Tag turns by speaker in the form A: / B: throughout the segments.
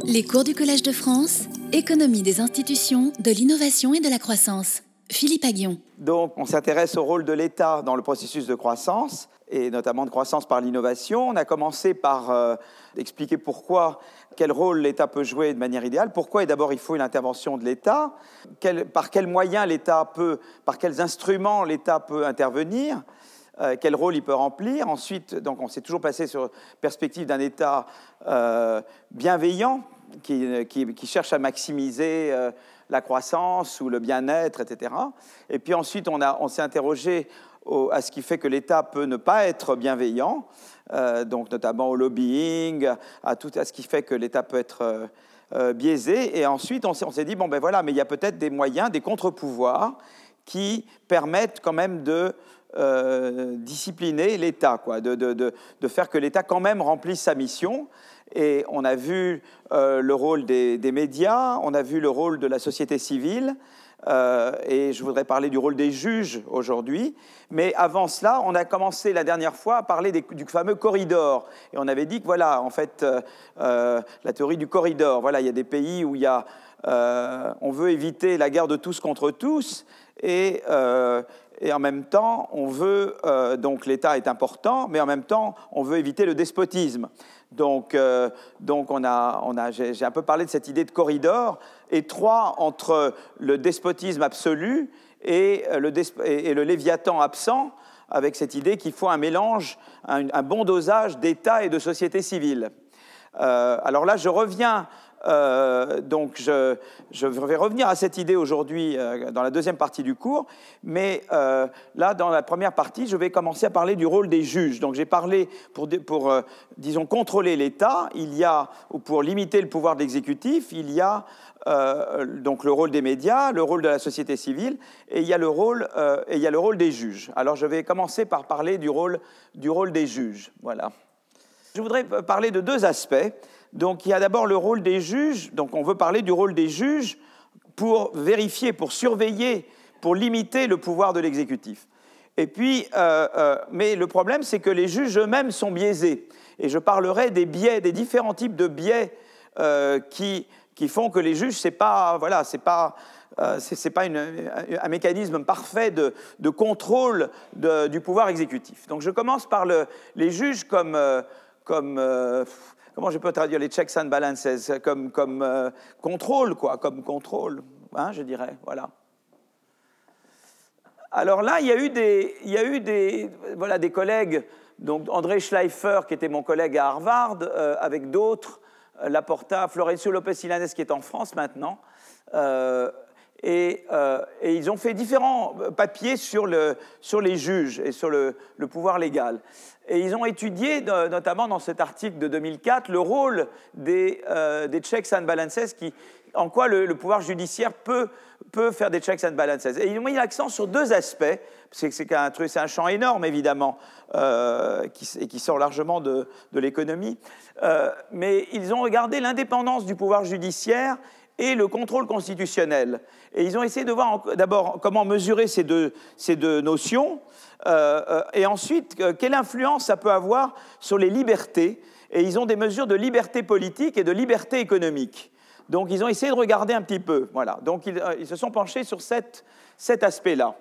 A: Les cours du Collège de France, économie des institutions, de l'innovation et de la croissance. Philippe Aghion.
B: Donc, on s'intéresse au rôle de l'État dans le processus de croissance, et notamment de croissance par l'innovation. On a commencé par expliquer quel rôle l'État peut jouer de manière idéale, pourquoi et d'abord il faut une intervention de l'État, par quels moyens par quels instruments l'État peut intervenir, quel rôle il peut remplir. Ensuite, donc, on s'est toujours passé sur la perspective d'un État bienveillant qui cherche à maximiser la croissance ou le bien-être, etc. Et puis ensuite, on s'est interrogé à ce qui fait que l'État peut ne pas être bienveillant, donc notamment au lobbying, à ce qui fait que l'État peut être biaisé. Et ensuite, on s'est dit, mais il y a peut-être des moyens, des contre-pouvoirs qui permettent quand même de discipliner l'État, de faire que l'État quand même remplisse sa mission. Et on a vu le rôle des médias, on a vu le rôle de la société civile, et je voudrais parler du rôle des juges aujourd'hui. Mais avant cela, on a commencé la dernière fois à parler du fameux corridor. Et on avait dit que la théorie du corridor, il y a des pays où on veut éviter la guerre de tous contre tous, et en même temps, donc l'État est important, mais en même temps, on veut éviter le despotisme. Donc j'ai un peu parlé de cette idée de corridor étroit entre le despotisme absolu et le léviathan absent, avec cette idée qu'il faut un mélange, un bon dosage d'État et de société civile. Alors là, je reviens. Je vais revenir à cette idée aujourd'hui dans la deuxième partie du cours, mais là, dans la première partie, je vais commencer à parler du rôle des juges. Donc, j'ai parlé pour disons, contrôler l'État, ou pour limiter le pouvoir de l'exécutif, il y a donc le rôle des médias, le rôle de la société civile, et il y a le rôle des juges. Alors, je vais commencer par parler du rôle des juges. Voilà. Je voudrais parler de deux aspects. Donc, il y a d'abord le rôle des juges. Donc, on veut parler du rôle des juges pour vérifier, pour surveiller, pour limiter le pouvoir de l'exécutif. Et puis, mais le problème, c'est que les juges eux-mêmes sont biaisés. Et je parlerai des biais, des différents types de biais qui font que les juges, c'est pas un mécanisme parfait de contrôle du pouvoir exécutif. Donc, je commence par les juges comme comment je peux traduire les checks and balances, comme contrôle, comme contrôle, je dirais, voilà. Alors là, il y a eu des collègues, donc André Schleifer, qui était mon collègue à Harvard, avec d'autres, Laporta, Florencio Lopez-Illanes, qui est en France maintenant, et ils ont fait différents papiers sur les juges et sur le pouvoir légal. Et ils ont étudié, notamment dans cet article de 2004, le rôle des checks and balances, en quoi le pouvoir judiciaire peut faire des checks and balances. Et ils ont mis l'accent sur deux aspects, parce que c'est un champ énorme, évidemment, qui sort largement de l'économie. Mais ils ont regardé l'indépendance du pouvoir judiciaire et le contrôle constitutionnel. Et ils ont essayé de voir d'abord comment mesurer ces deux notions, et ensuite quelle influence ça peut avoir sur les libertés. Et ils ont des mesures de liberté politique et de liberté économique. Donc ils ont essayé de regarder un petit peu. Voilà. Donc ils se sont penchés sur cet aspect-là.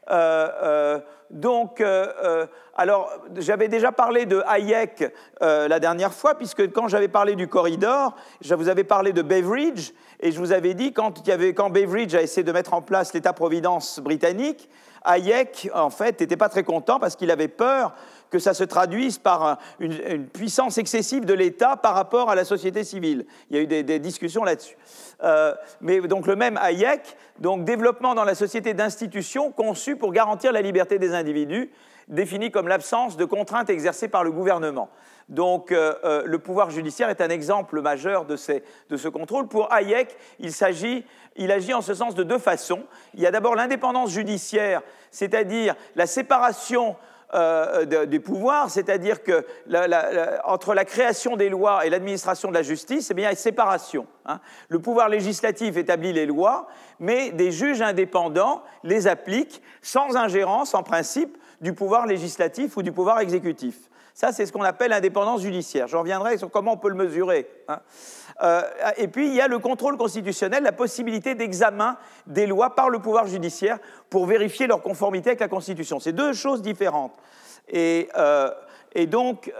B: Alors, j'avais déjà parlé de Hayek la dernière fois, puisque quand j'avais parlé du corridor, je vous avais parlé de Beveridge, et je vous avais dit, quand Beveridge a essayé de mettre en place l'État-providence britannique, Hayek, en fait, n'était pas très content parce qu'il avait peur que ça se traduise par une puissance excessive de l'État par rapport à la société civile. Il y a eu des discussions là-dessus. Mais donc le même Hayek, donc développement dans la société d'institutions conçues pour garantir la liberté des individus, définie comme l'absence de contraintes exercées par le gouvernement. Donc le pouvoir judiciaire est un exemple majeur de ce contrôle. Pour Hayek, il agit en ce sens de deux façons. Il y a d'abord l'indépendance judiciaire, c'est-à-dire la séparation des pouvoirs, c'est-à-dire que entre la création des lois et l'administration de la justice, il y a une séparation. Le pouvoir législatif établit les lois, mais des juges indépendants les appliquent sans ingérence, en principe, du pouvoir législatif ou du pouvoir exécutif. Ça, c'est ce qu'on appelle l'indépendance judiciaire. Je reviendrai sur comment on peut le mesurer. Hein. Et puis, il y a le contrôle constitutionnel, la possibilité d'examen des lois par le pouvoir judiciaire pour vérifier leur conformité avec la Constitution. C'est deux choses différentes. Et donc,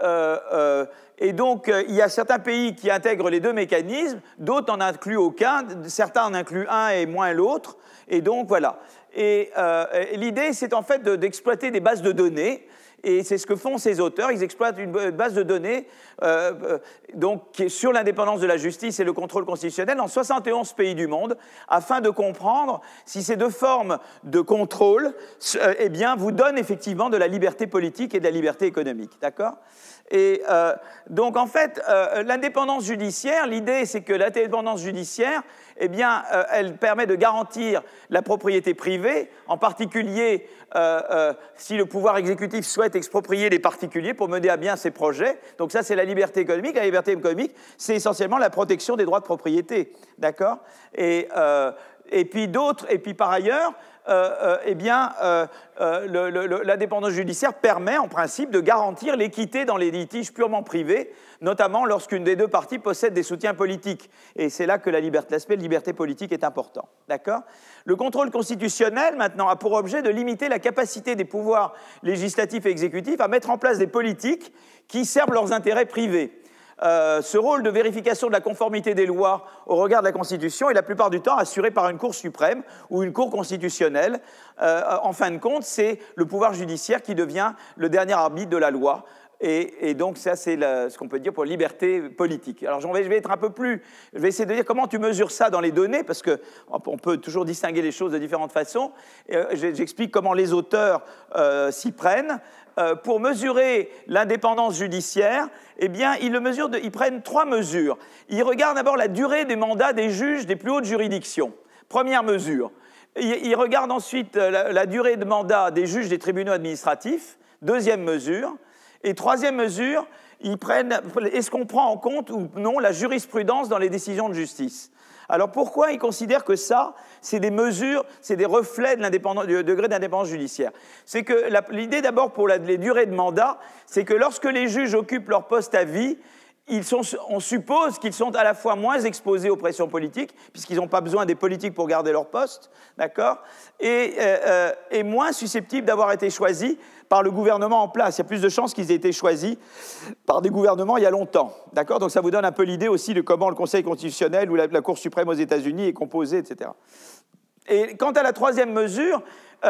B: il y a certains pays qui intègrent les deux mécanismes, d'autres n'en incluent aucun, certains en incluent un et moins l'autre. Et donc, voilà. Et l'idée, c'est en fait d'exploiter des bases de données. Et c'est ce que font ces auteurs. Ils exploitent une base de données qui est sur l'indépendance de la justice et le contrôle constitutionnel dans 71 pays du monde, afin de comprendre si ces deux formes de contrôle vous donnent effectivement de la liberté politique et de la liberté économique. D'accord ? Et donc, en fait, l'indépendance judiciaire, l'idée, c'est que l'indépendance judiciaire, elle permet de garantir la propriété privée, en particulier si le pouvoir exécutif souhaite exproprier les particuliers pour mener à bien ses projets. Donc ça, c'est la liberté économique. La liberté économique, c'est essentiellement la protection des droits de propriété. D'accord ? Et puis par ailleurs, l'indépendance judiciaire permet en principe de garantir l'équité dans les litiges purement privés, notamment lorsqu'une des deux parties possède des soutiens politiques. Et c'est là que l'aspect de liberté politique est important. D'accord ? Le contrôle constitutionnel, maintenant, a pour objet de limiter la capacité des pouvoirs législatifs et exécutifs à mettre en place des politiques qui servent leurs intérêts privés. Ce rôle de vérification de la conformité des lois au regard de la Constitution est la plupart du temps assuré par une Cour suprême ou une Cour constitutionnelle. En fin de compte, c'est le pouvoir judiciaire qui devient le dernier arbitre de la loi. Et donc, ça, c'est ce qu'on peut dire pour liberté politique. Alors, je vais être un peu plus... Je vais essayer de dire comment tu mesures ça dans les données, parce qu'on peut toujours distinguer les choses de différentes façons. J'explique comment les auteurs s'y prennent. Pour mesurer l'indépendance judiciaire, ils prennent 3 mesures. Ils regardent d'abord la durée des mandats des juges des plus hautes juridictions. Première mesure. Ils regardent ensuite la durée de mandat des juges des tribunaux administratifs. Deuxième mesure. Et troisième mesure, est-ce qu'on prend en compte ou non la jurisprudence dans les décisions de justice ? Alors pourquoi ils considèrent que ça, c'est des mesures, c'est des reflets du degré d'indépendance judiciaire ? C'est que l'idée d'abord pour les durées de mandat, c'est que lorsque les juges occupent leur poste à vie, on suppose qu'ils sont à la fois moins exposés aux pressions politiques, puisqu'ils n'ont pas besoin des politiques pour garder leur poste, d'accord, et moins susceptibles d'avoir été choisis par le gouvernement en place. Il y a plus de chances qu'ils aient été choisis par des gouvernements il y a longtemps, d'accord ? Donc ça vous donne un peu l'idée aussi de comment le Conseil constitutionnel ou la Cour suprême aux États-Unis est composé, etc. Et quant à la troisième mesure,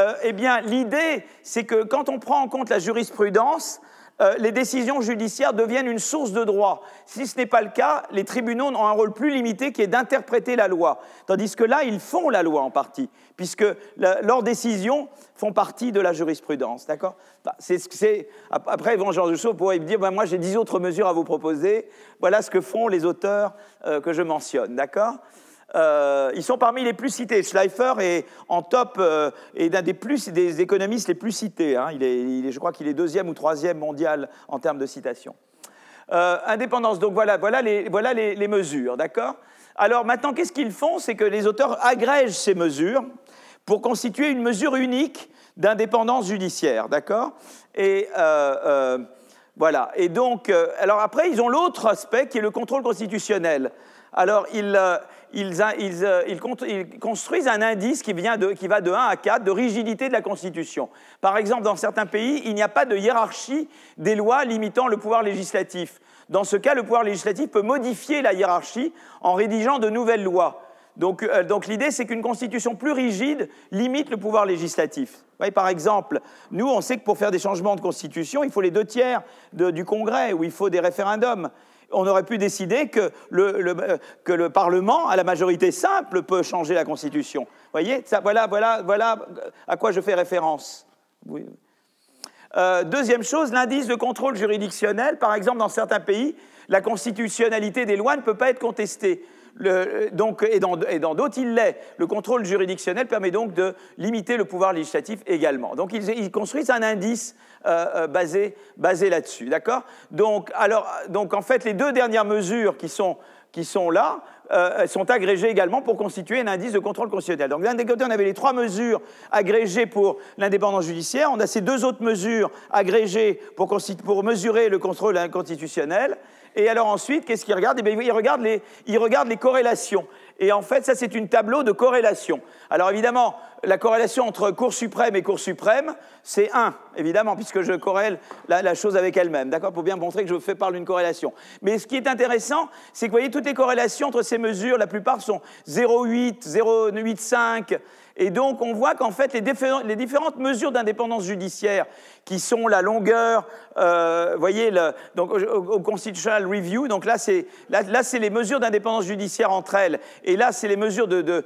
B: l'idée, c'est que quand on prend en compte la jurisprudence, les décisions judiciaires deviennent une source de droit. Si ce n'est pas le cas, les tribunaux ont un rôle plus limité qui est d'interpréter la loi. Tandis que là, ils font la loi en partie, puisque leurs décisions font partie de la jurisprudence. D'accord ? Après, Jean Rousseau pourrait me dire moi, j'ai 10 autres mesures à vous proposer. Voilà ce que font les auteurs que je mentionne. D'accord ? Ils sont parmi les plus cités. Schleifer est en top, est l'un des économistes les plus cités. Hein. Je crois qu'il est 2e ou 3e mondial en termes de citation. Indépendance, donc voilà les mesures, d'accord ? Alors maintenant, qu'est-ce qu'ils font ? C'est que les auteurs agrègent ces mesures pour constituer une mesure unique d'indépendance judiciaire, d'accord ? Et voilà. Et donc, alors après, ils ont l'autre aspect qui est le contrôle constitutionnel. Alors, ils construisent un indice qui va de 1 à 4 de rigidité de la Constitution. Par exemple, dans certains pays, il n'y a pas de hiérarchie des lois limitant le pouvoir législatif. Dans ce cas, le pouvoir législatif peut modifier la hiérarchie en rédigeant de nouvelles lois. Donc l'idée, c'est qu'une Constitution plus rigide limite le pouvoir législatif. Vous voyez, par exemple, nous, on sait que pour faire des changements de Constitution, il faut les 2/3 du Congrès, ou il faut des référendums. On aurait pu décider que le Parlement, à la majorité simple, peut changer la Constitution. Vous voyez, voilà à quoi je fais référence. Oui. Deuxième chose, l'indice de contrôle juridictionnel. Par exemple, dans certains pays, la constitutionnalité des lois ne peut pas être contestée. Et dans d'autres, il l'est. Le contrôle juridictionnel permet donc de limiter le pouvoir législatif également. Donc, ils construisent un indice basé là-dessus, d'accord ? Donc, en fait, les 2 dernières mesures qui sont qui sont là, sont agrégées également pour constituer un indice de contrôle constitutionnel. Donc d'un côté, on avait les 3 mesures agrégées pour l'indépendance judiciaire, on a ces 2 autres mesures agrégées pour mesurer le contrôle constitutionnel, et alors ensuite, qu'est-ce qu'ils regardent? Eh bien, ils regardent les corrélations. Et en fait, ça, c'est une tableau de corrélation. Alors évidemment, la corrélation entre Cour suprême et Cour suprême, c'est 1, évidemment, puisque je corrèle la chose avec elle-même, d'accord, pour bien montrer que je parle d'une corrélation. Mais ce qui est intéressant, c'est que vous voyez, toutes les corrélations entre ces mesures, la plupart sont 0,8, 0,85, et donc on voit qu'en fait, les différentes mesures d'indépendance judiciaire, qui sont la longueur, vous voyez, donc au Constitutional Review, donc là, c'est les mesures d'indépendance judiciaire entre elles, et là, c'est les mesures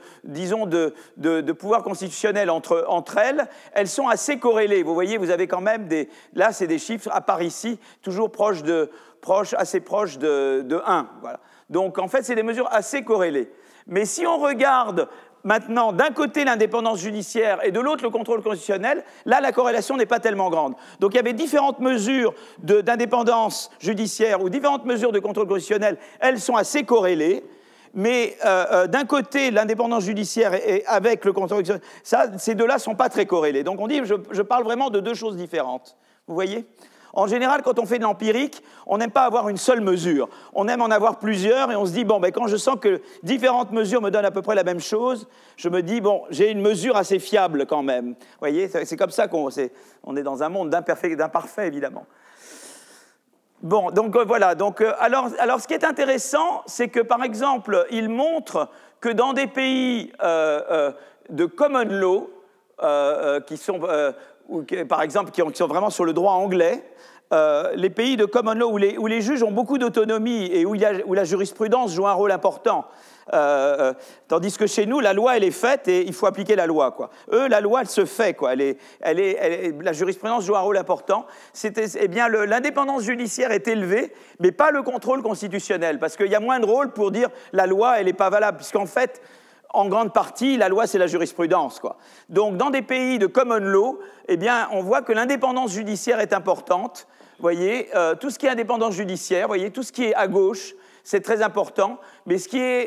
B: de pouvoir constitutionnel entre elles, elles sont assez corrélées. Vous voyez, vous avez quand même là, c'est des chiffres, à part ici, toujours assez proches de 1. Voilà. Donc, en fait, c'est des mesures assez corrélées. Mais si on regarde maintenant, d'un côté, l'indépendance judiciaire et de l'autre, le contrôle constitutionnel, là, la corrélation n'est pas tellement grande. Donc, il y avait différentes mesures d'indépendance judiciaire ou différentes mesures de contrôle constitutionnel, elles sont assez corrélées. Mais d'un côté, l'indépendance judiciaire et avec le contrôle constitutionnel, ces 2-là ne sont pas très corrélés. Donc on dit, je parle vraiment de 2 choses différentes. Vous voyez ? En général, quand on fait de l'empirique, on n'aime pas avoir une seule mesure. On aime en avoir plusieurs et on se dit, bon, ben, quand je sens que différentes mesures me donnent à peu près la même chose, je me dis, bon, j'ai une mesure assez fiable quand même. Vous voyez ? C'est comme ça qu'on est dans un monde d'imparfait, évidemment. Bon, donc voilà. Donc, alors, ce qui est intéressant, c'est que, par exemple, il montre que dans des pays de common law, qui sont, par exemple, qui sont vraiment sur le droit anglais, les pays de common law où les juges ont beaucoup d'autonomie et où la jurisprudence joue un rôle important, tandis que chez nous, la loi, elle est faite et il faut appliquer la loi, quoi. Eux, la loi, elle se fait, quoi. La jurisprudence joue un rôle important. Eh bien, l'indépendance judiciaire est élevée, mais pas le contrôle constitutionnel, parce qu'il y a moins de rôle pour dire la loi, elle n'est pas valable, puisqu'en fait, en grande partie, la loi, c'est la jurisprudence, quoi. Donc, dans des pays de common law, eh bien, on voit que l'indépendance judiciaire est importante. Vous voyez, tout ce qui est indépendance judiciaire, vous voyez, tout ce qui est à gauche, c'est très important, mais ce qui est,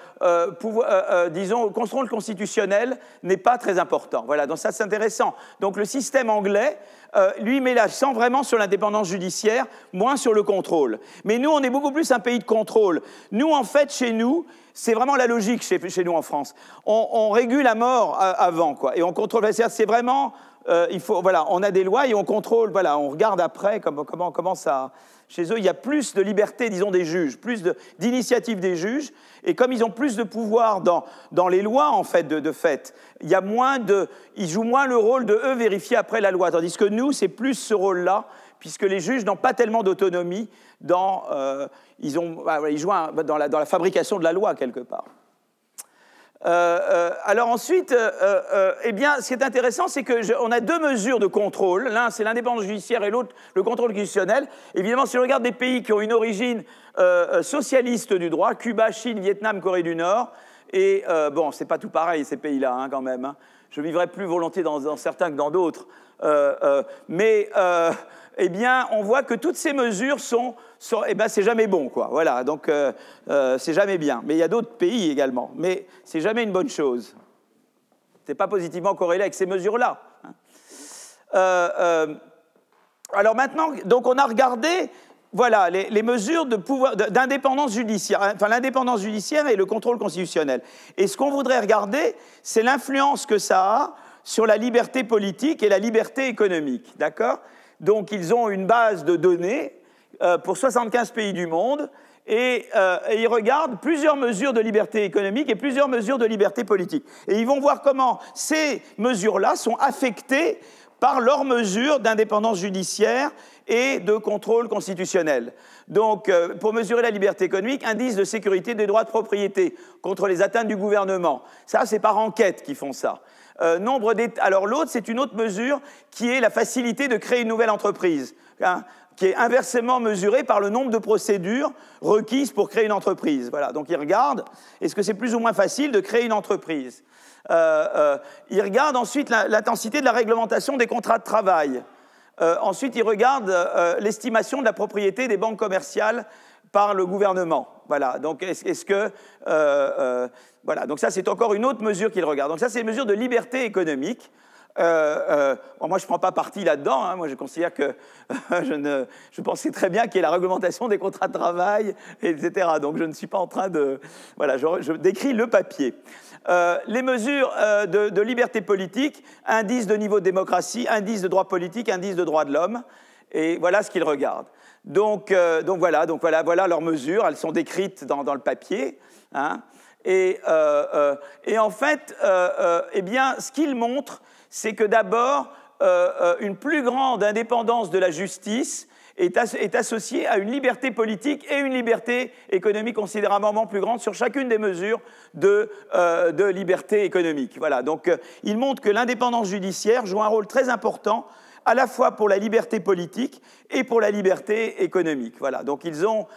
B: disons, contrôle constitutionnel n'est pas très important. Voilà, donc ça, c'est intéressant. Donc, le système anglais, lui, met l'accent vraiment sur l'indépendance judiciaire, moins sur le contrôle. Mais nous, on est beaucoup plus un pays de contrôle. Nous, en fait, chez nous, c'est vraiment la logique chez nous en France. On régule à mort avant, quoi, et on contrôle. C'est vraiment, voilà, on a des lois et on contrôle. Voilà, on regarde après comment ça. Chez eux, il y a plus de liberté, disons, des juges, plus d'initiative des juges, et comme ils ont plus de pouvoir dans les lois, en fait, de fait, il y a ils jouent moins le rôle de eux vérifier après la loi, tandis que nous, c'est plus ce rôle-là, puisque les juges n'ont pas tellement d'autonomie ils jouent dans la fabrication de la loi, quelque part. Alors ensuite, eh bien, ce qui est intéressant, c'est qu'on a 2 mesures de contrôle. L'un, c'est l'indépendance judiciaire et l'autre, le contrôle constitutionnel. Évidemment, si on regarde des pays qui ont une origine socialiste du droit, Cuba, Chine, Vietnam, Corée du Nord, et bon, c'est pas tout pareil, ces pays-là, hein, quand même. Hein. Je vivrais plus volontiers dans certains que dans d'autres. Mais eh bien, on voit que toutes ces mesures eh ben, c'est jamais bon, quoi. Voilà, donc c'est jamais bien. Mais il y a d'autres pays également, mais c'est jamais une bonne chose. C'est pas positivement corrélé avec ces mesures-là. Alors maintenant, donc on a regardé, voilà, les mesures d'indépendance judiciaire, enfin l'indépendance judiciaire et le contrôle constitutionnel. Et ce qu'on voudrait regarder, c'est l'influence que ça a sur la liberté politique et la liberté économique, d'accord ? Donc, ils ont une base de données pour 75 pays du monde et ils regardent plusieurs mesures de liberté économique et plusieurs mesures de liberté politique. Et ils vont voir comment ces mesures-là sont affectées par leurs mesures d'indépendance judiciaire et de contrôle constitutionnel. Donc, pour mesurer la liberté économique, indice de sécurité des droits de propriété contre les atteintes du gouvernement. Ça, c'est par enquête qu'ils font ça. Alors l'autre, c'est une autre mesure qui est la facilité de créer une nouvelle entreprise, hein, qui est inversement mesurée par le nombre de procédures requises pour créer une entreprise. Voilà. Donc ils regardent, est-ce que c'est plus ou moins facile de créer une entreprise ? Ils regardent ensuite l'intensité de la réglementation des contrats de travail. Ensuite, ils regardent l'estimation de la propriété des banques commerciales par le gouvernement. Voilà. Donc, voilà. Donc ça, c'est encore une autre mesure qu'il regarde. Donc ça, c'est une mesure de liberté économique. Bon, moi, je ne prends pas parti là-dedans. Hein. Moi, je considère que je pensais très bien qu'il y ait la réglementation des contrats de travail, etc. Donc, je ne suis pas en train de... Voilà, je décris le papier. Les mesures de liberté politique, indice de niveau de démocratie, indice de droit politique, indice de droits de l'homme. Et voilà ce qu'ils regardent. Donc voilà leurs mesures. Elles sont décrites dans le papier. Hein. Et en fait, eh bien, ce qu'ils montrent, c'est que d'abord, une plus grande indépendance de la justice est associée à une liberté politique et une liberté économique considérablement plus grande sur chacune des mesures de liberté économique. Voilà. Donc, ils montrent que l'indépendance judiciaire joue un rôle très important à la fois pour la liberté politique et pour la liberté économique. Voilà. Donc, ils ont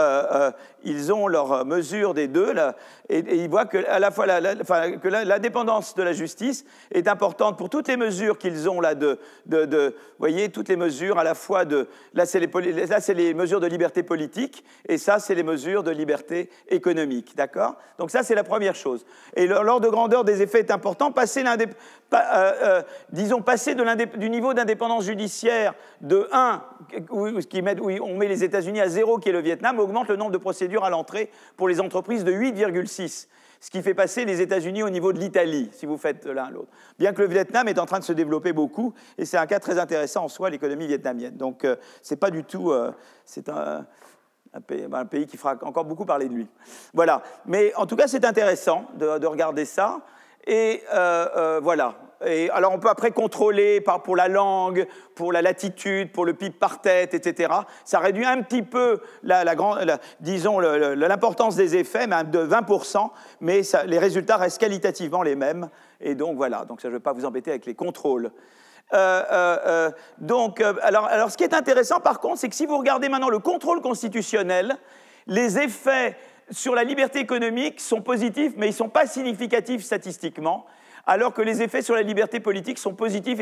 B: leurs mesures des deux, là, et ils voient que, à la fois que l'indépendance de la justice est importante pour toutes les mesures qu'ils ont là vous voyez, toutes les mesures à la fois de... Là, c'est les mesures de liberté politique, et ça, c'est les mesures de liberté économique. D'accord ? Donc ça, c'est la première chose. Et l'ordre de grandeur des effets est important. Passer du niveau d'indépendance judiciaire de 1, où on met les États-Unis à 0, qui est le Vietnam, augmente le nombre de procédures à l'entrée pour les entreprises de 8,6, ce qui fait passer les États-Unis au niveau de l'Italie, si vous faites l'un l'autre. Bien que le Vietnam est en train de se développer beaucoup, et c'est un cas très intéressant en soi, l'économie vietnamienne. Donc, c'est pas du tout... c'est un pays qui fera encore beaucoup parler de lui. Voilà. Mais en tout cas, c'est intéressant de regarder ça. Et voilà. Et alors, on peut après contrôler pour la langue, pour la latitude, pour le PIB par tête, etc. Ça réduit un petit peu, disons, l'importance des effets, même de 20%, mais les résultats restent qualitativement les mêmes. Et donc, voilà. Donc, ça, je ne vais pas vous embêter avec les contrôles. Alors, ce qui est intéressant, par contre, c'est que si vous regardez maintenant le contrôle constitutionnel, les effets sur la liberté économique sont positifs, mais ils ne sont pas significatifs statistiquement, alors que les effets sur la liberté politique sont positifs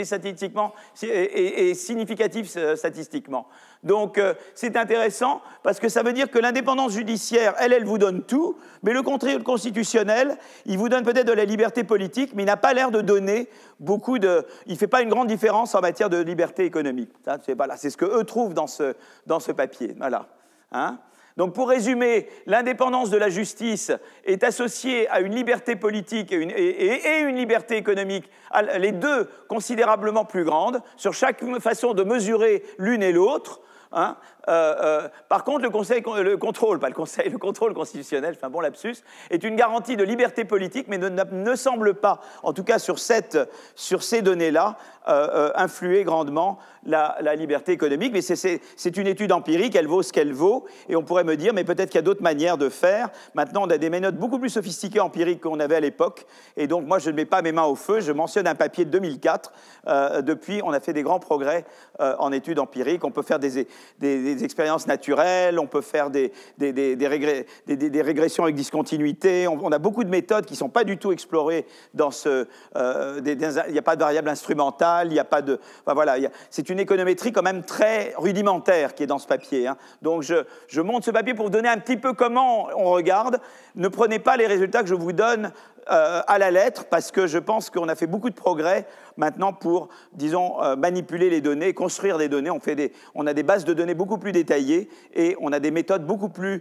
B: et significatifs statistiquement. Donc, c'est intéressant, parce que ça veut dire que l'indépendance judiciaire, elle vous donne tout, mais le contrôle constitutionnel, il vous donne peut-être de la liberté politique, mais il n'a pas l'air de donner beaucoup de... Il ne fait pas une grande différence en matière de liberté économique. C'est ce qu'eux trouvent dans ce papier. Voilà. Hein ? Donc, pour résumer, l'indépendance de la justice est associée à une liberté politique et une liberté économique, les deux considérablement plus grandes, sur chaque façon de mesurer l'une et l'autre. Hein. Par contre, le contrôle constitutionnel, enfin bon lapsus, est une garantie de liberté politique, mais ne semble pas, en tout cas sur ces données-là, influer grandement la liberté économique. Mais c'est une étude empirique, elle vaut ce qu'elle vaut, et on pourrait me dire, mais peut-être qu'il y a d'autres manières de faire. Maintenant, on a des méthodes beaucoup plus sophistiquées empiriques qu'on avait à l'époque, et donc moi, je ne mets pas mes mains au feu. Je mentionne un papier de 2004. Depuis, on a fait des grands progrès en études empiriques. On peut faire des expériences naturelles, on peut faire des régressions avec discontinuité. On a beaucoup de méthodes qui ne sont pas du tout explorées dans il n'y a pas de variable instrumentale, il n'y a pas de... Enfin, voilà, c'est une économétrie quand même très rudimentaire qui est dans ce papier. Hein. Donc, je montre ce papier pour vous donner un petit peu comment on regarde. Ne prenez pas les résultats que je vous donne à la lettre, parce que je pense qu'on a fait beaucoup de progrès maintenant pour, disons, manipuler les données, construire des données. On a des bases de données beaucoup plus détaillées et on a des méthodes beaucoup plus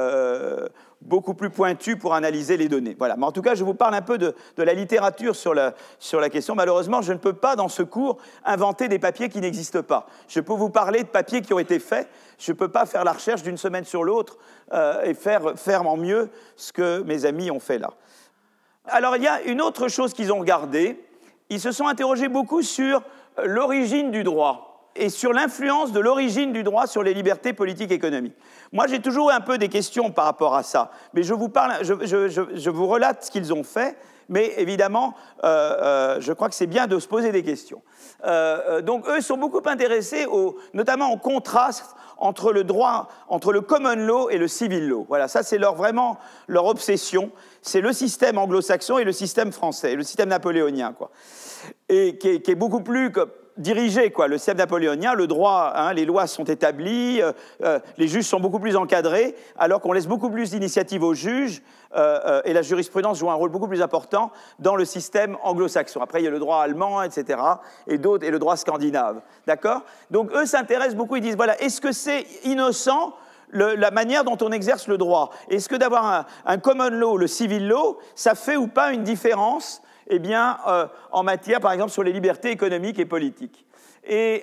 B: pointues pour analyser les données. Voilà. Mais en tout cas, je vous parle un peu de la littérature sur la question. Malheureusement, je ne peux pas, dans ce cours, inventer des papiers qui n'existent pas. Je peux vous parler de papiers qui ont été faits. Je ne peux pas faire la recherche d'une semaine sur l'autre et faire en mieux ce que mes amis ont fait là. Alors, il y a une autre chose qu'ils ont regardée. Ils se sont interrogés beaucoup sur l'origine du droit et sur l'influence de l'origine du droit sur les libertés politiques et économiques. Moi, j'ai toujours un peu des questions par rapport à ça, mais je vous relate ce qu'ils ont fait, mais évidemment, je crois que c'est bien de se poser des questions. Donc, eux sont beaucoup intéressés, notamment au contraste entre le droit, entre le common law et le civil law. Voilà, ça c'est vraiment leur obsession. C'est le système anglo-saxon et le système français, le système napoléonien, quoi. Et qui est beaucoup plus dirigé, quoi, le système napoléonien, le droit, hein, les lois sont établies, les juges sont beaucoup plus encadrés, alors qu'on laisse beaucoup plus d'initiative aux juges, et la jurisprudence joue un rôle beaucoup plus important dans le système anglo-saxon. Après, il y a le droit allemand, etc., et d'autres, et le droit scandinave. D'accord ? Donc, eux s'intéressent beaucoup, ils disent, voilà, est-ce que c'est innocent la manière dont on exerce le droit? Est-ce que d'avoir un common law, le civil law, ça fait ou pas une différence en matière, par exemple, sur les libertés économiques et politiques. Et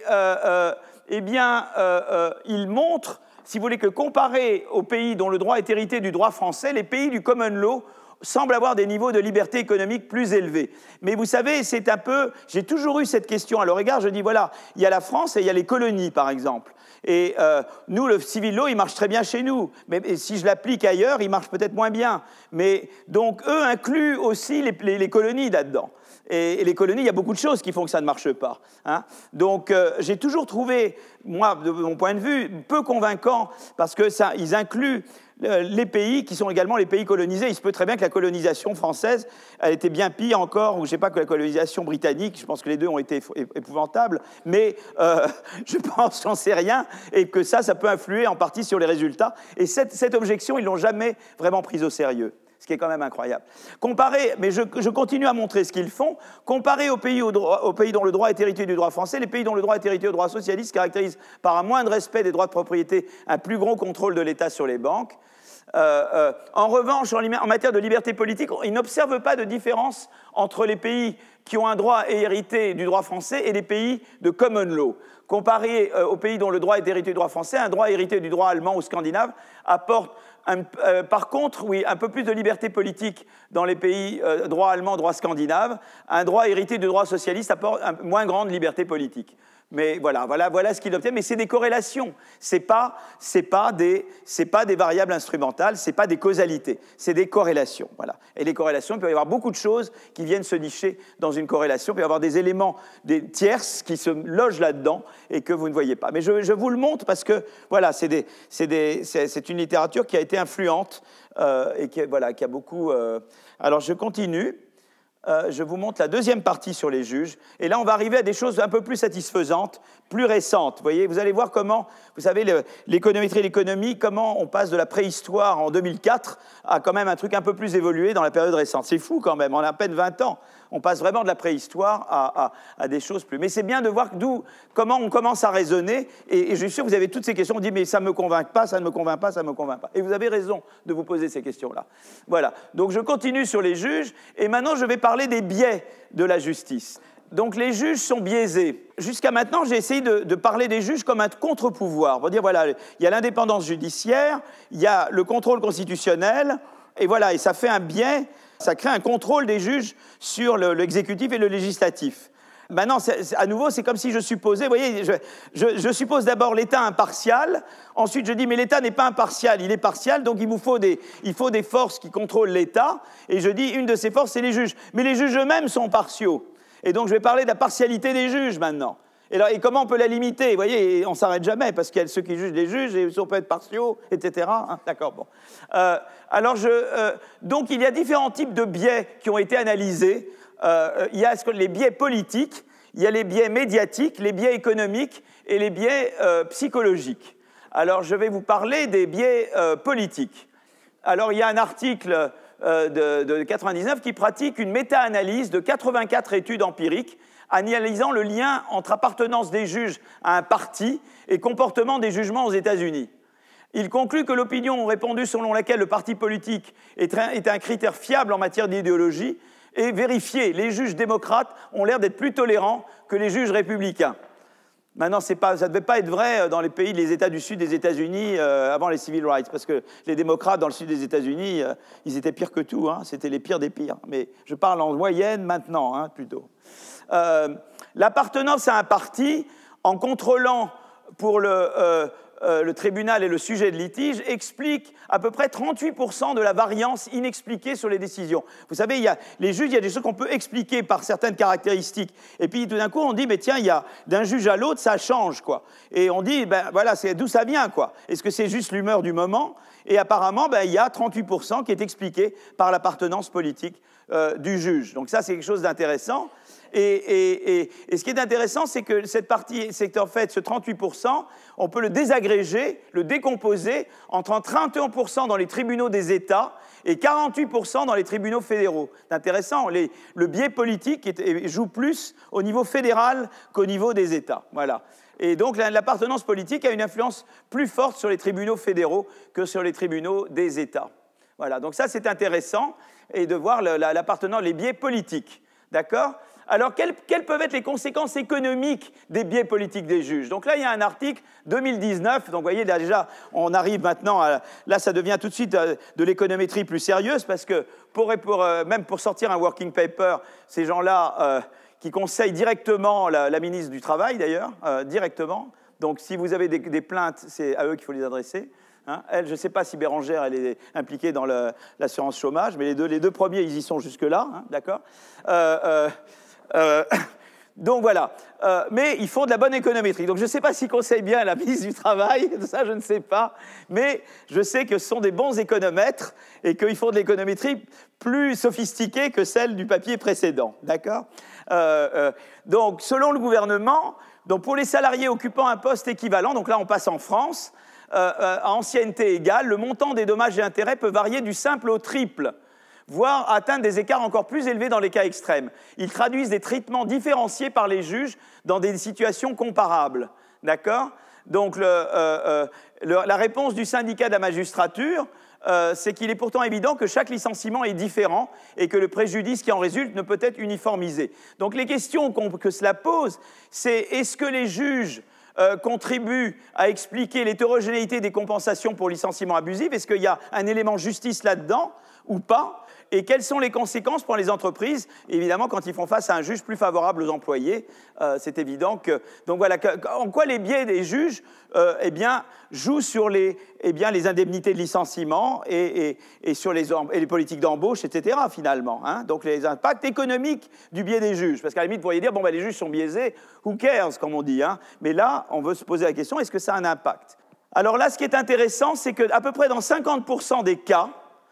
B: il montre, si vous voulez, que comparé aux pays dont le droit est hérité du droit français, les pays du common law semblent avoir des niveaux de liberté économique plus élevés. Mais vous savez, c'est un peu... J'ai toujours eu cette question à leur égard. Je dis, voilà, il y a la France et il y a les colonies, par exemple. Et nous, le civil law, il marche très bien chez nous. Mais si je l'applique ailleurs, il marche peut-être moins bien. Mais donc, eux incluent aussi les colonies là-dedans. Et les colonies, il y a beaucoup de choses qui font que ça ne marche pas. Hein. Donc, j'ai toujours trouvé, moi, de mon point de vue, peu convaincant, parce que ça, ils incluent les pays qui sont également les pays colonisés. Il se peut très bien que la colonisation française, elle était bien pire encore, ou je ne sais pas, que la colonisation britannique. Je pense que les deux ont été épouvantables, mais je pense, j'en sais rien, et que ça peut influer en partie sur les résultats. Et cette objection, ils ne l'ont jamais vraiment prise au sérieux. Ce qui est quand même incroyable. Mais je continue à montrer ce qu'ils font. Comparé aux pays dont le droit est hérité du droit français, les pays dont le droit est hérité du droit socialiste se caractérisent par un moindre respect des droits de propriété, un plus gros contrôle de l'État sur les banques. En revanche, en matière de liberté politique, ils n'observent pas de différence entre les pays qui ont un droit hérité du droit français et les pays de common law. Comparé aux pays dont le droit est hérité du droit français, un droit hérité du droit allemand ou scandinave apporte par contre, oui, un peu plus de liberté politique dans les pays droit allemand, droit scandinave. Un droit hérité du droit socialiste apporte une moins grande liberté politique. Mais voilà ce qu'il obtient. Mais c'est des corrélations. C'est pas des variables instrumentales, c'est pas des causalités, c'est des corrélations. Voilà. Et les corrélations, il peut y avoir beaucoup de choses qui viennent se nicher dans une corrélation. Il peut y avoir des éléments, des tierces qui se logent là-dedans et que vous ne voyez pas. Mais je vous le montre parce que voilà, c'est une littérature qui a été influente et qui a beaucoup. Alors je continue. Je vous montre la deuxième partie sur les juges. Et là, on va arriver à des choses un peu plus satisfaisantes, plus récentes. Vous allez voir comment, vous savez, l'économétrie et l'économie, comment on passe de la préhistoire en 2004 à quand même un truc un peu plus évolué dans la période récente. C'est fou quand même, en à peine 20 ans. On passe vraiment de la préhistoire à des choses plus... Mais c'est bien de voir comment on commence à raisonner. Et je suis sûr que vous avez toutes ces questions. On dit, mais ça ne me convainc pas, ça ne me convainc pas, ça ne me convainc pas. Et vous avez raison de vous poser ces questions-là. Voilà. Donc je continue sur les juges. Et maintenant, je vais parler des biais de la justice. Donc les juges sont biaisés. Jusqu'à maintenant, j'ai essayé de parler des juges comme un contre-pouvoir. On va dire, voilà, il y a l'indépendance judiciaire, il y a le contrôle constitutionnel, et voilà, et ça fait un biais, ça crée un contrôle des juges sur l'exécutif et le législatif. Maintenant, à nouveau, c'est comme si je supposais, vous voyez, je suppose d'abord l'État impartial, ensuite je dis, mais l'État n'est pas impartial, il est partial, donc il faut des forces qui contrôlent l'État, et je dis, une de ces forces, c'est les juges. Mais les juges eux-mêmes sont partiaux, et donc je vais parler de la partialité des juges maintenant. Et comment on peut la limiter? Vous voyez, on ne s'arrête jamais, parce qu'il y a ceux qui jugent les juges, et ils peuvent être partiaux, etc. Hein, d'accord, bon. Donc il y a différents types de biais qui ont été analysés. Il y a les biais politiques, il y a les biais médiatiques, les biais économiques et les biais psychologiques. Alors, je vais vous parler des biais politiques. Alors, il y a un article de 99 qui pratique une méta-analyse de 84 études empiriques analysant le lien entre appartenance des juges à un parti et comportement des jugements aux États-Unis. Il conclut que l'opinion répandue selon laquelle le parti politique est un critère fiable en matière d'idéologie est vérifiée. Les juges démocrates ont l'air d'être plus tolérants que les juges républicains. Maintenant, ça ne devait pas être vrai dans les États du Sud des États-Unis avant les civil rights, parce que les démocrates dans le Sud des États-Unis, ils étaient pires que tout, hein, c'était les pires des pires. Mais je parle en moyenne maintenant, hein, plutôt. L'appartenance à un parti, en contrôlant pour le tribunal et le sujet de litige, explique à peu près 38% de la variance inexpliquée sur les décisions. Vous savez, les juges, il y a des choses qu'on peut expliquer par certaines caractéristiques. Et puis tout d'un coup, on dit, mais tiens, d'un juge à l'autre, ça change, quoi. Et on dit, ben voilà, c'est d'où ça vient, quoi. Est-ce que c'est juste l'humeur du moment? Et apparemment, il y a 38% qui est expliqué par l'appartenance politique du juge. Donc ça, c'est quelque chose d'intéressant. Et ce qui est intéressant, c'est que cette partie, c'est qu'en fait, ce 38%, on peut le désagréger, le décomposer entre 31% dans les tribunaux des États et 48% dans les tribunaux fédéraux. C'est intéressant, le biais politique joue plus au niveau fédéral qu'au niveau des États. Voilà. Et donc l'appartenance politique a une influence plus forte sur les tribunaux fédéraux que sur les tribunaux des États. Voilà, donc ça c'est intéressant, et de voir l'appartenance, les biais politiques. D'accord ? Alors, quelles peuvent être les conséquences économiques des biais politiques des juges ? Donc là, il y a un article 2019, donc vous voyez, là, déjà, on arrive maintenant là, ça devient tout de suite de l'économétrie plus sérieuse, parce que même pour sortir un working paper, ces gens-là qui conseillent directement la ministre du Travail, d'ailleurs, directement. Donc, si vous avez des plaintes, c'est à eux qu'il faut les adresser. Hein, elle, je ne sais pas si Bérangère elle est impliquée dans l'assurance chômage, mais les deux premiers, ils y sont jusque-là, hein, d'accord donc voilà, mais ils font de la bonne économétrie. Donc je ne sais pas s'ils conseillent bien la ministre du Travail, ça je ne sais pas, mais je sais que ce sont des bons économètres et qu'ils font de l'économétrie plus sophistiquée que celle du papier précédent, d'accord donc selon le gouvernement, donc pour les salariés occupant un poste équivalent, donc là on passe en France, à ancienneté égale, le montant des dommages et intérêts peut varier du simple au triple, voire atteindre des écarts encore plus élevés dans les cas extrêmes. Ils traduisent des traitements différenciés par les juges dans des situations comparables. D'accord ? Donc, la réponse du syndicat de la magistrature, c'est qu'il est pourtant évident que chaque licenciement est différent et que le préjudice qui en résulte ne peut être uniformisé. Donc, les questions que cela pose, c'est est-ce que les juges contribue à expliquer l'hétérogénéité des compensations pour licenciement abusif? Est-ce qu'il y a un élément justice là-dedans ou pas? Et quelles sont les conséquences pour les entreprises, évidemment, quand ils font face à un juge plus favorable aux employés? C'est évident que... Donc voilà, en quoi les biais des juges jouent sur les indemnités de licenciement et sur les politiques d'embauche, etc., finalement. Hein. Donc les impacts économiques du biais des juges. Parce qu'à la limite, vous pourriez dire, les juges sont biaisés, who cares, comme on dit. Hein. Mais là, on veut se poser la question, est-ce que ça a un impact? Alors là, ce qui est intéressant, c'est qu'à peu près dans 50% des cas,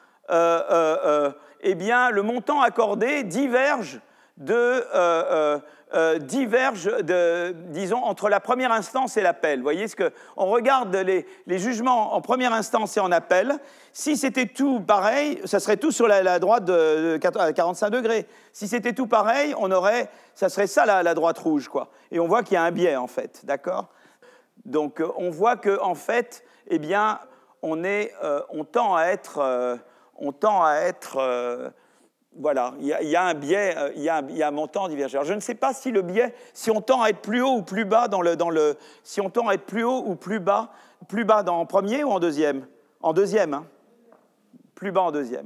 B: le montant accordé diverge disons, entre la première instance et l'appel. Vous voyez, on regarde les jugements en première instance et en appel. Si c'était tout pareil, ça serait tout sur la droite de 45 degrés. Si c'était tout pareil, ça serait ça la droite rouge, quoi. Et on voit qu'il y a un biais, en fait, d'accord ? Donc, on voit qu'en fait, on tend à être voilà, il y a un biais, il y a un montant divergent. Je ne sais pas si le biais, si on tend à être plus haut ou plus bas si on tend à être plus haut ou plus bas en premier ou en deuxième? En deuxième, hein. Plus bas en deuxième.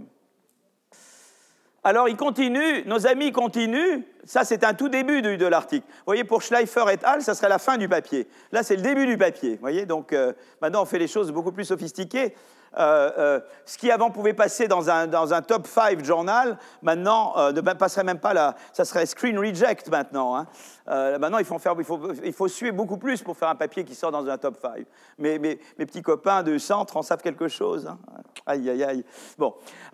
B: Alors, nos amis continuent, ça c'est un tout début de l'article. Vous voyez, pour Schleifer et al., ça serait la fin du papier. Là, c'est le début du papier, vous voyez, donc maintenant on fait les choses beaucoup plus sophistiquées. Ce qui avant pouvait passer dans un top 5 journal, maintenant ne passerait même pas là, ça serait screen reject maintenant. Hein. Maintenant, il faut suer beaucoup plus pour faire un papier qui sort dans un top 5. Mais mes petits copains de centre en savent quelque chose. Hein. Aïe, aïe, aïe. Bon.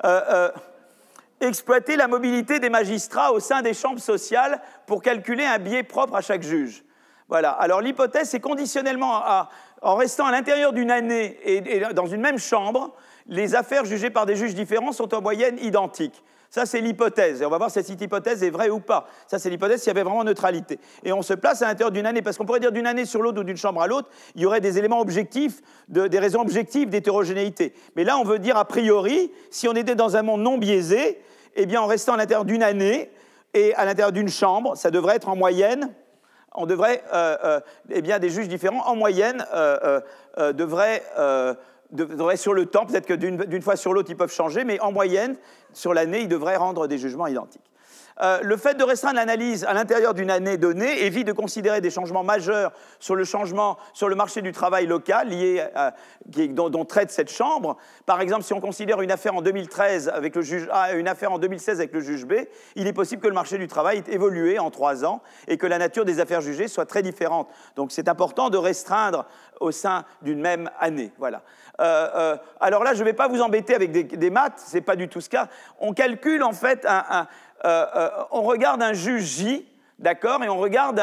B: Exploiter la mobilité des magistrats au sein des chambres sociales pour calculer un biais propre à chaque juge. Voilà. Alors l'hypothèse, c'est conditionnellement en restant à l'intérieur d'une année et dans une même chambre, les affaires jugées par des juges différents sont en moyenne identiques. Ça, c'est l'hypothèse. Et on va voir si cette hypothèse est vraie ou pas. Ça, c'est l'hypothèse s'il y avait vraiment neutralité. Et on se place à l'intérieur d'une année, parce qu'on pourrait dire d'une année sur l'autre ou d'une chambre à l'autre, il y aurait des éléments objectifs, des raisons objectives d'hétérogénéité. Mais là, on veut dire a priori, si on était dans un monde non biaisé, en restant à l'intérieur d'une année et à l'intérieur d'une chambre, ça devrait être en moyenne... On devrait, des juges différents, en moyenne, devraient sur le temps, peut-être que d'une fois sur l'autre, ils peuvent changer, mais en moyenne, sur l'année, ils devraient rendre des jugements identiques. Le fait de restreindre l'analyse à l'intérieur d'une année donnée évite de considérer des changements majeurs sur le marché du travail local dont traite cette chambre. Par exemple, si on considère une affaire en 2013 avec le juge A et une affaire en 2016 avec le juge B, il est possible que le marché du travail ait évolué en 3 ans et que la nature des affaires jugées soit très différente. Donc c'est important de restreindre au sein d'une même année. Voilà. Alors là, je ne vais pas vous embêter avec des maths, ce n'est pas du tout ce cas. On calcule en fait on regarde un juge J d'accord, et on regarde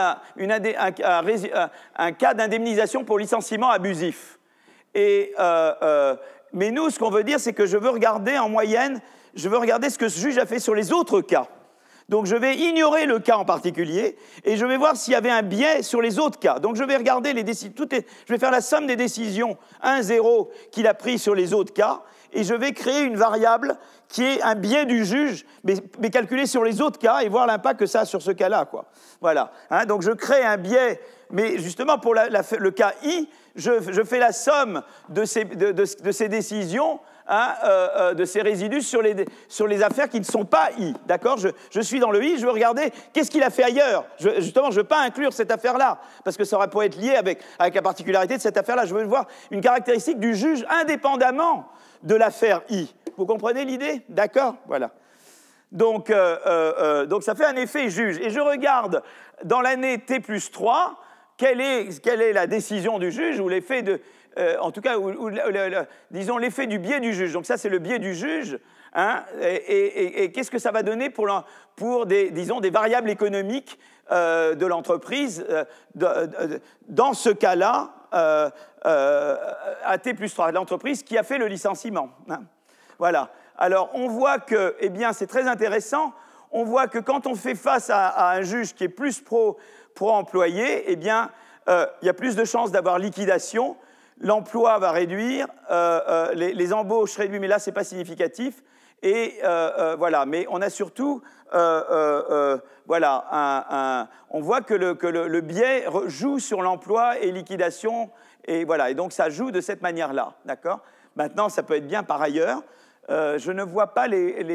B: un cas d'indemnisation pour licenciement abusif. Mais nous, ce qu'on veut dire, c'est que je veux regarder en moyenne, je veux regarder ce que ce juge a fait sur les autres cas. Donc je vais ignorer le cas en particulier et je vais voir s'il y avait un biais sur les autres cas. Donc je vais regarder je vais faire la somme des décisions 1-0 qu'il a pris sur les autres cas et je vais créer une variable qui est un biais du juge, mais calculé sur les autres cas et voir l'impact que ça a sur ce cas-là, quoi. Voilà. Donc je crée un biais, mais justement pour le cas I, je fais la somme de ces décisions, de ces résidus sur les affaires qui ne sont pas I. D'accord ? Je suis dans le I, je veux regarder qu'est-ce qu'il a fait ailleurs. Justement, je ne veux pas inclure cette affaire-là, parce que ça aurait pu être lié avec la particularité de cette affaire-là. Je veux voir une caractéristique du juge indépendamment de l'affaire I. Vous comprenez l'idée ? D'accord ? Voilà. Donc ça fait un effet juge. Et je regarde dans l'année T plus 3, quelle est la décision du juge ou l'effet de... en tout cas, disons l'effet du biais du juge. Donc ça, c'est le biais du juge. Et qu'est-ce que ça va donner pour des variables économiques de l'entreprise dans ce cas-là, à T plus 3, l'entreprise qui a fait le licenciement. Voilà. Alors, on voit que, c'est très intéressant, on voit que quand on fait face à un juge qui est plus pro-employé, il y a plus de chances d'avoir liquidation, l'emploi va réduire, les embauches réduisent, mais là, ce n'est pas significatif. Et voilà, mais on a surtout, on voit que le biais joue sur l'emploi et liquidation, et voilà, et donc ça joue de cette manière-là, d'accord ? Maintenant, ça peut être bien par ailleurs. Je ne vois pas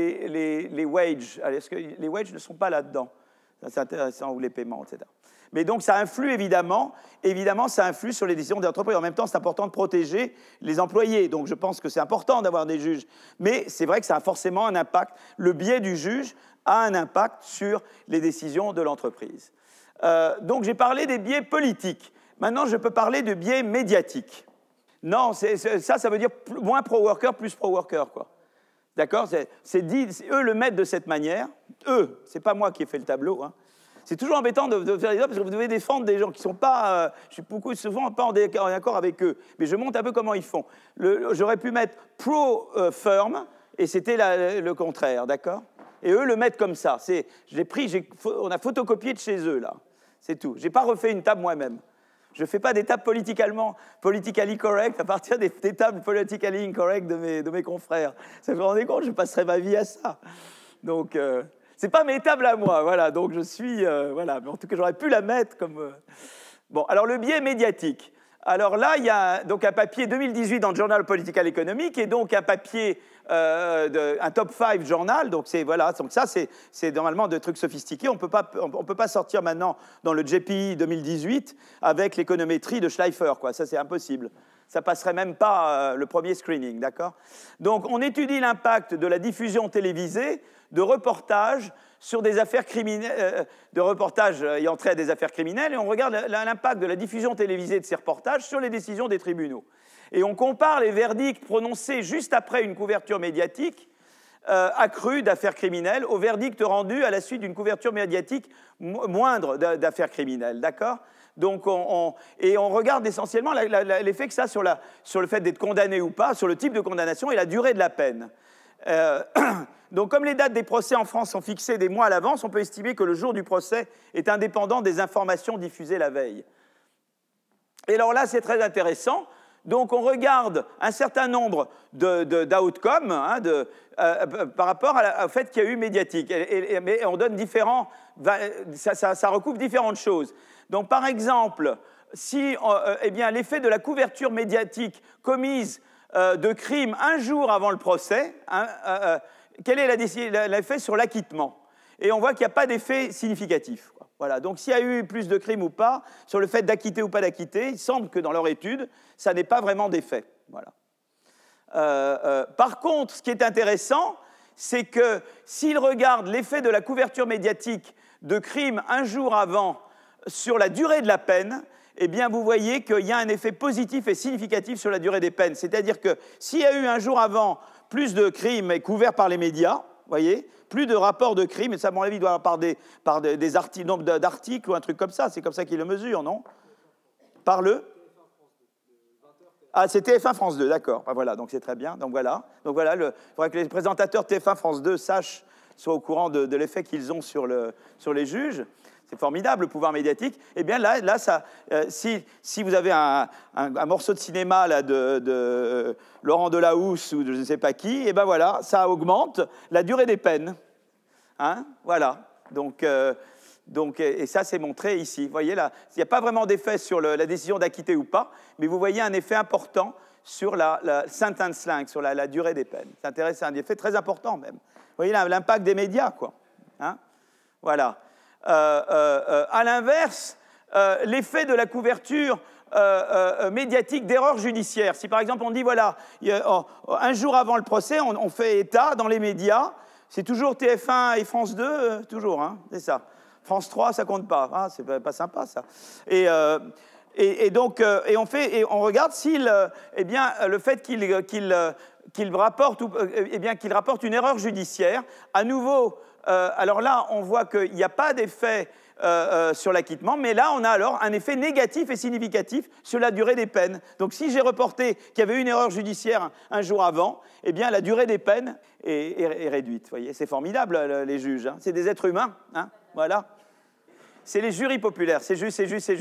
B: les wages. Est-ce que les wages ne sont pas là-dedans ? C'est intéressant, ou les paiements, etc. Mais donc, ça influe évidemment, ça influe sur les décisions des entreprises. En même temps, c'est important de protéger les employés. Donc, je pense que c'est important d'avoir des juges. Mais c'est vrai que ça a forcément un impact. Le biais du juge a un impact sur les décisions de l'entreprise. Donc, j'ai parlé des biais politiques. Maintenant, je peux parler de biais médiatiques. Non, ça veut dire moins pro-worker, plus pro-worker, quoi. D'accord ? Eux le mettent de cette manière. Eux, c'est pas moi qui ai fait le tableau. C'est toujours embêtant de faire des choses parce que vous devez défendre des gens qui ne sont pas... je suis souvent pas en accord avec eux, mais je montre un peu comment ils font. J'aurais pu mettre pro-firm, et c'était le contraire, d'accord ? Et eux le mettent comme ça. On a photocopié de chez eux, là. C'est tout. Je n'ai pas refait une table moi-même. Je ne fais pas des tables politically correct à partir des tables politically incorrect de mes confrères. Ça vous rendez compte, je passerai ma vie à ça. Donc, ce n'est pas mes tables à moi, voilà. Donc, je suis... voilà. Mais en tout cas, j'aurais pu la mettre comme... Bon, alors, le biais médiatique. Alors là, il y a donc un papier 2018 dans le Journal Political Economic et donc un papier, un top 5 journal. Donc, donc ça, c'est normalement des trucs sophistiqués. On peut pas sortir maintenant dans le JPI 2018 avec l'économétrie de Schleifer, quoi. Ça, c'est impossible. Ça passerait même pas le premier screening, d'accord ? Donc, on étudie l'impact de la diffusion télévisée de reportages sur des affaires criminelles, de reportages ayant trait à des affaires criminelles, et on regarde l'impact de la diffusion télévisée de ces reportages sur les décisions des tribunaux. Et on compare les verdicts prononcés juste après une couverture médiatique accrue d'affaires criminelles aux verdicts rendus à la suite d'une couverture médiatique moindre d'affaires criminelles, d'accord ? Donc, on regarde essentiellement l'effet que ça a sur le fait d'être condamné ou pas, sur le type de condamnation et la durée de la peine. Donc, comme les dates des procès en France sont fixées des mois à l'avance, on peut estimer que le jour du procès est indépendant des informations diffusées la veille. Et alors là, c'est très intéressant. Donc, on regarde un certain nombre d'outcomes par rapport au fait qu'il y a eu médiatique. Mais on donne ça recoupe différentes choses. Donc, par exemple, si l'effet de la couverture médiatique commise de crimes un jour avant le procès, quel est l'effet sur l'acquittement ? Et on voit qu'il n'y a pas d'effet significatif, quoi. Voilà. Donc, s'il y a eu plus de crimes ou pas, sur le fait d'acquitter ou pas d'acquitter, il semble que dans leur étude, ça n'ait pas vraiment d'effet. Voilà. Par contre, ce qui est intéressant, c'est que s'ils regardent l'effet de la couverture médiatique de crimes un jour avant sur la durée de la peine, eh bien, vous voyez qu'il y a un effet positif et significatif sur la durée des peines. C'est-à-dire que s'il y a eu un jour avant plus de crimes couverts par les médias, vous voyez? Plus de rapports de crime, et ça, à mon avis, doit avoir par des nombre d'articles ou un truc comme ça. C'est comme ça qu'ils le mesurent, non? Par le? Ah, c'est TF1 France 2, d'accord. Ah, voilà, donc c'est très bien. Donc voilà, il faudrait que les présentateurs TF1 France 2 soient au courant de l'effet qu'ils ont sur les juges. C'est formidable, le pouvoir médiatique. Eh bien là ça, si vous avez un morceau de cinéma là, de Laurent Delahousse ou de je ne sais pas qui, eh ben voilà, ça augmente la durée des peines. Hein, voilà. Donc, et ça, c'est montré ici. Vous voyez là, il n'y a pas vraiment d'effet sur la décision d'acquitter ou pas, mais vous voyez un effet important sur la sentence length, sur la durée des peines. C'est intéressant, c'est un effet très important même. Vous voyez là, l'impact des médias, quoi. Hein, voilà. À l'inverse, l'effet de la couverture médiatique d'erreurs judiciaires. Si par exemple on dit, voilà, un jour avant le procès, on fait état dans les médias, c'est toujours TF1 et France 2, toujours, hein, c'est ça. France 3, ça compte pas, hein, c'est pas sympa ça. Et donc, on regarde s'il, eh bien, le fait qu'il rapporte une erreur judiciaire, à nouveau. Alors là, on voit qu'il n'y a pas d'effet sur l'acquittement, mais là, on a alors un effet négatif et significatif sur la durée des peines. Donc, si j'ai reporté qu'il y avait une erreur judiciaire un jour avant, eh bien, la durée des peines est réduite. Vous voyez, c'est formidable, les juges. Hein. C'est des êtres humains. Hein. Voilà. C'est les jurys populaires. C'est juste.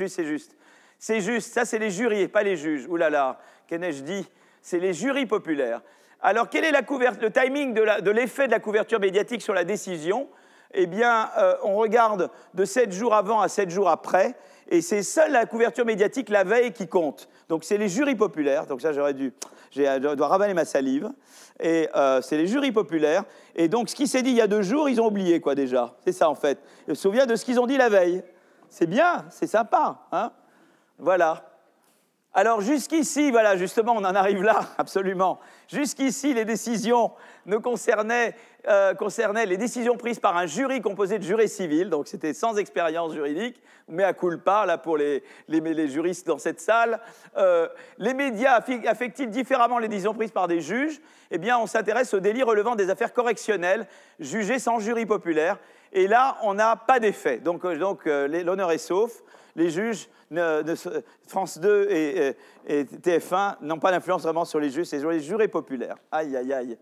B: C'est juste. Ça, c'est les jurys, pas les juges. Ouh là là, qu'ai-je dit? C'est les jurys populaires. Alors, quel est le timing de l'effet de la couverture médiatique sur la décision? Eh bien, on regarde de 7 jours avant à 7 jours après, et c'est seule la couverture médiatique la veille qui compte. Donc, c'est les jurys populaires. Donc, ça, je dois ravaler ma salive. Et c'est les jurys populaires. Et donc, ce qui s'est dit il y a 2 jours, ils ont oublié, quoi, déjà. C'est ça, en fait. Ils se souviennent de ce qu'ils ont dit la veille. C'est bien, c'est sympa. Hein, voilà. Alors jusqu'ici, voilà, justement, on en arrive là, absolument. Jusqu'ici, les décisions concernaient les décisions prises par un jury composé de jurés civils, donc c'était sans expérience juridique, mais à culpa, là, pour les juristes dans cette salle. Les médias affectent-ils différemment les décisions prises par des juges? Eh bien, on s'intéresse aux délits relevant des affaires correctionnelles, jugées sans jury populaire, et là, on n'a pas d'effet. Donc l'honneur est sauf. Les juges, France 2 et TF1 n'ont pas d'influence vraiment sur les juges, c'est sur les jurés populaires. Aïe, aïe, aïe.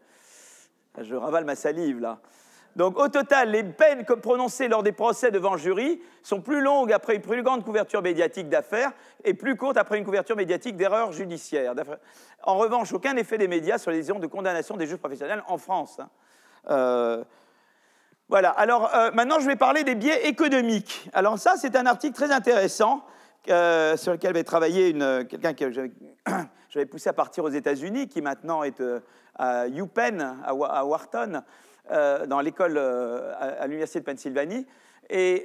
B: Je ravale ma salive, là. Donc, au total, les peines prononcées lors des procès devant jury sont plus longues après une plus grande couverture médiatique d'affaires et plus courtes après une couverture médiatique d'erreurs judiciaires. En revanche, aucun effet des médias sur les décisions de condamnation des juges professionnels en France. Hein. Voilà, alors maintenant je vais parler des biais économiques. Alors ça, c'est un article très intéressant sur lequel avait travaillé quelqu'un que j'avais poussé à partir aux États-Unis, qui maintenant est à UPenn, à Wharton, dans l'école à l'Université de Pennsylvanie, et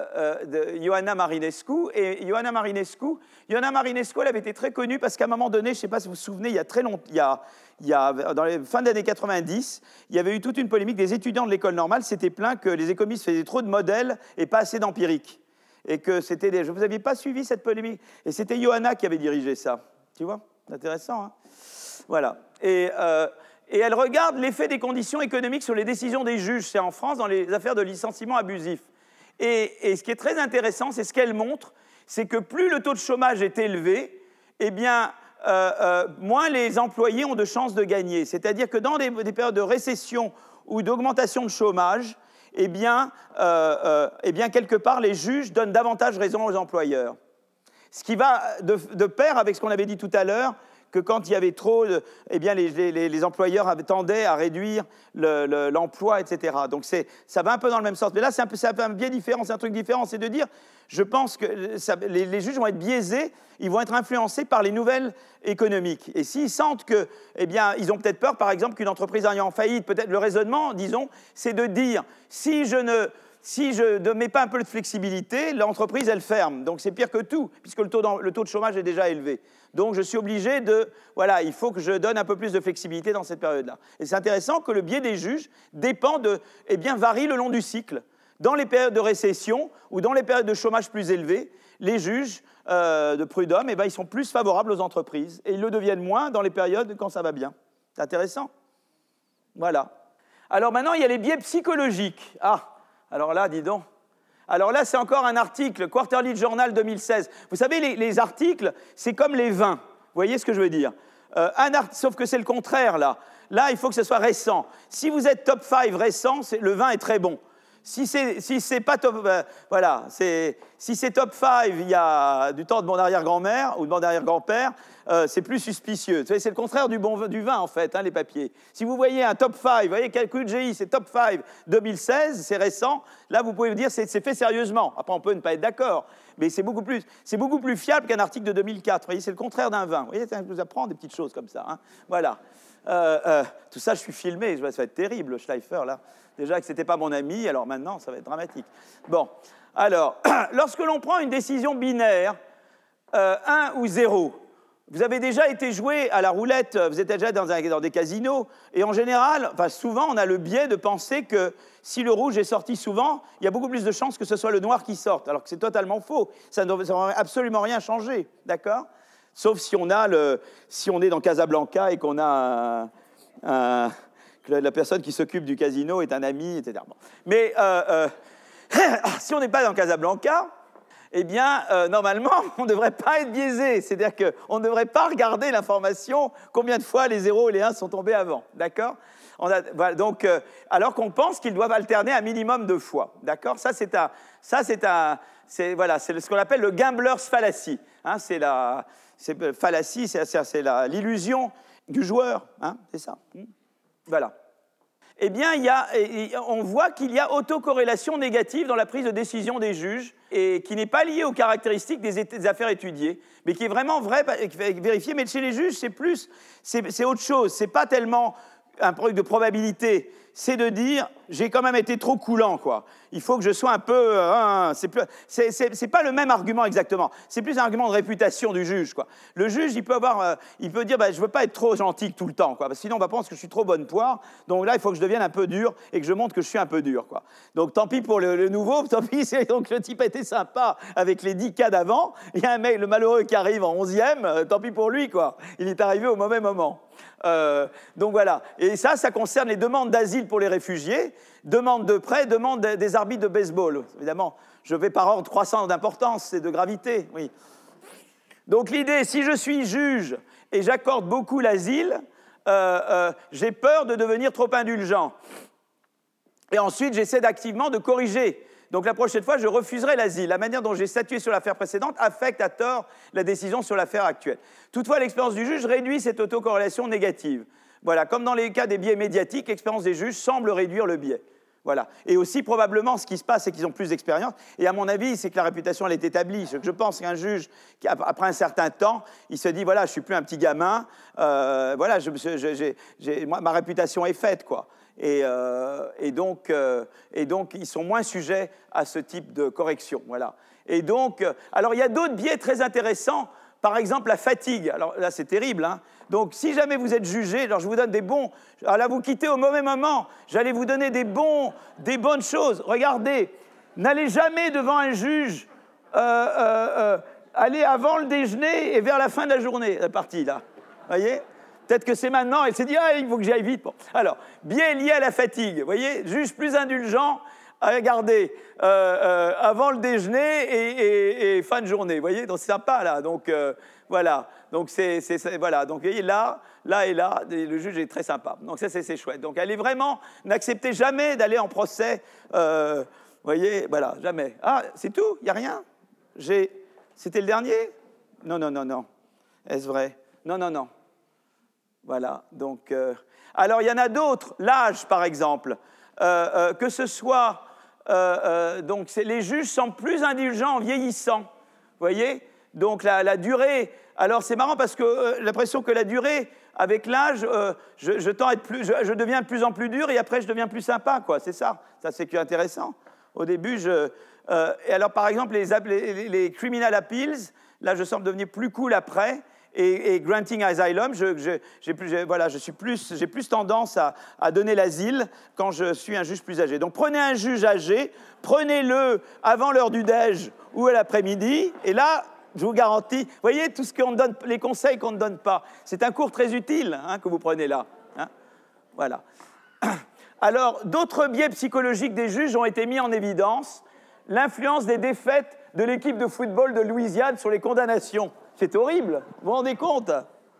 B: de Ioana Marinescu. Et Ioana Marinescu, elle avait été très connue parce qu'à un moment donné, je ne sais pas si vous vous souvenez, il y a très longtemps, dans les fins des années 90, il y avait eu toute une polémique. Des étudiants de l'école normale s'étaient plaints que les économistes faisaient trop de modèles et pas assez d'empirique. Et que c'était vous n'aviez pas suivi cette polémique. Et c'était Ioana qui avait dirigé ça. Tu vois? C'est intéressant, hein? Voilà. Et elle regarde l'effet des conditions économiques sur les décisions des juges. C'est en France, dans les affaires de licenciement abusif. Et ce qui est très intéressant, c'est ce qu'elle montre, c'est que plus le taux de chômage est élevé, eh bien, moins les employés ont de chances de gagner. C'est-à-dire que dans des périodes de récession ou d'augmentation de chômage, eh bien, quelque part, les juges donnent davantage raison aux employeurs. Ce qui va de pair avec ce qu'on avait dit tout à l'heure, que quand il y avait trop, eh bien, les employeurs tendaient à réduire l'emploi, etc. Donc ça va un peu dans le même sens. Mais là, c'est un biais différent, c'est un truc différent. C'est de dire, je pense que les juges vont être biaisés, ils vont être influencés par les nouvelles économiques. Et s'ils sentent que, eh bien, ils ont peut-être peur, par exemple, qu'une entreprise aille en faillite, peut-être le raisonnement, disons, c'est de dire, si je ne mets pas un peu de flexibilité, l'entreprise, elle ferme. Donc, c'est pire que tout, puisque le taux de chômage est déjà élevé. Donc, je suis obligé voilà, il faut que je donne un peu plus de flexibilité dans cette période-là. Et c'est intéressant que le biais des juges varie le long du cycle. Dans les périodes de récession ou dans les périodes de chômage plus élevés, les juges de prud'homme, ils sont plus favorables aux entreprises. Et ils le deviennent moins dans les périodes quand ça va bien. C'est intéressant. Voilà. Alors maintenant, il y a les biais psychologiques. Ah, alors là, dis donc. Alors là, c'est encore un article, Quarterly Journal 2016. Vous savez, les articles, c'est comme les vins. Vous voyez ce que je veux dire? Sauf que c'est le contraire, là. Là, il faut que ce soit récent. Si vous êtes top 5 récent, le vin est très bon. Si c'est pas top... voilà, si c'est top 5 il y a du temps de mon arrière-grand-mère ou de mon arrière-grand-père, c'est plus suspicieux. C'est le contraire du vin, en fait, hein, les papiers. Si vous voyez un top 5, vous voyez, QGI, c'est top 5 2016, c'est récent, là, vous pouvez vous dire c'est fait sérieusement. Après, on peut ne pas être d'accord, mais c'est beaucoup plus fiable qu'un article de 2004. Vous voyez, c'est le contraire d'un vin. Vous voyez, ça vous apprend des petites choses comme ça. Hein. Voilà. Tout ça, je suis filmé, ça va être terrible, le Schleifer, là. Déjà que ce n'était pas mon ami, alors maintenant, ça va être dramatique. Bon, alors, lorsque l'on prend une décision binaire, 1 ou 0, vous avez déjà été joué à la roulette, vous êtes déjà dans des casinos, et en général, enfin souvent, on a le biais de penser que si le rouge est sorti souvent, il y a beaucoup plus de chances que ce soit le noir qui sorte, alors que c'est totalement faux. Ça n'aurait absolument rien changé, d'accord ? Sauf si on est dans Casablanca et qu'on a que la personne qui s'occupe du casino est un ami, etc. Bon. Mais si on n'est pas dans Casablanca, eh bien, normalement, on ne devrait pas être biaisé. C'est-à-dire qu'on ne devrait pas regarder l'information combien de fois les 0 et les 1 sont tombés avant. D'accord ? Voilà, donc, alors qu'on pense qu'ils doivent alterner un minimum de fois. D'accord ? C'est ce qu'on appelle le gambler's fallacy. Hein, fallacy, c'est l'illusion du joueur. Hein, c'est ça. Voilà. Eh bien, on voit qu'il y a autocorrélation négative dans la prise de décision des juges et qui n'est pas liée aux caractéristiques des affaires étudiées, mais qui est vraiment vérifiée. Mais chez les juges, c'est autre chose. C'est pas tellement un truc de probabilité. C'est de dire, j'ai quand même été trop coulant, quoi. Il faut que je sois un peu... c'est pas le même argument exactement. C'est plus un argument de réputation du juge, quoi. Le juge, il peut dire, je veux pas être trop gentil tout le temps, quoi, parce que sinon on va penser que je suis trop bonne poire. Donc là, il faut que je devienne un peu dur et que je montre que je suis un peu dur, quoi. Donc tant pis pour le nouveau, tant pis, donc le type a été sympa avec les 10 cas d'avant. Il y a un mec, le malheureux qui arrive en 11e, tant pis pour lui, quoi. Il est arrivé au mauvais moment. Donc voilà. Et ça concerne les demandes d'asile pour les réfugiés, demandes de prêt, demandes des arbitres de baseball. Évidemment, je vais par ordre croissant d'importance et de gravité. Oui. Donc l'idée, si je suis juge et j'accorde beaucoup l'asile, j'ai peur de devenir trop indulgent. Et ensuite, j'essaie activement de corriger. Donc la prochaine fois, je refuserai l'asile. La manière dont j'ai statué sur l'affaire précédente affecte à tort la décision sur l'affaire actuelle. Toutefois, l'expérience du juge réduit cette autocorrélation négative. Voilà, comme dans les cas des biais médiatiques, l'expérience des juges semble réduire le biais. Voilà. Et aussi, probablement, ce qui se passe, c'est qu'ils ont plus d'expérience. Et à mon avis, c'est que la réputation, elle est établie. Ce que je pense qu'un juge, après un certain temps, il se dit, voilà, je ne suis plus un petit gamin, voilà, ma réputation est faite, quoi. Et donc, ils sont moins sujets à ce type de correction. Voilà. Et donc, alors, il y a d'autres biais très intéressants. Par exemple, la fatigue. Alors là, c'est terrible. Hein. Donc, si jamais vous êtes jugé, alors je vous donne des bons... Alors là, vous quittez au mauvais moment. J'allais vous donner des bonnes choses. Regardez, n'allez jamais devant un juge. Allez avant le déjeuner et vers la fin de la journée, la partie, là. Vous voyez ? Peut-être que c'est maintenant, elle s'est dit, il faut que j'aille vite. Bon. Alors, biais lié à la fatigue. Vous voyez, juge plus indulgent, regardez, avant le déjeuner et fin de journée. Vous voyez, donc c'est sympa, là. Donc, voilà. Donc, voilà. Donc, vous voyez, là et là, le juge est très sympa. Donc, ça, c'est chouette. Donc, allez vraiment, n'acceptez jamais d'aller en procès. Vous voyez, voilà, jamais. Ah, c'est tout? Il n'y a rien? C'était le dernier? Non. Est-ce vrai? Non. Voilà, donc... alors, il y en a d'autres. L'âge, par exemple. Que ce soit... donc, les juges sont plus indulgents en vieillissant. Vous voyez? Donc, la durée... Alors, c'est marrant parce que j'ai l'impression que la durée, avec l'âge, je deviens de plus en plus dur et après, je deviens plus sympa, quoi. C'est ça. Ça, c'est intéressant. Au début, et alors, par exemple, les criminal appeals, là, je semble devenir plus cool après. Et granting asylum, j'ai plus tendance à donner l'asile quand je suis un juge plus âgé. Donc prenez un juge âgé, prenez-le avant l'heure du déj ou à l'après-midi, et là, je vous garantis, vous voyez, tout ce qu'on donne, les conseils qu'on ne donne pas, c'est un cours très utile que vous prenez là. Hein, voilà. Alors, d'autres biais psychologiques des juges ont été mis en évidence. L'influence des défaites de l'équipe de football de Louisiane sur les condamnations. C'est horrible, vous vous rendez compte?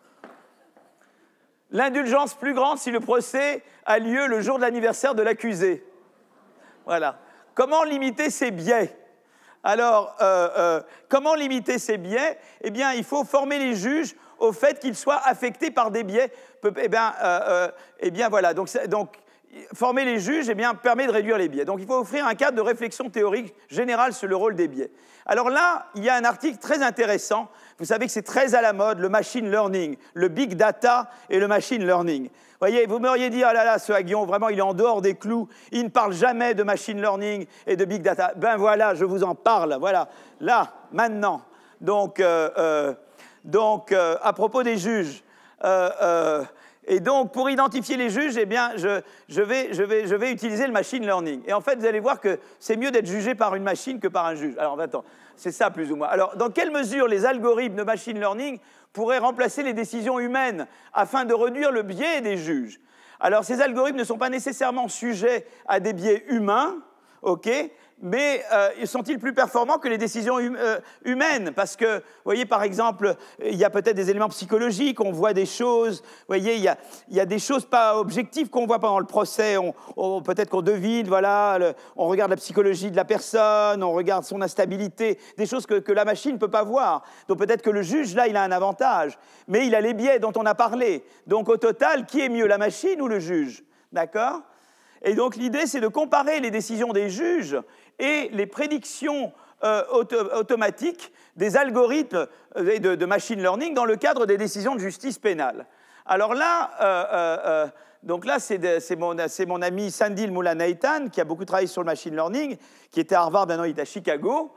B: L'indulgence plus grande si le procès a lieu le jour de l'anniversaire de l'accusé. Voilà. Comment limiter ces biais? Alors, comment limiter ces biais? Eh bien, il faut former les juges au fait qu'ils soient affectés par des biais. Eh bien voilà. Donc, former les juges permet de réduire les biais. Donc, il faut offrir un cadre de réflexion théorique générale sur le rôle des biais. Alors là, il y a un article très intéressant. Vous savez que c'est très à la mode, le machine learning, le big data et le machine learning. Vous voyez, vous m'auriez dit, ah là là, ce Aguillon, vraiment, il est en dehors des clous, il ne parle jamais de machine learning et de big data. Ben voilà, je vous en parle, voilà, là, maintenant. Donc, à propos des juges, et donc, pour identifier les juges, eh bien, je vais utiliser le machine learning. Et en fait, vous allez voir que c'est mieux d'être jugé par une machine que par un juge. Alors, attends, c'est ça plus ou moins. Alors, dans quelle mesure les algorithmes de machine learning pourraient remplacer les décisions humaines afin de réduire le biais des juges? Alors, ces algorithmes ne sont pas nécessairement sujets à des biais humains, ok, mais sont-ils plus performants que les décisions humaines? Parce que, vous voyez, par exemple, il y a peut-être des éléments psychologiques, on voit des choses, vous voyez, il y a des choses pas objectives qu'on voit pendant le procès, peut-être qu'on devine, voilà, on regarde la psychologie de la personne, on regarde son instabilité, des choses que la machine ne peut pas voir. Donc peut-être que le juge, là, il a un avantage, mais il a les biais dont on a parlé. Donc au total, qui est mieux, la machine ou le juge? D'accord? Et donc l'idée, c'est de comparer les décisions des juges et les prédictions automatiques des algorithmes de machine learning dans le cadre des décisions de justice pénale. Alors là, c'est mon ami Sandil Mulla-Nathan, qui a beaucoup travaillé sur le machine learning, qui était à Harvard, maintenant il est à Chicago.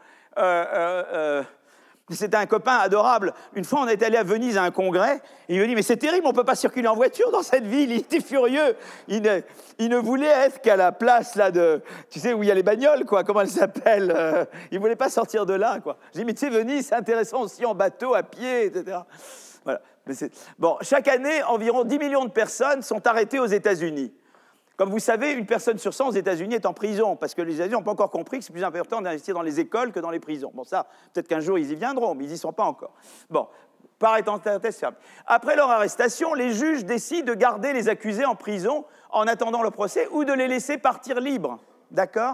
B: C'était un copain adorable. Une fois, on est allé à Venise à un congrès, et il me dit « Mais c'est terrible, on ne peut pas circuler en voiture dans cette ville. » Il était furieux. Il ne voulait être qu'à la place, là, tu sais, où il y a les bagnoles, quoi. Comment elles s'appellent il ne voulait pas sortir de là, quoi. J'ai dit « Mais tu sais, Venise, c'est intéressant aussi en bateau, à pied, etc. » Voilà. Bon, chaque année, environ 10 millions de personnes sont arrêtées aux États-Unis. Comme vous savez, une personne sur 100 aux États-Unis est en prison, parce que les États-Unis n'ont pas encore compris que c'est plus important d'investir dans les écoles que dans les prisons. Bon, ça, peut-être qu'un jour, ils y viendront, mais ils n'y sont pas encore. Bon, par étant test ferme. Après leur arrestation, les juges décident de garder les accusés en prison en attendant le procès ou de les laisser partir libres. D'accord?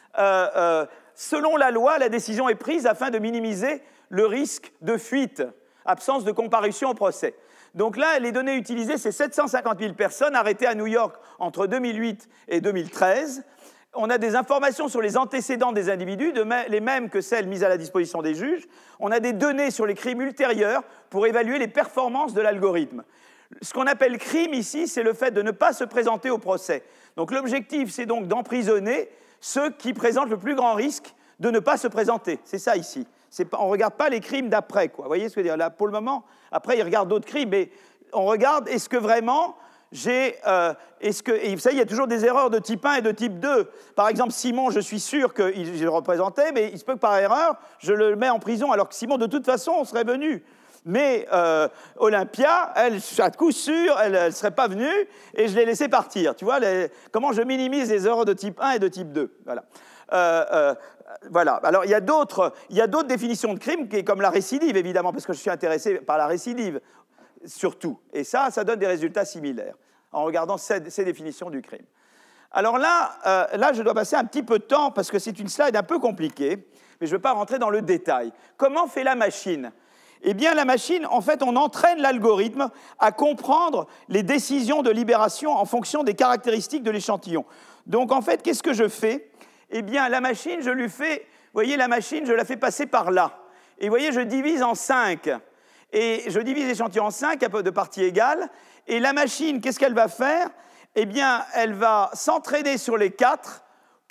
B: Selon la loi, la décision est prise afin de minimiser le risque de fuite, absence de comparution au procès. Donc là, les données utilisées, c'est 750 000 personnes arrêtées à New York entre 2008 et 2013. On a des informations sur les antécédents des individus, les mêmes que celles mises à la disposition des juges. On a des données sur les crimes ultérieurs pour évaluer les performances de l'algorithme. Ce qu'on appelle crime ici, c'est le fait de ne pas se présenter au procès. Donc l'objectif, c'est donc d'emprisonner ceux qui présentent le plus grand risque de ne pas se présenter. C'est ça ici. On ne regarde pas les crimes d'après, quoi. Vous voyez ce que je veux dire? Là, pour le moment, après, ils regardent d'autres crimes, mais on regarde, est-ce que vraiment et vous savez, il y a toujours des erreurs de type 1 et de type 2. Par exemple, Simon, je suis sûr qu'il le représentait, mais il se peut que par erreur, je le mets en prison, alors que Simon, de toute façon, on serait venu. Mais Olympia, elle, à coup sûr, elle ne serait pas venue, et je l'ai laissée partir. Tu vois, comment je minimise les erreurs de type 1 et de type 2. Voilà. Voilà. Alors, il y a d'autres définitions de crime, comme la récidive, évidemment, parce que je suis intéressé par la récidive, surtout. Et ça donne des résultats similaires, en regardant ces définitions du crime. Alors là, je dois passer un petit peu de temps, parce que c'est une slide un peu compliquée, mais je ne veux pas rentrer dans le détail. Comment fait la machine? Eh bien, la machine, en fait, on entraîne l'algorithme à comprendre les décisions de libération en fonction des caractéristiques de l'échantillon. Donc, en fait, qu'est-ce que je fais? Eh bien, la machine, vous voyez, la machine, je la fais passer par là. Et vous voyez, je divise en 5. Et je divise l'échantillon en 5, de parties égales. Et la machine, qu'est-ce qu'elle va faire? Eh bien, elle va s'entraîner sur les 4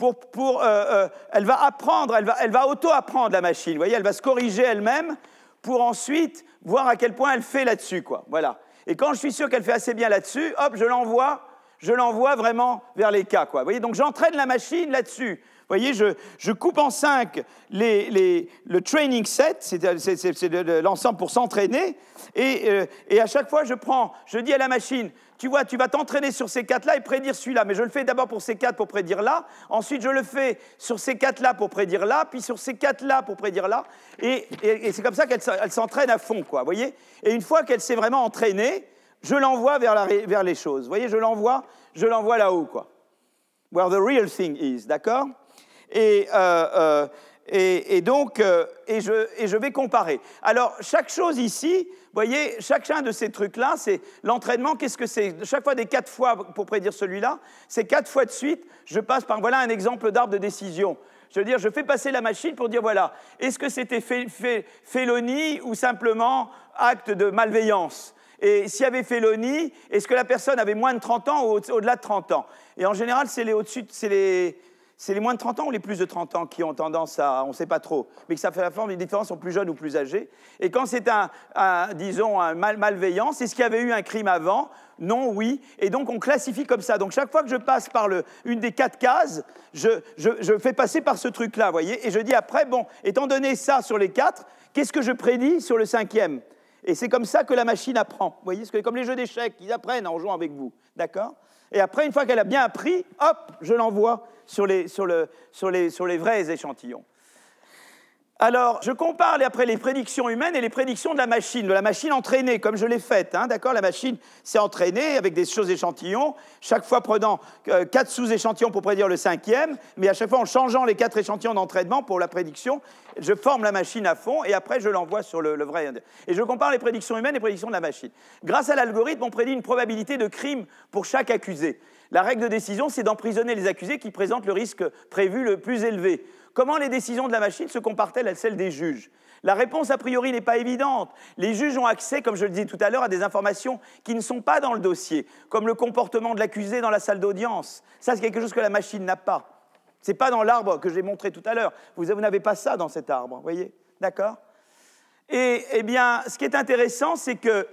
B: elle va apprendre, elle va auto-apprendre, la machine. Vous voyez, elle va se corriger elle-même pour ensuite voir à quel point elle fait là-dessus, quoi. Voilà. Et quand je suis sûr qu'elle fait assez bien là-dessus, hop, je l'envoie vraiment vers les cas, quoi. Vous voyez, donc j'entraîne la machine là-dessus. Vous voyez, je coupe en 5 le training set, c'est l'ensemble pour s'entraîner, et à chaque fois, je dis à la machine, tu vois, tu vas t'entraîner sur ces 4-là et prédire celui-là. Mais je le fais d'abord pour ces 4 pour prédire là. Ensuite, je le fais sur ces 4-là pour prédire là. Puis sur ces 4-là pour prédire là. Et c'est comme ça qu'elle s'entraîne à fond, quoi, vous voyez. Et une fois qu'elle s'est vraiment entraînée, je l'envoie vers les choses. Vous voyez, je l'envoie là-haut, quoi. Where the real thing is, d'accord? Et donc, je vais comparer. Alors, chaque chose ici, vous voyez, chacun de ces trucs-là, c'est l'entraînement. Qu'est-ce que c'est? Chaque fois des 4 fois pour prédire celui-là, c'est 4 fois de suite, je passe par, voilà un exemple d'arbre de décision. Je veux dire, je fais passer la machine pour dire, voilà, est-ce que c'était félonie ou simplement acte de malveillance? Et s'il y avait félonie, est-ce que la personne avait moins de 30 ans ou au-delà de 30 ans? Et en général, c'est les moins de 30 ans ou les plus de 30 ans qui ont tendance à, on ne sait pas trop, mais que ça fait la forme, les différences sont plus jeunes ou plus âgés. Et quand c'est disons, un malveillance, est-ce qu'il y avait eu un crime avant? Non, oui. Et donc, on classifie comme ça. Donc, chaque fois que je passe par une des 4 cases, je fais passer par ce truc-là, vous voyez. Et je dis après, bon, étant donné ça sur les 4, qu'est-ce que je prédis sur le 5e? Et c'est comme ça que la machine apprend. Vous voyez, c'est comme les jeux d'échecs, ils apprennent en jouant avec vous. D'accord? Et après, une fois qu'elle a bien appris, hop, je l'envoie sur les vrais échantillons. Alors, je compare après les prédictions humaines et les prédictions de la machine entraînée, comme je l'ai faite. Hein, d'accord? La machine s'est entraînée avec des choses échantillons, chaque fois prenant 4 sous-échantillons pour prédire le 5e, mais à chaque fois en changeant les 4 échantillons d'entraînement pour la prédiction, je forme la machine à fond et après je l'envoie sur le vrai. Et je compare les prédictions humaines et les prédictions de la machine. Grâce à l'algorithme, on prédit une probabilité de crime pour chaque accusé. La règle de décision, c'est d'emprisonner les accusés qui présentent le risque prévu le plus élevé. Comment les décisions de la machine se comparent-elles à celles des juges? La réponse, a priori, n'est pas évidente. Les juges ont accès, comme je le disais tout à l'heure, à des informations qui ne sont pas dans le dossier, comme le comportement de l'accusé dans la salle d'audience. Ça, c'est quelque chose que la machine n'a pas. Ce n'est pas dans l'arbre que j'ai montré tout à l'heure. Vous n'avez pas ça dans cet arbre, vous voyez? D'accord? Et, eh bien, ce qui est intéressant, c'est que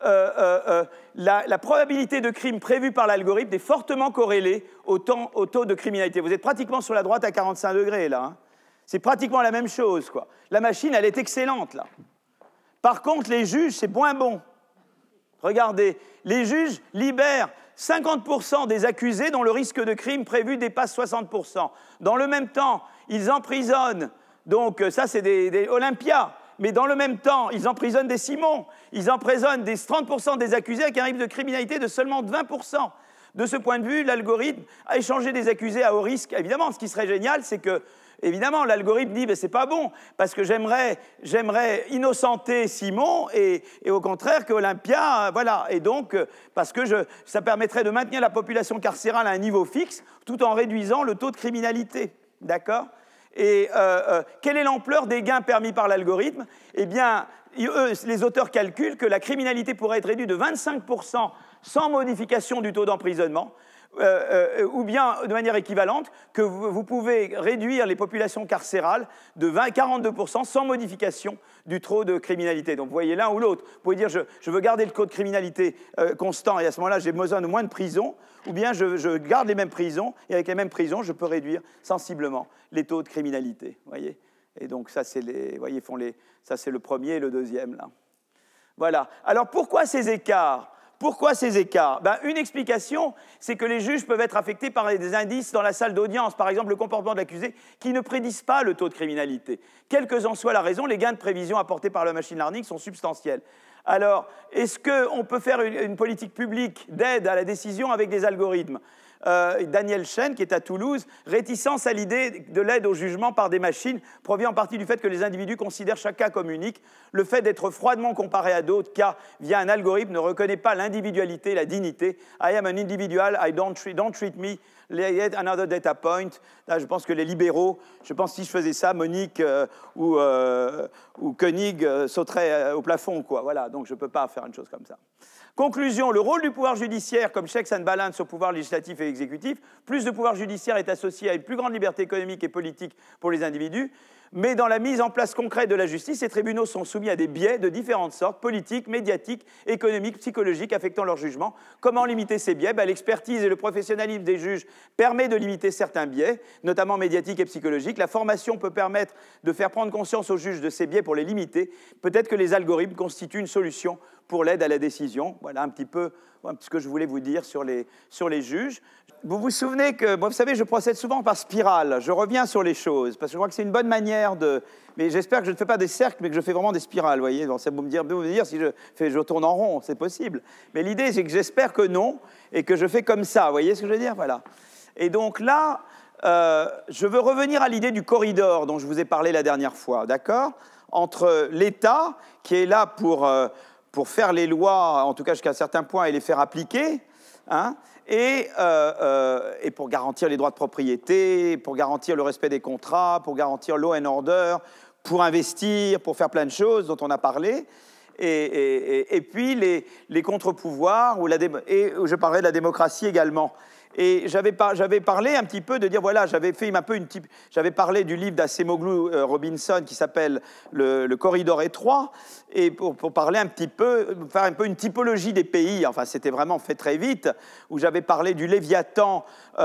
B: la probabilité de crime prévue par l'algorithme est fortement corrélée au taux de criminalité. Vous êtes pratiquement sur la droite à 45 degrés, là. Hein. C'est pratiquement la même chose, quoi. La machine, elle est excellente, là. Par contre, les juges, c'est moins bon. Regardez, les juges libèrent 50% des accusés dont le risque de crime prévu dépasse 60%. Dans le même temps, ils emprisonnent, donc ça, c'est des Olympias. Mais dans le même temps, ils emprisonnent des Simons, ils emprisonnent des 30% des accusés avec un risque de criminalité de seulement 20%. De ce point de vue, l'algorithme a échangé des accusés à haut risque. Évidemment, ce qui serait génial, c'est que, évidemment, l'algorithme dit « c'est pas bon, parce que j'aimerais innocenter Simon et au contraire que Olympia, voilà. Et donc, parce que ça permettrait de maintenir la population carcérale à un niveau fixe tout en réduisant le taux de criminalité. » D'accord ? Et quelle est l'ampleur des gains permis par l'algorithme? Eh bien, les auteurs calculent que la criminalité pourrait être réduite de 25% sans modification du taux d'emprisonnement, ou bien de manière équivalente, que vous pouvez réduire les populations carcérales de 42% sans modification du taux de criminalité. Donc vous voyez l'un ou l'autre. Vous pouvez dire je veux garder le taux de criminalité constant et à ce moment-là j'ai besoin de moins de prisons, ou bien je garde les mêmes prisons et avec les mêmes prisons je peux réduire sensiblement les taux de criminalité. Voyez. Et donc ça c'est ça c'est le premier et le deuxième là. Voilà. Alors pourquoi ces écarts? Pourquoi ces écarts? Une explication, c'est que les juges peuvent être affectés par des indices dans la salle d'audience, par exemple le comportement de l'accusé, qui ne prédisent pas le taux de criminalité. Quelle que en soit la raison, les gains de prévision apportés par le machine learning sont substantiels. Alors, est-ce qu'on peut faire une politique publique d'aide à la décision avec des algorithmes? Daniel Chen, qui est à Toulouse, réticence à l'idée de l'aide au jugement par des machines provient en partie du fait que les individus considèrent chaque cas comme unique. Le fait d'être froidement comparé à d'autres cas via un algorithme ne reconnaît pas l'individualité, la dignité. I am an individual, don't treat me yet another data point. Là, je pense que les libéraux, je pense que si je faisais ça, Monique ou Koenig sauteraient au plafond, quoi. Voilà, donc je ne peux pas faire une chose comme ça. Conclusion, le rôle du pouvoir judiciaire comme checks and balances au pouvoir législatif et exécutif, plus de pouvoir judiciaire est associé à une plus grande liberté économique et politique pour les individus, mais dans la mise en place concrète de la justice, ces tribunaux sont soumis à des biais de différentes sortes, politiques, médiatiques, économiques, psychologiques, affectant leur jugement. Comment limiter ces biais? L'expertise et le professionnalisme des juges permet de limiter certains biais, notamment médiatiques et psychologiques. La formation peut permettre de faire prendre conscience aux juges de ces biais pour les limiter. Peut-être que les algorithmes constituent une solution pour l'aide à la décision. Voilà un petit peu ce que je voulais vous dire sur les juges. Vous vous souvenez que, vous savez, je procède souvent par spirale. Je reviens sur les choses, parce que je crois que c'est une bonne manière de... Mais j'espère que je ne fais pas des cercles, mais que je fais vraiment des spirales, vous voyez. Donc, ça vous me dire si je tourne en rond, c'est possible. Mais l'idée, c'est que j'espère que non, et que je fais comme ça, vous voyez ce que je veux dire? Voilà. Et donc là, je veux revenir à l'idée du corridor dont je vous ai parlé la dernière fois, d'accord? Entre l'État, qui est là pour faire les lois, en tout cas jusqu'à un certain point, et les faire appliquer, hein, et pour garantir les droits de propriété, pour garantir le respect des contrats, pour garantir law and order, pour investir, pour faire plein de choses dont on a parlé, et puis les contre-pouvoirs, et je parlerai de la démocratie également. Et j'avais parlé un petit peu de dire, voilà, j'avais parlé du livre d'Acemoglu Robinson qui s'appelle le Corridor étroit, et pour parler un petit peu, faire un peu une typologie des pays, enfin c'était vraiment fait très vite, où j'avais parlé du Léviathan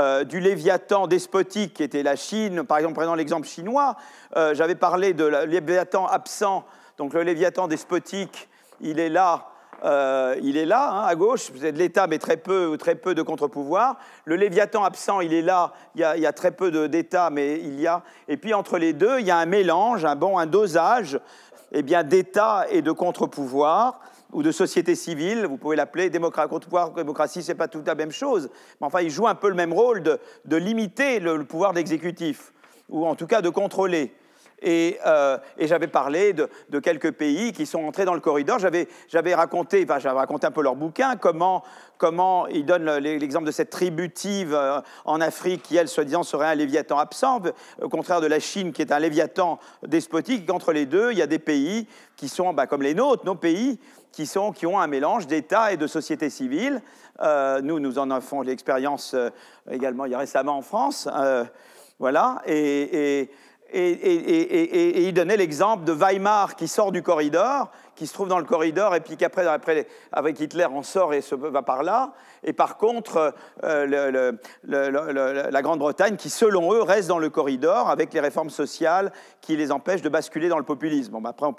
B: despotique qui était la Chine, par exemple, prenant l'exemple chinois, j'avais parlé de Léviathan absent, donc le Léviathan despotique, il est là, hein, à gauche, vous avez de l'État, mais très peu de contre-pouvoirs. Le Léviathan absent, il est là, il y a très peu d'État, mais il y a... Et puis entre les deux, il y a un mélange, un dosage d'État et de contre-pouvoirs, ou de société civile, vous pouvez l'appeler contre-pouvoir, démocratie, c'est pas tout la même chose, mais enfin, il joue un peu le même rôle de limiter le pouvoir de l'exécutif, ou en tout cas de contrôler. Et j'avais parlé de quelques pays qui sont entrés dans le corridor. J'avais raconté un peu leur bouquin, comment ils donnent l'exemple de cette tribu Tive en Afrique qui, elle, soi-disant, serait un Léviathan absent, au contraire de la Chine qui est un Léviathan despotique. Entre les deux, il y a des pays qui sont, comme les nôtres, nos pays, qui ont un mélange d'État et de société civile. Nous en avons l'expérience également il y a récemment en France. Voilà, et il donnait l'exemple de Weimar qui sort du corridor, qui se trouve dans le corridor, et puis qu'après, avec Hitler, on sort et va par là. Et par contre, la Grande-Bretagne, qui, selon eux, reste dans le corridor avec les réformes sociales qui les empêchent de basculer dans le populisme. Bon, après,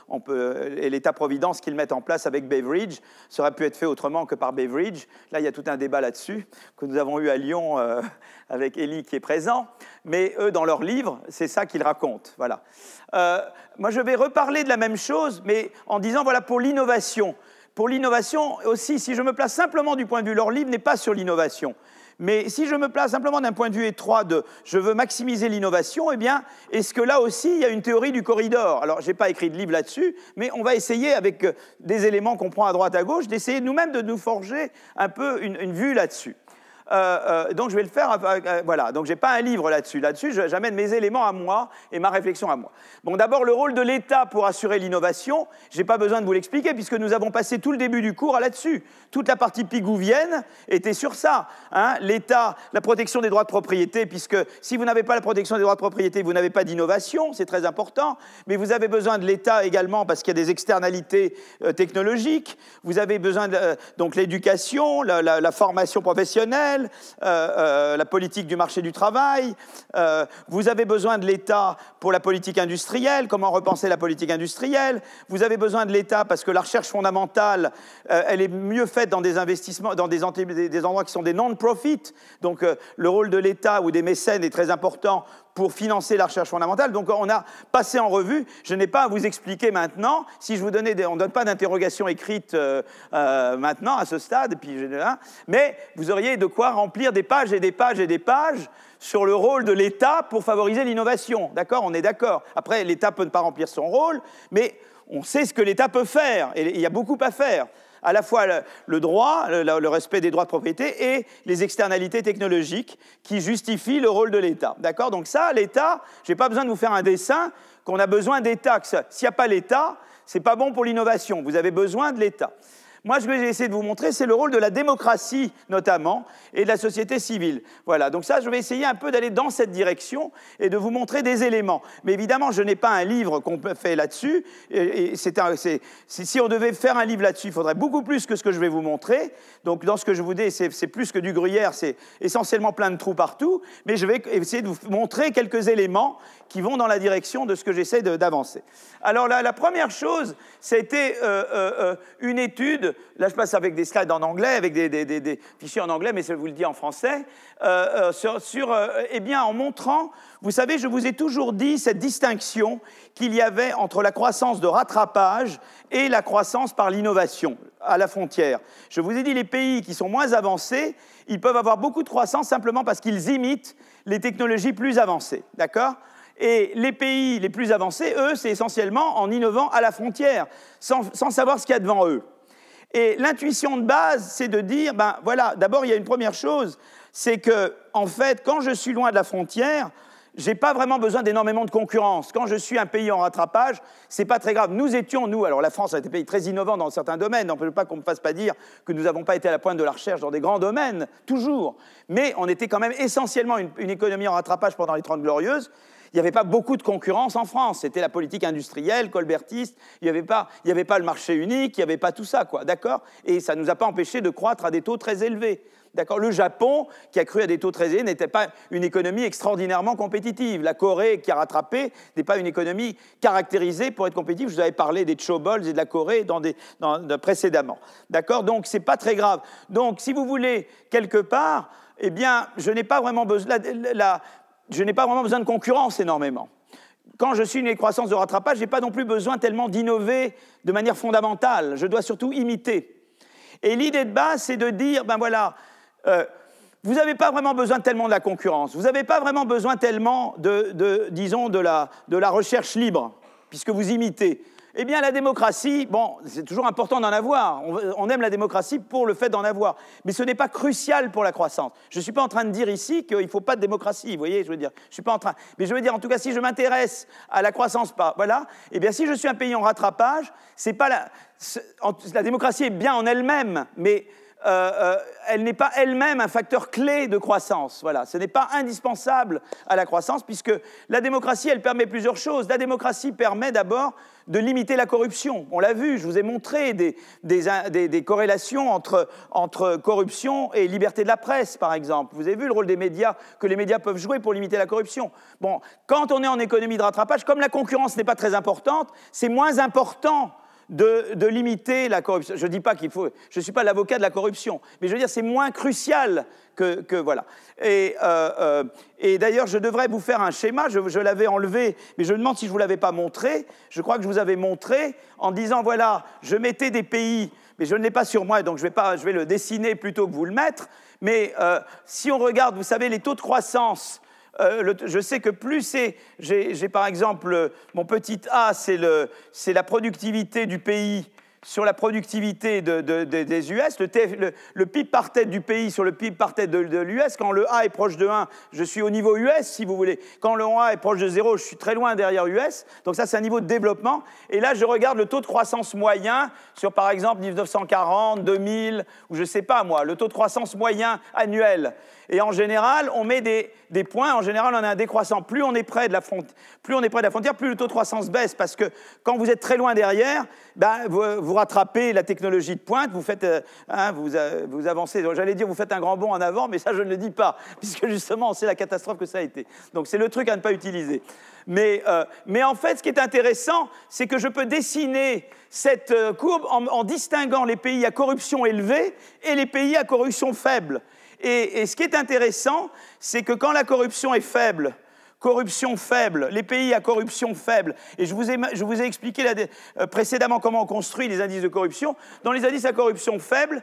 B: et l'État-providence qu'ils mettent en place avec Beveridge, ça aurait pu être fait autrement que par Beveridge. Là, il y a tout un débat là-dessus, que nous avons eu à Lyon avec Élie qui est présent. Mais eux, dans leur livre, c'est ça qu'ils racontent. Voilà. Moi, je vais reparler de la même chose, mais en disant, voilà, pour l'innovation. Pour l'innovation aussi, si je me place simplement du point de vue, leur livre n'est pas sur l'innovation. Mais si je me place simplement d'un point de vue étroit de « je veux maximiser l'innovation », eh bien, est-ce que là aussi, il y a une théorie du corridor? Alors, je n'ai pas écrit de livre là-dessus, mais on va essayer, avec des éléments qu'on prend à droite, à gauche, d'essayer nous-mêmes de nous forger un peu une vue là-dessus. Donc je vais le faire, voilà, donc je n'ai pas un livre là-dessus, j'amène mes éléments à moi et ma réflexion à moi. Bon, d'abord, le rôle de l'État pour assurer l'innovation, je n'ai pas besoin de vous l'expliquer puisque nous avons passé tout le début du cours là-dessus. Toute la partie pigouvienne était sur ça, hein, l'État, la protection des droits de propriété, puisque si vous n'avez pas la protection des droits de propriété, vous n'avez pas d'innovation, c'est très important, mais vous avez besoin de l'État également parce qu'il y a des externalités technologiques, vous avez besoin de donc l'éducation, la formation professionnelle, la politique du marché du travail, vous avez besoin de l'État pour la politique industrielle, comment repenser la politique industrielle, vous avez besoin de l'État parce que la recherche fondamentale, elle est mieux faite dans des investissements, dans des endroits qui sont des non-profit, donc le rôle de l'État ou des mécènes est très important pour financer la recherche fondamentale. Donc on a passé en revue, je n'ai pas à vous expliquer maintenant, si je vous donnais on ne donne pas d'interrogation écrite maintenant à ce stade, et puis, mais vous auriez de quoi remplir des pages et des pages et des pages sur le rôle de l'État pour favoriser l'innovation. D'accord? On est d'accord. Après, l'État peut ne pas remplir son rôle, mais on sait ce que l'État peut faire, et il y a beaucoup à faire. À la fois le droit, le respect des droits de propriété et les externalités technologiques qui justifient le rôle de l'État. D'accord? Donc ça, l'État, je n'ai pas besoin de vous faire un dessin qu'on a besoin d'État. S'il n'y a pas l'État, ce n'est pas bon pour l'innovation. Vous avez besoin de l'État. Moi, ce que j'ai essayé de vous montrer, c'est le rôle de la démocratie, notamment, et de la société civile. Voilà, donc ça, je vais essayer un peu d'aller dans cette direction et de vous montrer des éléments. Mais évidemment, je n'ai pas un livre qu'on fait là-dessus. Si on devait faire un livre là-dessus, il faudrait beaucoup plus que ce que je vais vous montrer. Donc, dans ce que je vous dis, c'est plus que du gruyère, c'est essentiellement plein de trous partout. Mais je vais essayer de vous montrer quelques éléments qui vont dans la direction de ce que j'essaie d'avancer. Alors, la première chose, c'était une étude. Là, je passe avec des slides en anglais, avec des fichiers en anglais, mais je vous le dis en français, eh bien, en montrant, vous savez, je vous ai toujours dit cette distinction qu'il y avait entre la croissance de rattrapage et la croissance par l'innovation à la frontière. Je vous ai dit, les pays qui sont moins avancés, ils peuvent avoir beaucoup de croissance simplement parce qu'ils imitent les technologies plus avancées, d'accord ? Et les pays les plus avancés, eux, c'est essentiellement en innovant à la frontière, sans savoir ce qu'il y a devant eux. Et l'intuition de base, c'est de dire, ben voilà, d'abord, il y a une première chose, c'est que, en fait, quand je suis loin de la frontière, je n'ai pas vraiment besoin d'énormément de concurrence. Quand je suis un pays en rattrapage, ce n'est pas très grave. Nous, alors la France a été un pays très innovant dans certains domaines, on ne peut pas qu'on ne me fasse pas dire que nous n'avons pas été à la pointe de la recherche dans des grands domaines, toujours. Mais on était quand même essentiellement une économie en rattrapage pendant les 30 Glorieuses. Il n'y avait pas beaucoup de concurrence en France. C'était la politique industrielle, colbertiste. Il n'y avait pas le marché unique, il n'y avait pas tout ça, quoi, d'accord ? Et ça ne nous a pas empêché de croître à des taux très élevés. D'accord ? Le Japon, qui a cru à des taux très élevés, n'était pas une économie extraordinairement compétitive. La Corée, qui a rattrapé, n'est pas une économie caractérisée pour être compétitive. Je vous avais parlé des chobols et de la Corée précédemment. D'accord ? Donc, ce n'est pas très grave. Donc, si vous voulez, quelque part, eh bien, je n'ai pas vraiment besoin de concurrence énormément. Quand je suis une croissance de rattrapage, je n'ai pas non plus besoin tellement d'innover de manière fondamentale. Je dois surtout imiter. Et l'idée de base, c'est de dire, ben voilà, vous n'avez pas vraiment besoin tellement de la concurrence. Vous n'avez pas vraiment besoin tellement de la recherche libre, puisque vous imitez. Eh bien, la démocratie, bon, c'est toujours important d'en avoir. On aime la démocratie pour le fait d'en avoir. Mais ce n'est pas crucial pour la croissance. Je ne suis pas en train de dire ici qu'il ne faut pas de démocratie, vous voyez, je veux dire. Je suis pas en train... Mais je veux dire, en tout cas, si je m'intéresse à la croissance, voilà, eh bien, si je suis un pays en rattrapage, c'est pas la démocratie est bien en elle-même, mais... elle n'est pas elle-même un facteur clé de croissance. Voilà. Ce n'est pas indispensable à la croissance, puisque la démocratie, elle permet plusieurs choses. La démocratie permet d'abord de limiter la corruption. On l'a vu, je vous ai montré des corrélations entre corruption et liberté de la presse, par exemple. Vous avez vu le rôle des médias, que les médias peuvent jouer pour limiter la corruption. Bon, quand on est en économie de rattrapage, comme la concurrence n'est pas très importante, c'est moins important de limiter la corruption. Je ne dis pas qu'il faut... Je ne suis pas l'avocat de la corruption, mais je veux dire, c'est moins crucial que voilà. Et d'ailleurs, je devrais vous faire un schéma, je l'avais enlevé, mais je me demande si je ne vous l'avais pas montré. Je crois que je vous avais montré en disant, voilà, je mettais des pays, mais je ne l'ai pas sur moi, donc je vais le dessiner plutôt que vous le mettre. Mais si on regarde, vous savez, les taux de croissance... je sais que plus j'ai par exemple, mon petit a, c'est la productivité du pays sur la productivité des US, le PIB par tête du pays sur le PIB par tête de l'US, quand le A est proche de 1, je suis au niveau US, si vous voulez. Quand le A est proche de 0, je suis très loin derrière US. Donc ça, c'est un niveau de développement. Et là, je regarde le taux de croissance moyen sur, par exemple, 1940, 2000, ou je ne sais pas, moi, le taux de croissance moyen annuel. Et en général, on met des points. En général, on a un décroissant. Plus on est près de la frontière, plus le taux de croissance baisse. Parce que quand vous êtes très loin derrière, ben, vous rattrapez la technologie de pointe, vous avancez. J'allais dire, vous faites un grand bond en avant, mais ça, je ne le dis pas. Puisque justement, c'est la catastrophe que ça a été. Donc, c'est le truc à ne pas utiliser. Mais en fait, ce qui est intéressant, c'est que je peux dessiner cette courbe en distinguant les pays à corruption élevée et les pays à corruption faible. Et ce qui est intéressant, c'est que quand la corruption est faible, les pays à corruption faible, et je vous ai expliqué précédemment comment on construit les indices de corruption. Dans les indices à corruption faible,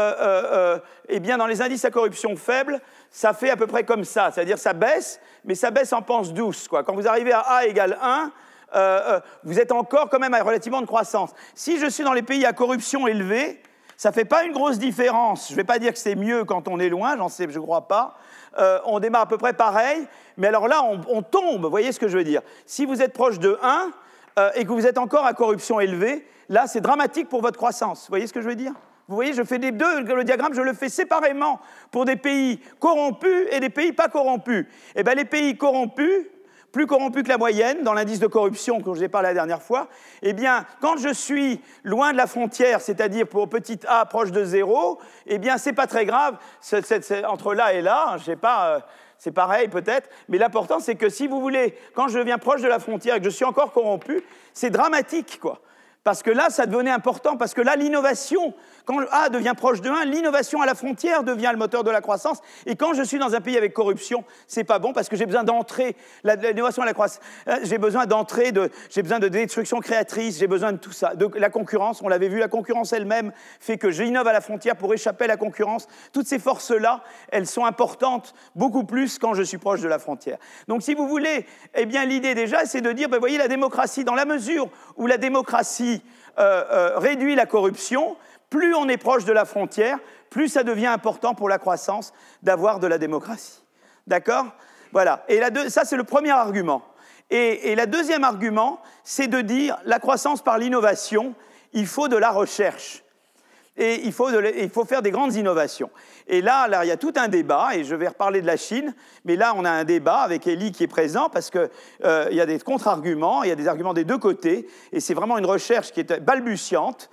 B: eh bien dans les indices à corruption faible, ça fait à peu près comme ça, c'est-à-dire ça baisse, mais ça baisse en pente douce, quoi. Quand vous arrivez à A égale 1, vous êtes encore quand même à relativement de croissance. Si je suis dans les pays à corruption élevée, ça ne fait pas une grosse différence. Je ne vais pas dire que c'est mieux quand on est loin, je ne crois pas. On démarre à peu près pareil, mais alors là, on tombe, vous voyez ce que je veux dire. Si vous êtes proche de 1 et que vous êtes encore à corruption élevée, là, c'est dramatique pour votre croissance. Vous voyez ce que je veux dire ? Vous voyez, je fais le diagramme, je le fais séparément pour des pays corrompus et des pays pas corrompus. Eh bien, les pays corrompus, plus corrompus que la moyenne, dans l'indice de corruption dont je vous ai parlé la dernière fois, eh bien, quand je suis loin de la frontière, c'est-à-dire pour petit a proche de 0, eh bien, c'est pas très grave, c'est entre là et là, je sais pas, c'est pareil peut-être, mais l'important, c'est que si vous voulez, quand je deviens proche de la frontière et que je suis encore corrompu, c'est dramatique, quoi. Parce que là, ça devenait important, parce que là, l'innovation, quand A devient proche de 1, l'innovation à la frontière devient le moteur de la croissance. Et quand je suis dans un pays avec corruption, c'est pas bon, parce que j'ai besoin d'entrer, l'innovation à la croissance, j'ai besoin d'entrer, j'ai besoin de destruction créatrice, j'ai besoin de tout ça. De la concurrence, on l'avait vu, la concurrence elle-même fait que j'innove à la frontière pour échapper à la concurrence. Toutes ces forces-là, elles sont importantes beaucoup plus quand je suis proche de la frontière. Donc, si vous voulez, eh bien, l'idée déjà, c'est de dire, vous voyez, la démocratie, dans la mesure où la démocratie réduit la corruption, plus on est proche de la frontière, plus ça devient important pour la croissance d'avoir de la démocratie. D'accord ? Voilà. Et ça, c'est le premier argument. Et le deuxième argument, c'est de dire la croissance par l'innovation, il faut de la recherche. Et il faut faire des grandes innovations. Et là, il y a tout un débat, et je vais reparler de la Chine, mais là, on a un débat avec Elie qui est présent, parce qu'il y a des contre-arguments, il y a des arguments des deux côtés, et c'est vraiment une recherche qui est balbutiante.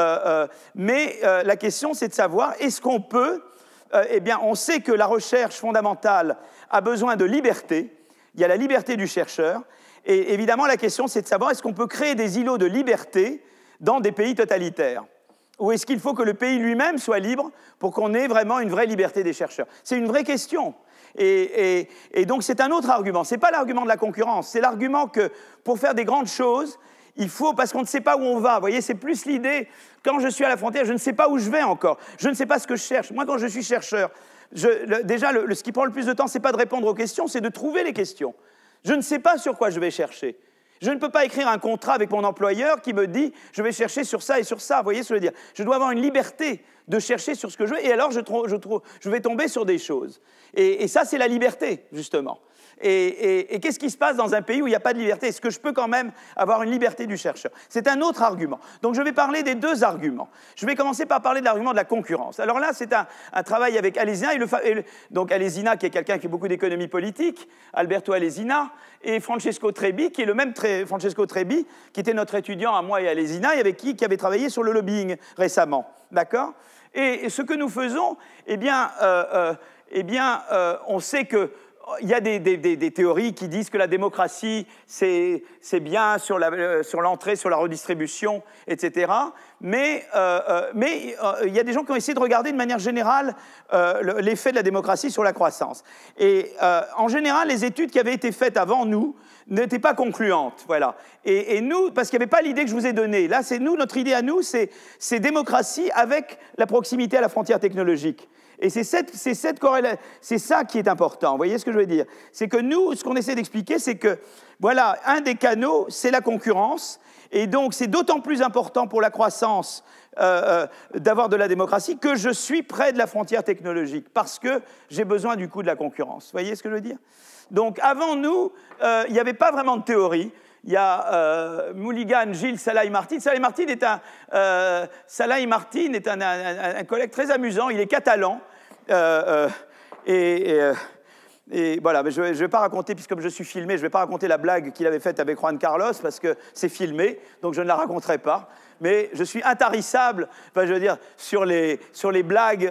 B: Mais la question, c'est de savoir, est-ce qu'on peut... eh bien, on sait que la recherche fondamentale a besoin de liberté. Il y a la liberté du chercheur. Et évidemment, la question, c'est de savoir, est-ce qu'on peut créer des îlots de liberté dans des pays totalitaires ? Ou est-ce qu'il faut que le pays lui-même soit libre pour qu'on ait vraiment une vraie liberté des chercheurs ? C'est une vraie question. Et donc, c'est un autre argument. Ce n'est pas l'argument de la concurrence. C'est l'argument que, pour faire des grandes choses, il faut, parce qu'on ne sait pas où on va. Vous voyez, c'est plus l'idée, quand je suis à la frontière, je ne sais pas où je vais encore. Je ne sais pas ce que je cherche. Moi, quand je suis chercheur, déjà, ce qui prend le plus de temps, ce n'est pas de répondre aux questions, c'est de trouver les questions. Je ne sais pas sur quoi je vais chercher. Je ne peux pas écrire un contrat avec mon employeur qui me dit « je vais chercher sur ça et sur ça ». Vous voyez ce que je veux dire ? Je dois avoir une liberté de chercher sur ce que je veux, et alors je vais tomber sur des choses. Et ça, c'est la liberté, justement. Et qu'est-ce qui se passe dans un pays où il n'y a pas de liberté ? Est-ce que je peux quand même avoir une liberté du chercheur ? C'est un autre argument. Donc je vais parler des deux arguments. Je vais commencer par parler de l'argument de la concurrence. Alors là, c'est un travail avec Alesina, donc Alesina qui est quelqu'un qui fait beaucoup d'économie politique, Alberto Alesina, et Francesco Trebi, qui est le même Francesco Trebi, qui était notre étudiant à moi et à Alesina, et avec qui avait travaillé sur le lobbying récemment. D'accord ? Et ce que nous faisons, on sait que il y a des théories qui disent que la démocratie, c'est bien sur l'entrée, sur la redistribution, etc. Mais il y a des gens qui ont essayé de regarder de manière générale l'effet de la démocratie sur la croissance. Et en général, les études qui avaient été faites avant nous n'étaient pas concluantes. Voilà. Et nous, parce qu'il n'y avait pas l'idée que je vous ai donnée, là, notre idée à nous, c'est démocratie avec la proximité à la frontière technologique. Et c'est ça qui est important. Vous voyez ce que je veux dire ? C'est que nous, ce qu'on essaie d'expliquer, c'est que, voilà, un des canaux, c'est la concurrence. Et donc, c'est d'autant plus important pour la croissance d'avoir de la démocratie que je suis près de la frontière technologique, parce que j'ai besoin du coup de la concurrence. Vous voyez ce que je veux dire ? Donc, avant nous, il n'y avait pas vraiment de théorie. Il y a Mulligan, Gilles, Salah et Martin. Salah et Martin est un collègue très amusant. Il est catalan. Et voilà, mais je ne vais pas raconter, puisque comme je suis filmé, je ne vais pas raconter la blague qu'il avait faite avec Juan Carlos, parce que c'est filmé, donc je ne la raconterai pas. Mais je suis intarissable, enfin, je veux dire, sur les blagues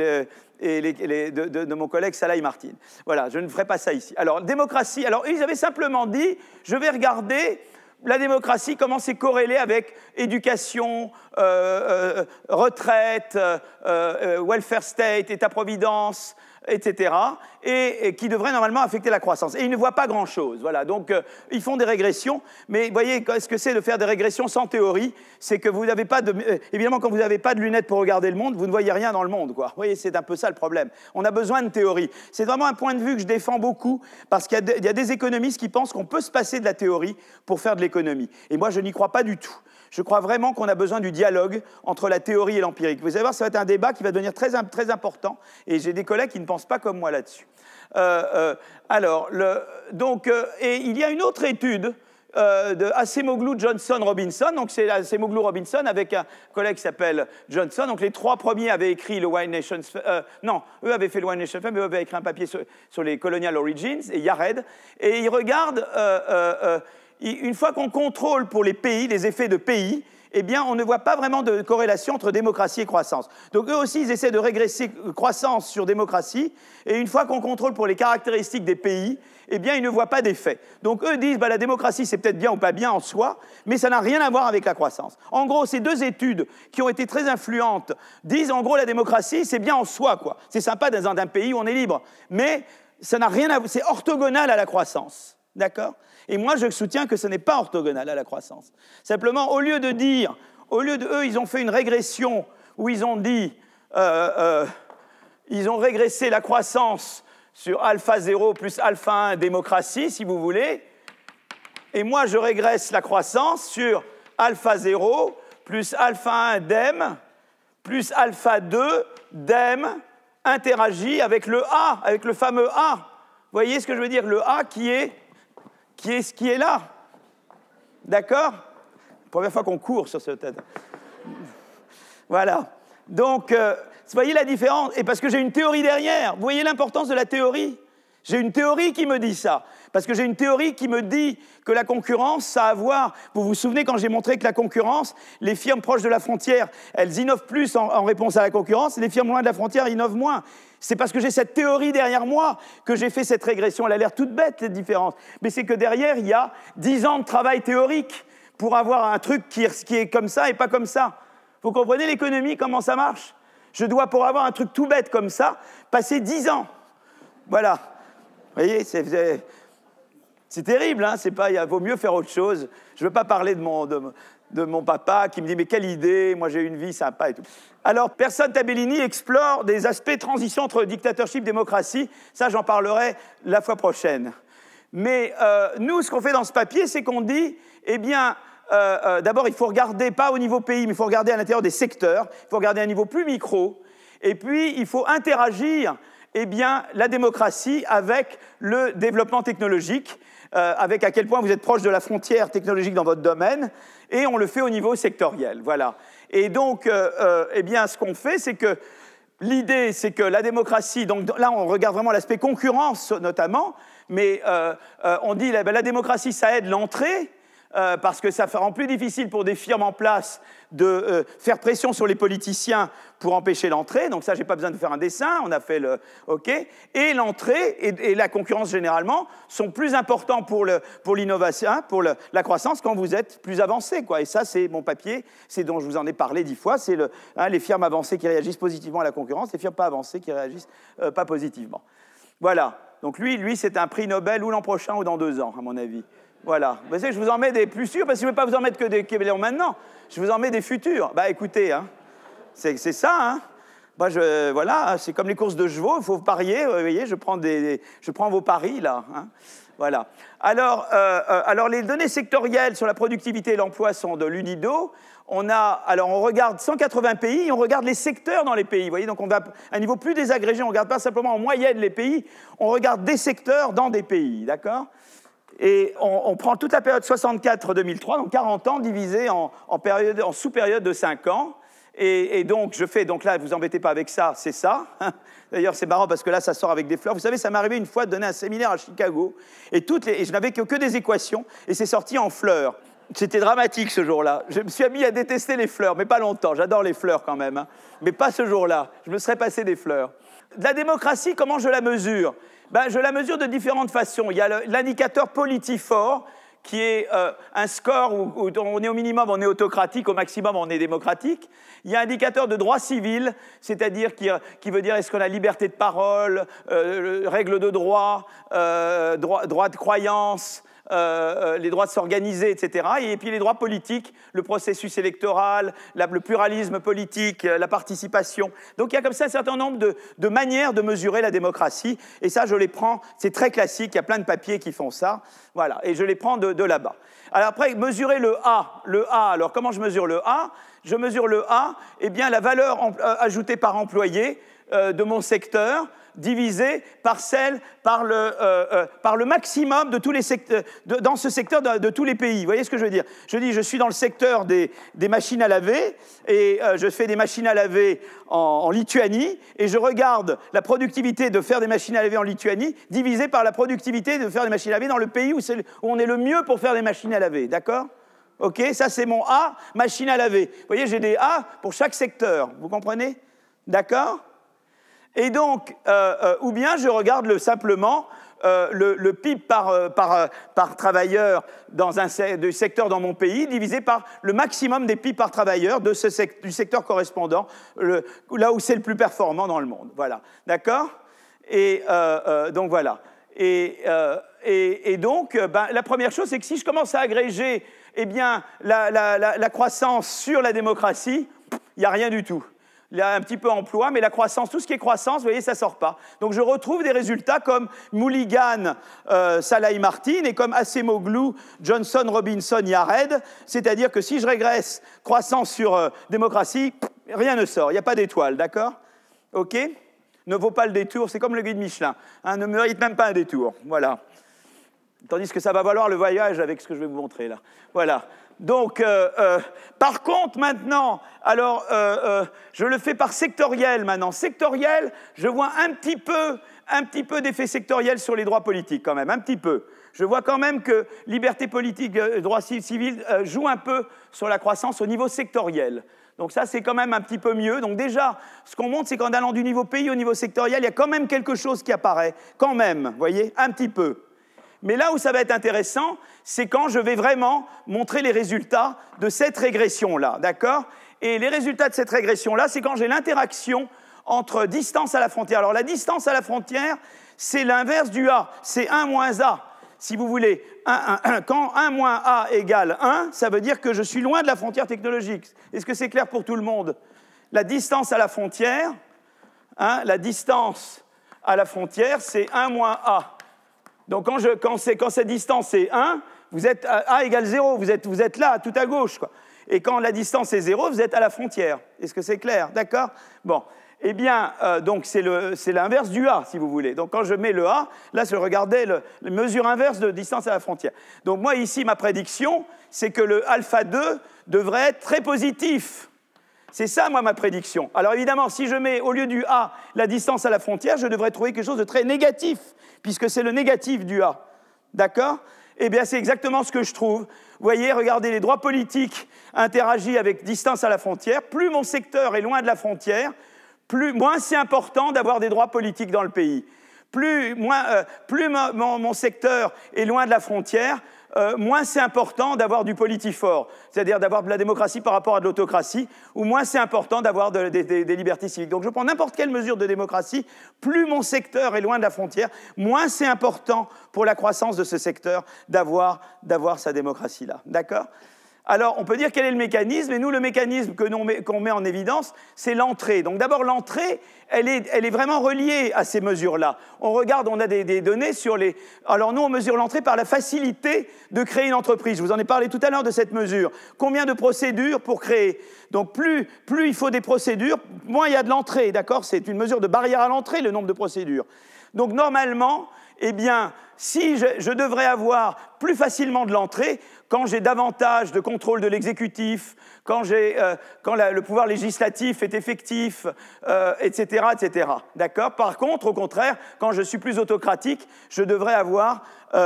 B: de mon collègue Salah Martin. Voilà, je ne ferai pas ça ici. Alors, démocratie, alors ils avaient simplement dit, je vais regarder la démocratie, comment c'est corrélé avec éducation, retraite, welfare state, État-providence, etc., et qui devrait normalement affecter la croissance. Et ils ne voient pas grand-chose. Voilà. Donc, ils font des régressions, mais vous voyez, ce que c'est de faire des régressions sans théorie, c'est que vous n'avez pas évidemment, quand vous n'avez pas de lunettes pour regarder le monde, vous ne voyez rien dans le monde, quoi. Vous voyez, c'est un peu ça le problème. On a besoin de théorie. C'est vraiment un point de vue que je défends beaucoup, parce qu'il y a des économistes qui pensent qu'on peut se passer de la théorie pour faire de l'économie. Et moi, je n'y crois pas du tout. Je crois vraiment qu'on a besoin du dialogue entre la théorie et l'empirique. Vous allez voir, ça va être un débat qui va devenir très, très important, et j'ai des collègues qui ne pensent pas comme moi là-dessus. Et il y a une autre étude de Acemoglu, Johnson, Robinson. Donc c'est Acemoglu, Robinson avec un collègue qui s'appelle Johnson. Donc les trois premiers avaient écrit le Wine Nation. Non, eux avaient fait le Wine Nation, mais eux avaient écrit un papier sur les Colonial Origins et Yared. Et ils regardent, une fois qu'on contrôle pour les pays, les effets de pays, eh bien, on ne voit pas vraiment de corrélation entre démocratie et croissance. Donc, eux aussi, ils essaient de régresser croissance sur démocratie, et une fois qu'on contrôle pour les caractéristiques des pays, eh bien, ils ne voient pas d'effet. Donc, eux disent, la démocratie, c'est peut-être bien ou pas bien en soi, mais ça n'a rien à voir avec la croissance. En gros, ces deux études qui ont été très influentes disent, en gros, la démocratie, c'est bien en soi, quoi. C'est sympa dans un pays où on est libre, mais ça n'a rien à voir, c'est orthogonal à la croissance. D'accord ? Et moi, je soutiens que ce n'est pas orthogonal à la croissance. Simplement, au lieu eux, ils ont fait une régression où ils ont dit, ils ont régressé la croissance sur alpha 0 plus alpha 1 démocratie, si vous voulez. Et moi, je régresse la croissance sur alpha 0 plus alpha 1 dem plus alpha 2 dem interagit avec le A, avec le fameux A. Vous voyez ce que je veux dire? Le A qui est ce qui est là. D'accord? Première fois qu'on court sur ce thème. Voilà. Donc, vous voyez la différence? Et parce que j'ai une théorie derrière. Vous voyez l'importance de la théorie? J'ai une théorie qui me dit ça. Parce que j'ai une théorie qui me dit que la concurrence, ça a à voir... Vous vous souvenez quand j'ai montré que la concurrence, les firmes proches de la frontière, elles innovent plus en réponse à la concurrence, les firmes loin de la frontière innovent moins. C'est parce que j'ai cette théorie derrière moi que j'ai fait cette régression. Elle a l'air toute bête, cette différence. Mais c'est que derrière, il y a 10 ans de travail théorique pour avoir un truc qui est comme ça et pas comme ça. Vous comprenez l'économie, comment ça marche? Je dois, pour avoir un truc tout bête comme ça, passer 10 ans. Voilà. Vous voyez, c'est terrible, hein, il vaut mieux faire autre chose. Je ne veux pas parler de mon papa qui me dit « mais quelle idée, moi j'ai une vie sympa » et tout. Alors, Persone Tabellini explore des aspects transition entre dictatorship et démocratie. Ça, j'en parlerai la fois prochaine. Mais nous, ce qu'on fait dans ce papier, c'est qu'on dit, eh bien, d'abord, il faut regarder, pas au niveau pays, mais il faut regarder à l'intérieur des secteurs, il faut regarder à un niveau plus micro, et puis il faut interagir, eh bien, la démocratie avec le développement technologique, avec à quel point vous êtes proche de la frontière technologique dans votre domaine, et on le fait au niveau sectoriel, voilà. Et donc, eh bien, ce qu'on fait, c'est que l'idée, c'est que la démocratie, donc là, on regarde vraiment l'aspect concurrence, notamment, mais on dit, la démocratie, ça aide l'entrée, parce que ça rend plus difficile pour des firmes en place de faire pression sur les politiciens pour empêcher l'entrée. Donc ça, je n'ai pas besoin de faire un dessin, on a fait le OK. Et l'entrée et la concurrence, généralement, sont plus importants pour l'innovation, pour la croissance, quand vous êtes plus avancé, quoi. Et ça, c'est mon papier, c'est dont je vous en ai parlé 10 fois, c'est les firmes avancées qui réagissent positivement à la concurrence, les firmes pas avancées qui réagissent pas positivement. Voilà. Donc lui, c'est un prix Nobel ou l'an prochain ou dans 2 ans, à mon avis. Voilà. Vous savez, je vous en mets des plus sûrs, parce que je ne vais pas vous en mettre que des Québécois maintenant. Je vous en mets des futurs. Écoutez, hein, c'est ça, hein. Moi, voilà, c'est comme les courses de chevaux, il faut parier. Vous voyez, je prends vos paris, là. Hein. Voilà. Alors, les données sectorielles sur la productivité et l'emploi sont de l'UNIDO. On regarde 180 pays, on regarde les secteurs dans les pays. Vous voyez, donc on va à un niveau plus désagrégé. On ne regarde pas simplement en moyenne les pays, on regarde des secteurs dans des pays, d'accord ? Et on prend toute la période 64-2003, donc 40 ans divisé en sous-période de 5 ans. Et donc, là, vous embêtez pas avec ça, c'est ça. D'ailleurs, c'est marrant parce que là, ça sort avec des fleurs. Vous savez, ça m'est arrivé une fois de donner un séminaire à Chicago, et je n'avais que des équations, et c'est sorti en fleurs. C'était dramatique ce jour-là. Je me suis mis à détester les fleurs, mais pas longtemps. J'adore les fleurs quand même, hein. Mais pas ce jour-là. Je me serais passé des fleurs. La démocratie, comment je la mesure ? Je la mesure de différentes façons. Il y a l'indicateur Politifort, qui est un score où on est au minimum, on est autocratique, au maximum, on est démocratique. Il y a un indicateur de droit civil, c'est-à-dire qui veut dire est-ce qu'on a liberté de parole, règles de droit, droit de croyance, les droits de s'organiser, etc. Et puis les droits politiques, le processus électoral, le pluralisme politique, la participation. Donc il y a comme ça un certain nombre de manières de mesurer la démocratie. Et ça, je les prends, c'est très classique, il y a plein de papiers qui font ça. Voilà, et je les prends de là-bas. Alors après, mesurer le A. Le A, alors comment je mesure le A ? Je mesure le A, eh bien la valeur ajoutée par employé de mon secteur, divisé par le maximum de tous les secteurs, dans ce secteur de tous les pays. Vous voyez ce que je veux dire? Je dis, je suis dans le secteur des machines à laver, et je fais des machines à laver en Lituanie, et je regarde la productivité de faire des machines à laver en Lituanie divisée par la productivité de faire des machines à laver dans le pays où on est le mieux pour faire des machines à laver. D'accord? OK, ça c'est mon A, machine à laver. Vous voyez, j'ai des A pour chaque secteur. Vous comprenez? D'accord? Et donc, ou bien je regarde simplement le PIB par travailleur du secteur dans mon pays divisé par le maximum des PIB par travailleur du secteur correspondant, là où c'est le plus performant dans le monde. Voilà. D'accord? Et donc voilà. Et donc, la première chose, c'est que si je commence à agréger la croissance sur la démocratie, il n'y a rien du tout. Il y a un petit peu emploi, mais la croissance, tout ce qui est croissance, vous voyez, ça ne sort pas. Donc je retrouve des résultats comme Mulligan, Salahi Martin, et comme Acemoglu, Johnson, Robinson, Yared, c'est-à-dire que si je régresse croissance sur démocratie, rien ne sort, il n'y a pas d'étoile, d'accord? OK? Ne vaut pas le détour, c'est comme le guide Michelin, hein, ne mérite même pas un détour, voilà. Tandis que ça va valoir le voyage avec ce que je vais vous montrer là. Voilà. Donc, par contre, maintenant, alors, je le fais par sectoriel maintenant. Sectoriel, je vois un petit peu d'effet sectoriel sur les droits politiques quand même, un petit peu. Je vois quand même que liberté politique, droits civils jouent un peu sur la croissance au niveau sectoriel. Donc ça, c'est quand même un petit peu mieux. Donc déjà, ce qu'on montre, c'est qu'en allant du niveau pays au niveau sectoriel, il y a quand même quelque chose qui apparaît. Quand même, vous voyez, un petit peu. Mais là où ça va être intéressant, c'est quand je vais vraiment montrer les résultats de cette régression-là, d'accord? Et les résultats de cette régression-là, c'est quand j'ai l'interaction entre distance à la frontière. Alors la distance à la frontière, c'est l'inverse du A, c'est 1 moins A. Si vous voulez, quand 1 moins A égale 1, ça veut dire que je suis loin de la frontière technologique. Est-ce que c'est clair pour tout le monde? La distance à la frontière, la distance à la frontière, c'est 1 moins A. Donc quand cette distance est 1, vous êtes à A égale 0, vous êtes là, tout à gauche, quoi. Et quand la distance est 0, vous êtes à la frontière. Est-ce que c'est clair? D'accord? Bon. Eh bien, donc c'est l'inverse du A, si vous voulez. Donc quand je mets le A, là, je regardais la mesure inverse de distance à la frontière. Donc moi, ici, ma prédiction, c'est que le alpha 2 devrait être très positif. C'est ça, moi, ma prédiction. Alors évidemment, si je mets au lieu du A la distance à la frontière, je devrais trouver quelque chose de très négatif, puisque c'est le négatif du A. D'accord? Eh bien, c'est exactement ce que je trouve. Vous voyez, regardez, les droits politiques interagissent avec distance à la frontière. Plus mon secteur est loin de la frontière, moins c'est important d'avoir des droits politiques dans le pays. Plus mon secteur est loin de la frontière, moins c'est important d'avoir du politifort, c'est-à-dire d'avoir de la démocratie par rapport à de l'autocratie, ou moins c'est important d'avoir des libertés civiques. Donc je prends n'importe quelle mesure de démocratie, plus mon secteur est loin de la frontière, moins c'est important pour la croissance de ce secteur d'avoir sa démocratie-là. D'accord ? Alors, on peut dire quel est le mécanisme, et nous, le mécanisme qu'on met en évidence, c'est l'entrée. Donc d'abord, l'entrée, elle est vraiment reliée à ces mesures-là. On regarde, on a des données sur les... Alors nous, on mesure l'entrée par la facilité de créer une entreprise. Je vous en ai parlé tout à l'heure de cette mesure. Combien de procédures pour créer? Donc plus il faut des procédures, moins il y a de l'entrée, d'accord? C'est une mesure de barrière à l'entrée, le nombre de procédures. Donc normalement, eh bien, si je devrais avoir plus facilement de l'entrée, quand j'ai davantage de contrôle de l'exécutif, quand le pouvoir législatif est effectif, etc., etc. D'accord ? Par contre, au contraire, quand je suis plus autocratique, je devrais avoir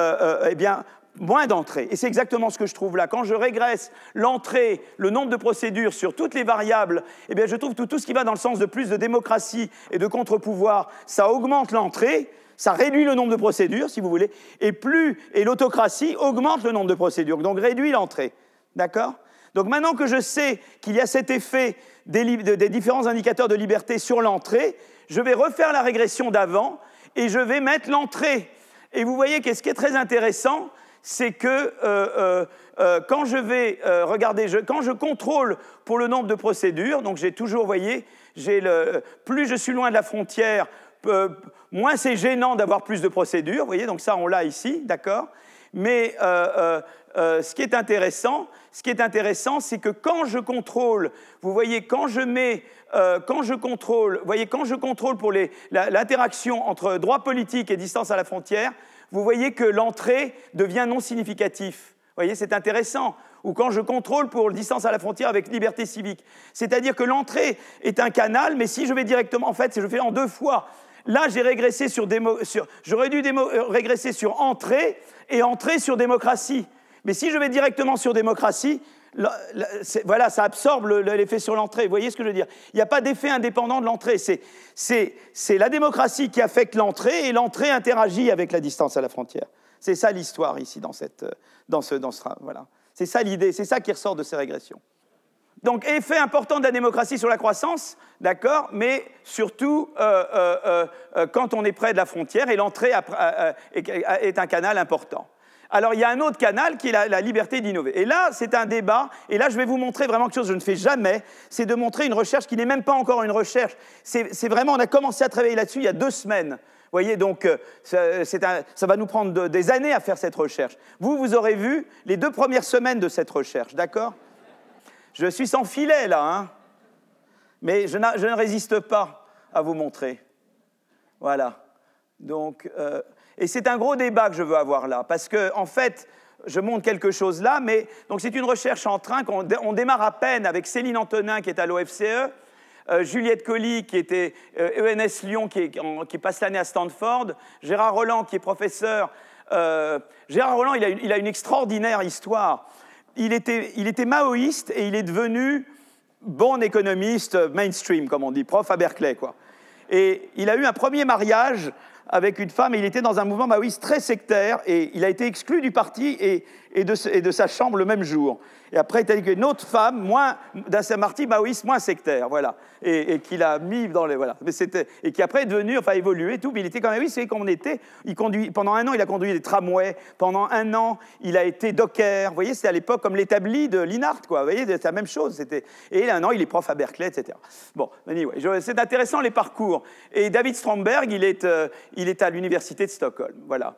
B: moins d'entrée. Et c'est exactement ce que je trouve là. Quand je régresse l'entrée, le nombre de procédures sur toutes les variables, eh bien, je trouve que tout ce qui va dans le sens de plus de démocratie et de contre-pouvoir, ça augmente l'entrée. Ça réduit le nombre de procédures, si vous voulez, et l'autocratie augmente le nombre de procédures, donc réduit l'entrée. D'accord ? Donc maintenant que je sais qu'il y a cet effet des différents indicateurs de liberté sur l'entrée, je vais refaire la régression d'avant et je vais mettre l'entrée. Et vous voyez que ce qui est très intéressant, c'est que quand quand je contrôle pour le nombre de procédures, donc j'ai toujours, vous voyez, plus je suis loin de la frontière, moins c'est gênant d'avoir plus de procédures, vous voyez, donc ça on l'a ici, d'accord ? Mais ce qui est intéressant, c'est que quand je contrôle, vous voyez, quand je contrôle pour l'interaction entre droit politique et distance à la frontière, vous voyez que l'entrée devient non significatif. Vous voyez, c'est intéressant. Ou quand je contrôle pour distance à la frontière avec liberté civique. C'est-à-dire que l'entrée est un canal, mais si je vais directement, en fait, je fais en 2 fois. Là, j'ai régressé j'aurais dû régresser sur entrée et entrer sur démocratie. Mais si je vais directement sur démocratie, voilà, ça absorbe l'effet sur l'entrée. Vous voyez ce que je veux dire? Il n'y a pas d'effet indépendant de l'entrée. C'est la démocratie qui affecte l'entrée et l'entrée interagit avec la distance à la frontière. C'est ça l'histoire ici voilà. C'est ça l'idée, c'est ça qui ressort de ces régressions. Donc, effet important de la démocratie sur la croissance, d'accord, mais surtout quand on est près de la frontière et l'entrée est un canal important. Alors, il y a un autre canal qui est la liberté d'innover. Et là, c'est un débat, et là, je vais vous montrer vraiment quelque chose que je ne fais jamais, c'est de montrer une recherche qui n'est même pas encore une recherche. C'est vraiment, on a commencé à travailler là-dessus il y a 2 semaines. Vous voyez, donc, ça va nous prendre des années à faire cette recherche. Vous aurez vu les 2 premières semaines de cette recherche, d'accord? Je suis sans filet, là, hein? Mais je ne résiste pas à vous montrer. Voilà. Donc, et c'est un gros débat que je veux avoir là, parce que, en fait, je montre quelque chose là, mais donc c'est une recherche en train qu'on démarre à peine avec Céline Antonin, qui est à l'OFCE, Juliette Colli, qui était ENS Lyon, qui passe l'année à Stanford, Gérard Rolland, qui est professeur. Gérard Rolland, il a une extraordinaire histoire. Il était maoïste et il est devenu bon économiste mainstream, comme on dit, prof à Berkeley, quoi. Et il a eu un premier mariage avec une femme, et il était dans un mouvement maoïste très sectaire, et il a été exclu du parti et de sa chambre le même jour. Et après, il a dit qu'une autre femme, d'un parti maoïste moins sectaire, voilà, et qu'il a mis dans les... Voilà. Et qui après est devenu, enfin évolué et tout, mais il était quand même, oui, c'est comme on était, pendant 1 an, il a conduit des tramways, pendant 1 an, il a été docker, vous voyez, c'était à l'époque comme l'établi de Linhart, quoi, vous voyez, c'est la même chose, et 1 an, il est prof à Berkeley, etc. Bon, anyway, c'est intéressant les parcours. Et David Stromberg, il est à l'université de Stockholm, voilà.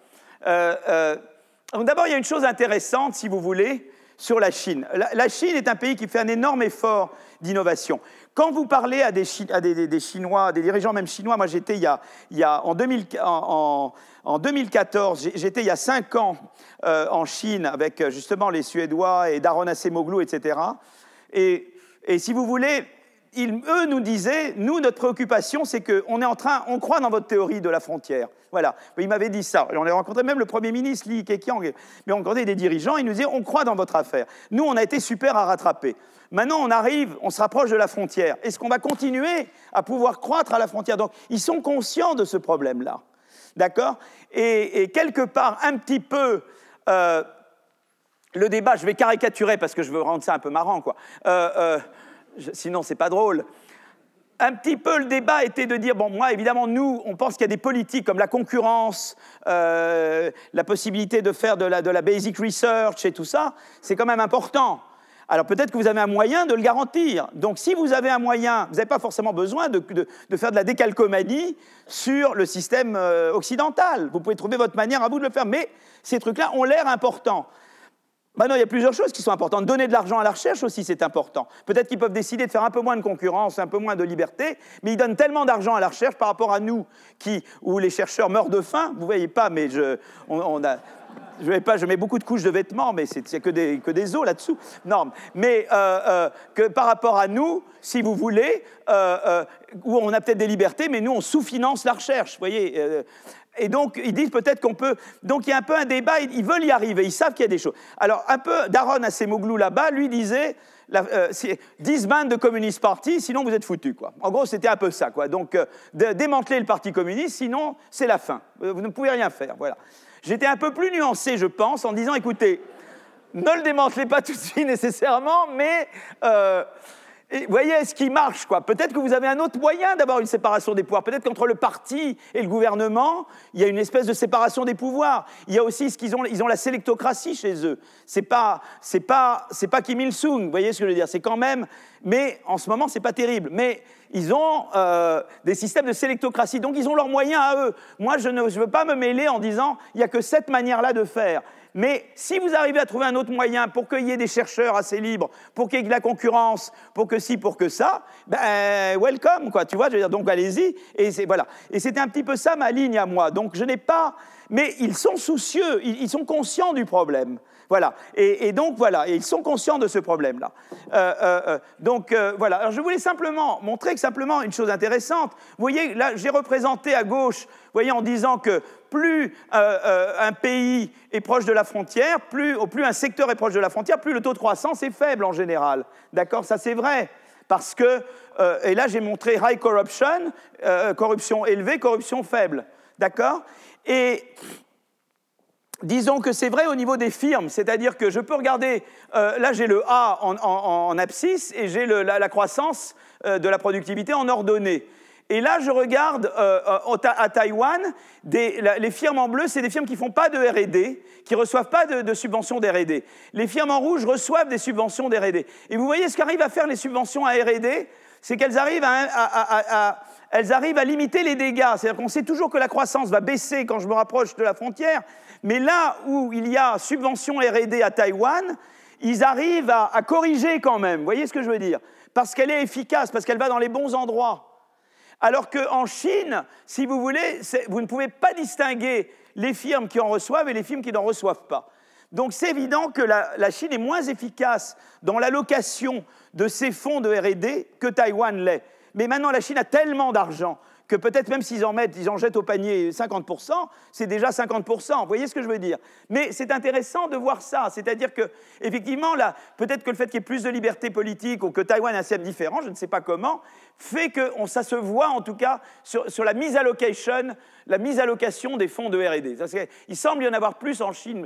B: Donc d'abord, il y a une chose intéressante, si vous voulez, sur la Chine. La Chine est un pays qui fait un énorme effort d'innovation. Quand vous parlez à des Chinois, des dirigeants même chinois, moi j'étais en 2014, j'étais il y a 5 ans en Chine avec justement les Suédois et Daron Acemoglu, etc. Et si vous voulez, eux nous disaient, nous, notre préoccupation, c'est on croit dans votre théorie de la frontière. Voilà, ils m'avaient dit ça. Et on a rencontré même le Premier ministre, Li Keqiang, mais on rencontrait des dirigeants, ils nous disaient, on croit dans votre affaire. Nous, on a été super à rattraper. Maintenant, on se rapproche de la frontière. Est-ce qu'on va continuer à pouvoir croître à la frontière? Donc, ils sont conscients de ce problème-là. D'accord? Et quelque part, un petit peu... le débat, je vais caricaturer parce que je veux rendre ça un peu marrant, quoi. Sinon, c'est pas drôle. Un petit peu le débat était de dire, bon, moi, évidemment, nous, on pense qu'il y a des politiques comme la concurrence, la possibilité de faire de la basic research et tout ça, c'est quand même important. Alors peut-être que vous avez un moyen de le garantir. Donc si vous avez un moyen, vous n'avez pas forcément besoin de faire de la décalcomanie sur le système occidental. Vous pouvez trouver votre manière à vous de le faire, mais ces trucs-là ont l'air importants. Maintenant, il y a plusieurs choses qui sont importantes. Donner de l'argent à la recherche aussi, c'est important. Peut-être qu'ils peuvent décider de faire un peu moins de concurrence, un peu moins de liberté, mais ils donnent tellement d'argent à la recherche par rapport à nous, où les chercheurs meurent de faim. Vous ne voyez pas, mais je mets beaucoup de couches de vêtements, mais il n'y a que des os là-dessous. Non, mais que par rapport à nous, si vous voulez, où on a peut-être des libertés, mais nous, on sous-finance la recherche, vous voyez. Et donc, ils disent peut-être qu'on peut... Donc, il y a un peu un débat, ils veulent y arriver, ils savent qu'il y a des choses. Alors, un peu, Daron Acemoglu, là-bas, lui disait, 10 bandes de Communist Party, sinon vous êtes foutus, quoi. En gros, c'était un peu ça, quoi. Donc, démanteler le Parti communiste, sinon, c'est la fin. Vous ne pouvez rien faire, voilà. J'étais un peu plus nuancé, je pense, en disant, écoutez, ne le démantelez pas tout de suite nécessairement, mais... Et vous voyez ce qui marche, quoi. Peut-être que vous avez un autre moyen d'avoir une séparation des pouvoirs. Peut-être qu'entre le parti et le gouvernement, il y a une espèce de séparation des pouvoirs. Il y a aussi ils ont la sélectocratie chez eux. C'est pas Kim Il-sung, vous voyez ce que je veux dire. C'est quand même, mais en ce moment, c'est pas terrible. Mais ils ont des systèmes de sélectocratie, donc ils ont leurs moyens à eux. Moi, je ne veux pas me mêler en disant il y a que cette manière-là de faire. Mais si vous arrivez à trouver un autre moyen pour qu'il y ait des chercheurs assez libres, pour qu'il y ait de la concurrence, pour que ci, pour que ça, ben, welcome, quoi, tu vois, je veux dire, donc allez-y, voilà. Et c'était un petit peu ça ma ligne à moi. Donc je n'ai pas... Mais ils sont soucieux, ils sont conscients du problème. Voilà. Et donc, voilà. Et ils sont conscients de ce problème-là. Voilà. Alors, je voulais simplement montrer que simplement une chose intéressante. Vous voyez, là, j'ai représenté à gauche, vous voyez, en disant que plus un pays est proche de la frontière, plus un secteur est proche de la frontière, plus le taux de croissance est faible en général. D'accord? Ça, c'est vrai. Parce que, et là, j'ai montré high corruption, corruption élevée, corruption faible. D'accord? Et disons que c'est vrai au niveau des firmes, c'est-à-dire que je peux regarder, là j'ai le A en abscisse et j'ai la croissance de la productivité en ordonnée. Et là je regarde à Taïwan, les firmes en bleu, c'est des firmes qui ne font pas de R&D, qui ne reçoivent pas de subventions d'R&D. Les firmes en rouge reçoivent des subventions d'R&D. Et vous voyez ce qu'arrivent à faire les subventions à R&D, c'est qu'elles arrivent elles arrivent à limiter les dégâts. C'est-à-dire qu'on sait toujours que la croissance va baisser quand je me rapproche de la frontière, mais là où il y a subvention R&D à Taïwan, ils arrivent à corriger quand même. Vous voyez ce que je veux dire? Parce qu'elle est efficace, parce qu'elle va dans les bons endroits. Alors qu'en Chine, si vous voulez, vous ne pouvez pas distinguer les firmes qui en reçoivent et les firmes qui n'en reçoivent pas. Donc c'est évident que la Chine est moins efficace dans l'allocation de ces fonds de R&D que Taïwan l'est. Mais maintenant, la Chine a tellement d'argent que peut-être même s'ils en jettent au panier 50%, c'est déjà 50%. Vous voyez ce que je veux dire? Mais c'est intéressant de voir ça. C'est-à-dire que, effectivement, là, peut-être que le fait qu'il y ait plus de liberté politique ou que Taïwan ait un système différent, je ne sais pas comment, fait que ça se voit en tout cas sur la mise allocation des fonds de R&D. Il semble y en avoir plus en Chine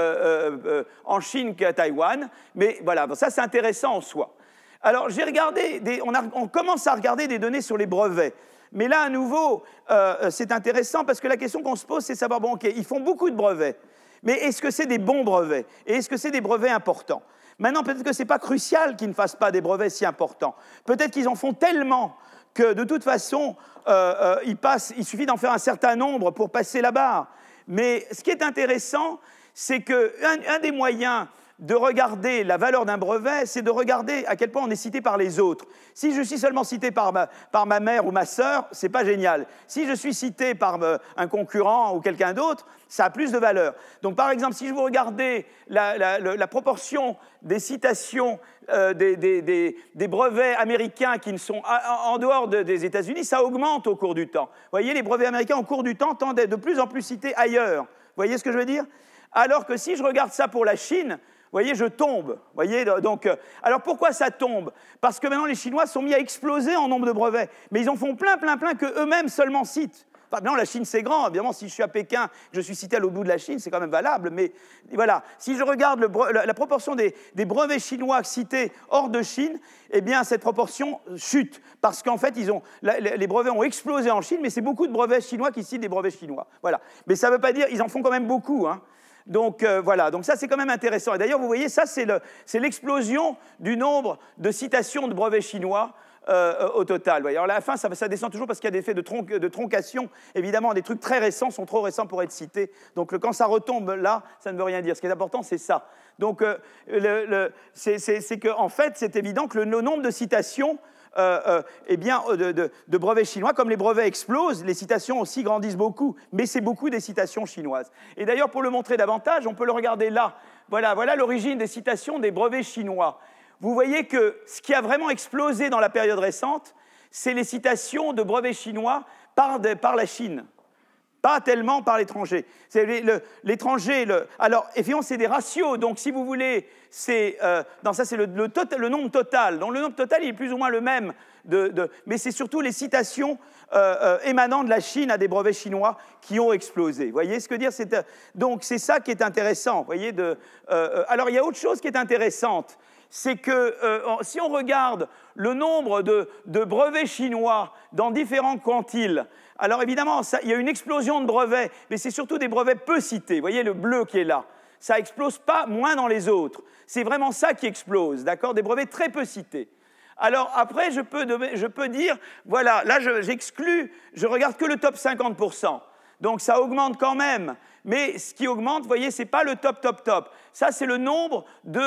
B: qu'à Taïwan, mais voilà, ça c'est intéressant en soi. Alors, j'ai regardé, on commence à regarder des données sur les brevets. Mais là, à nouveau, c'est intéressant parce que la question qu'on se pose, c'est de savoir, bon, OK, ils font beaucoup de brevets, mais est-ce que c'est des bons brevets? Et est-ce que c'est des brevets importants? Maintenant, peut-être que ce n'est pas crucial qu'ils ne fassent pas des brevets si importants. Peut-être qu'ils en font tellement que, de toute façon, il suffit d'en faire un certain nombre pour passer la barre. Mais ce qui est intéressant, c'est qu'un des moyens de regarder la valeur d'un brevet, c'est de regarder à quel point on est cité par les autres. Si je suis seulement cité par ma mère ou ma sœur, c'est pas génial. Si je suis cité par un concurrent ou quelqu'un d'autre, ça a plus de valeur. Donc, par exemple, si je vous regardez la proportion des citations des brevets américains qui ne sont en dehors des États-Unis, ça augmente au cours du temps. Vous voyez, les brevets américains, au cours du temps, tendent à être de plus en plus cités ailleurs. Vous voyez ce que je veux dire? Alors que si je regarde ça pour la Chine, vous voyez, je tombe. Voyez, donc, alors pourquoi ça tombe? Parce que maintenant, les Chinois sont mis à exploser en nombre de brevets. Mais ils en font plein qu'eux-mêmes seulement citent. Enfin, non, la Chine, c'est grand. Évidemment, si je suis à Pékin, je suis cité à l'autre bout de la Chine, c'est quand même valable. Mais voilà, si je regarde la proportion des brevets chinois cités hors de Chine, eh bien, cette proportion chute. Parce qu'en fait, les brevets ont explosé en Chine, mais c'est beaucoup de brevets chinois qui citent des brevets chinois. Voilà. Mais ça ne veut pas dire, ils en font quand même beaucoup, hein. Donc voilà, donc ça c'est quand même intéressant. Et d'ailleurs, vous voyez, ça c'est l'explosion du nombre de citations de brevets chinois au total. Voyez. Alors à la fin, ça descend toujours parce qu'il y a des effets de troncation. Évidemment, des trucs très récents sont trop récents pour être cités. Donc quand ça retombe là, ça ne veut rien dire. Ce qui est important, c'est ça. Donc c'est qu'en fait, c'est évident que le nombre de citations de brevets chinois, comme les brevets explosent, les citations aussi grandissent beaucoup, mais c'est beaucoup des citations chinoises. Et d'ailleurs, pour le montrer davantage, on peut le regarder là. Voilà l'origine des citations des brevets chinois. Vous voyez que ce qui a vraiment explosé dans la période récente, c'est les citations de brevets chinois par la Chine. Pas tellement par l'étranger. C'est l'étranger. Alors, effectivement, c'est des ratios. Donc, si vous voulez, ça, c'est le nombre total. Donc, le nombre total, il est plus ou moins le même. Mais c'est surtout les citations émanant de la Chine à des brevets chinois qui ont explosé. Vous voyez ce que je veux dire? Donc, c'est ça qui est intéressant. Vous voyez, alors, il y a autre chose qui est intéressante. C'est que si on regarde le nombre de brevets chinois dans différents quantiles, alors évidemment, il y a une explosion de brevets, mais c'est surtout des brevets peu cités. Vous voyez le bleu qui est là. Ça n'explose pas moins dans les autres. C'est vraiment ça qui explose, d'accord? Des brevets très peu cités. Alors après, je peux dire, voilà, là j'exclus, je regarde que le top 50%. Donc ça augmente quand même, Mais ce qui augmente, vous voyez, ce n'est pas le top. Ça, c'est le nombre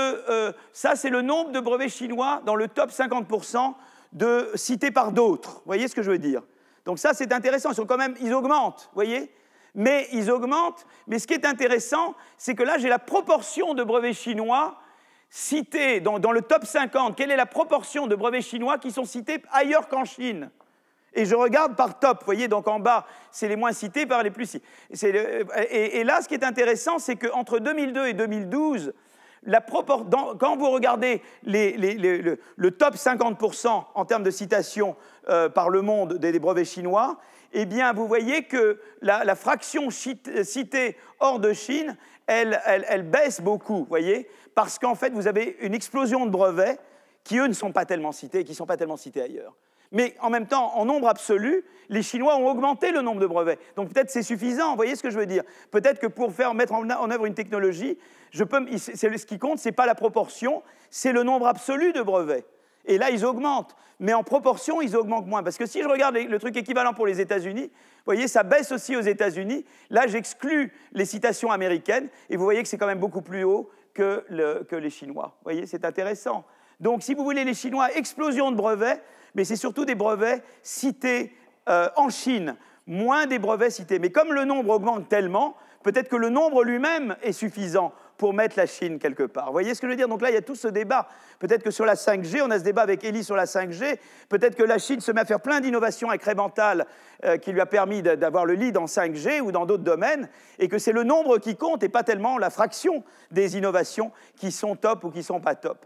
B: de brevets chinois dans le top 50% cités par d'autres. Vous voyez ce que je veux dire? Donc ça, c'est intéressant. Ils augmentent, vous voyez? Mais ils augmentent. Mais ce qui est intéressant, c'est que là, j'ai la proportion de brevets chinois cités dans le top 50. Quelle est la proportion de brevets chinois qui sont cités ailleurs qu'en Chine? Et je regarde par top, vous voyez, donc en bas, c'est les moins cités par les plus cités. Et là, ce qui est intéressant, c'est qu'entre 2002 et 2012, quand vous regardez le top 50% en termes de citation par le monde des brevets chinois, eh bien, vous voyez que la fraction citée hors de Chine, elle baisse beaucoup, vous voyez, parce qu'en fait, vous avez une explosion de brevets qui, eux, ne sont pas tellement cités et qui ne sont pas tellement cités ailleurs. Mais en même temps, en nombre absolu, les Chinois ont augmenté le nombre de brevets. Donc peut-être c'est suffisant, vous voyez ce que je veux dire? Peut-être que pour mettre en œuvre une technologie, ce qui compte, ce n'est pas la proportion, c'est le nombre absolu de brevets. Et là, ils augmentent. Mais en proportion, ils augmentent moins. Parce que si je regarde le truc équivalent pour les États-Unis, vous voyez, ça baisse aussi aux États-Unis. Là, j'exclus les citations américaines. Et vous voyez que c'est quand même beaucoup plus haut que les Chinois. Vous voyez, c'est intéressant. Donc, si vous voulez, les Chinois, explosion de brevets, mais c'est surtout des brevets cités en Chine, moins des brevets cités. Mais comme le nombre augmente tellement, peut-être que le nombre lui-même est suffisant pour mettre la Chine quelque part. Vous voyez ce que je veux dire? Donc là, il y a tout ce débat. Peut-être que sur la 5G, on a ce débat avec Elie sur la 5G, peut-être que la Chine se met à faire plein d'innovations incrémentales qui lui a permis d'avoir le lead en 5G ou dans d'autres domaines, et que c'est le nombre qui compte et pas tellement la fraction des innovations qui sont top ou qui ne sont pas top.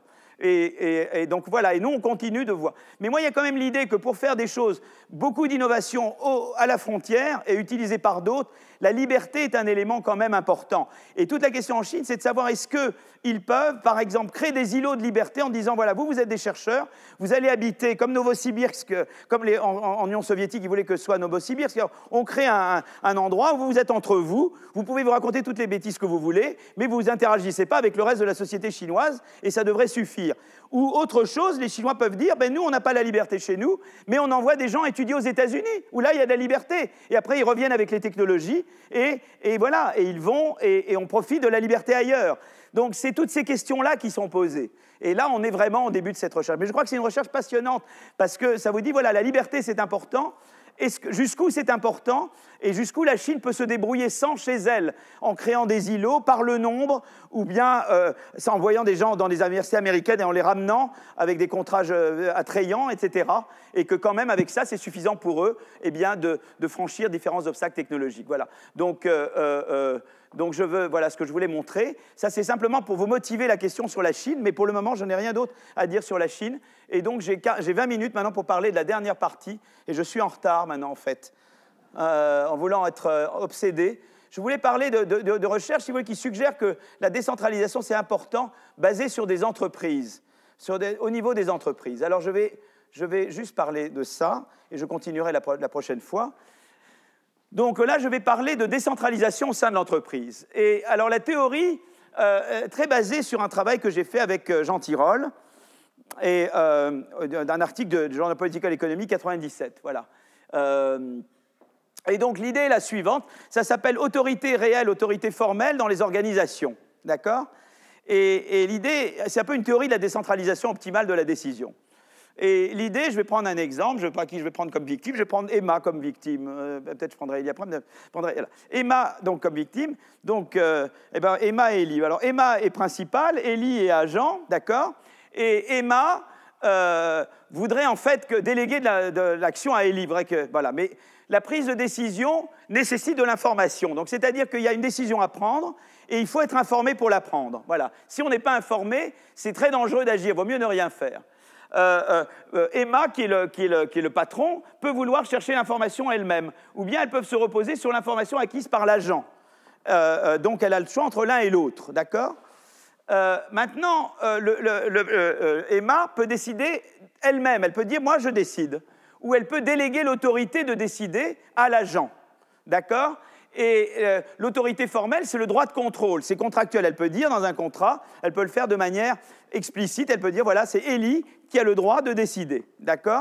B: Et donc voilà, et nous on continue de voir. Mais moi il y a quand même l'idée que pour faire des choses, beaucoup d'innovations à la frontière et utilisées par d'autres, la liberté est un élément quand même important. Et toute la question en Chine, c'est de savoir est-ce qu'ils peuvent, par exemple, créer des îlots de liberté en disant, voilà, vous êtes des chercheurs, vous allez habiter comme Novosibirsk, comme en Union soviétique, ils voulaient que ce soit Novosibirsk, on crée un endroit où vous êtes entre vous, vous pouvez vous raconter toutes les bêtises que vous voulez, mais vous n'interagissez pas avec le reste de la société chinoise, et ça devrait suffire. Ou autre chose, les Chinois peuvent dire, nous, on n'a pas la liberté chez nous, mais on envoie des gens étudier aux États-Unis, où là, il y a de la liberté. Et après, ils reviennent avec les technologies, et voilà, et ils vont, et on profite de la liberté ailleurs. Donc, c'est toutes ces questions-là qui sont posées. Et là, on est vraiment au début de cette recherche. Mais je crois que c'est une recherche passionnante, parce que ça vous dit, voilà, la liberté, c'est important, jusqu'où c'est important, et jusqu'où la Chine peut se débrouiller sans chez elle, en créant des îlots par le nombre, ou bien en envoyant des gens dans des universités américaines et en les ramenant avec des contrats attrayants, etc. Et que quand même, avec ça, c'est suffisant pour eux de franchir différents obstacles technologiques. Voilà. Donc voilà ce que je voulais montrer. Ça, c'est simplement pour vous motiver la question sur la Chine, mais pour le moment, je n'ai rien d'autre à dire sur la Chine. Et donc, j'ai 20 minutes maintenant pour parler de la dernière partie, et je suis en retard maintenant, en fait, en voulant être obsédé. Je voulais parler de recherche, si vous voulez, qui suggère que la décentralisation, c'est important, basée sur des entreprises, au niveau des entreprises. Alors, je vais juste parler de ça, et je continuerai la prochaine fois. Donc là, je vais parler de décentralisation au sein de l'entreprise. Et alors, la théorie est très basée sur un travail que j'ai fait avec Jean Tirole, et d'un article du Journal Political Economy 97. Voilà. Et donc, l'idée est la suivante. Ça s'appelle autorité réelle, autorité formelle dans les organisations. D'accord? Et l'idée, c'est un peu une théorie de la décentralisation optimale de la décision. Et l'idée, je vais prendre un exemple, je ne sais pas qui je vais prendre comme victime, je vais prendre Emma comme victime. Peut-être je prendrai Elie après, mais je prendrai Emma donc, comme victime. Donc, Emma et Elie. Alors, Emma est principale, Elie est agent, d'accord? Et Emma voudrait en fait déléguer de l'action à Elie. Vrai que, voilà. Mais la prise de décision nécessite de l'information. Donc, c'est-à-dire qu'il y a une décision à prendre et il faut être informé pour la prendre. Voilà. Si on n'est pas informé, c'est très dangereux d'agir. Il vaut mieux ne rien faire. Emma, qui est le patron, peut vouloir chercher l'information elle-même, ou bien elles peuvent se reposer sur l'information acquise par l'agent. Donc elle a le choix entre l'un et l'autre, d'accord? Maintenant, Emma peut décider elle-même, elle peut dire « moi je décide », ou elle peut déléguer l'autorité de décider à l'agent, d'accord? Et l'autorité formelle, c'est le droit de contrôle. C'est contractuel. Elle peut dire dans un contrat, elle peut le faire de manière explicite. Elle peut dire, voilà, c'est Elie qui a le droit de décider. D'accord?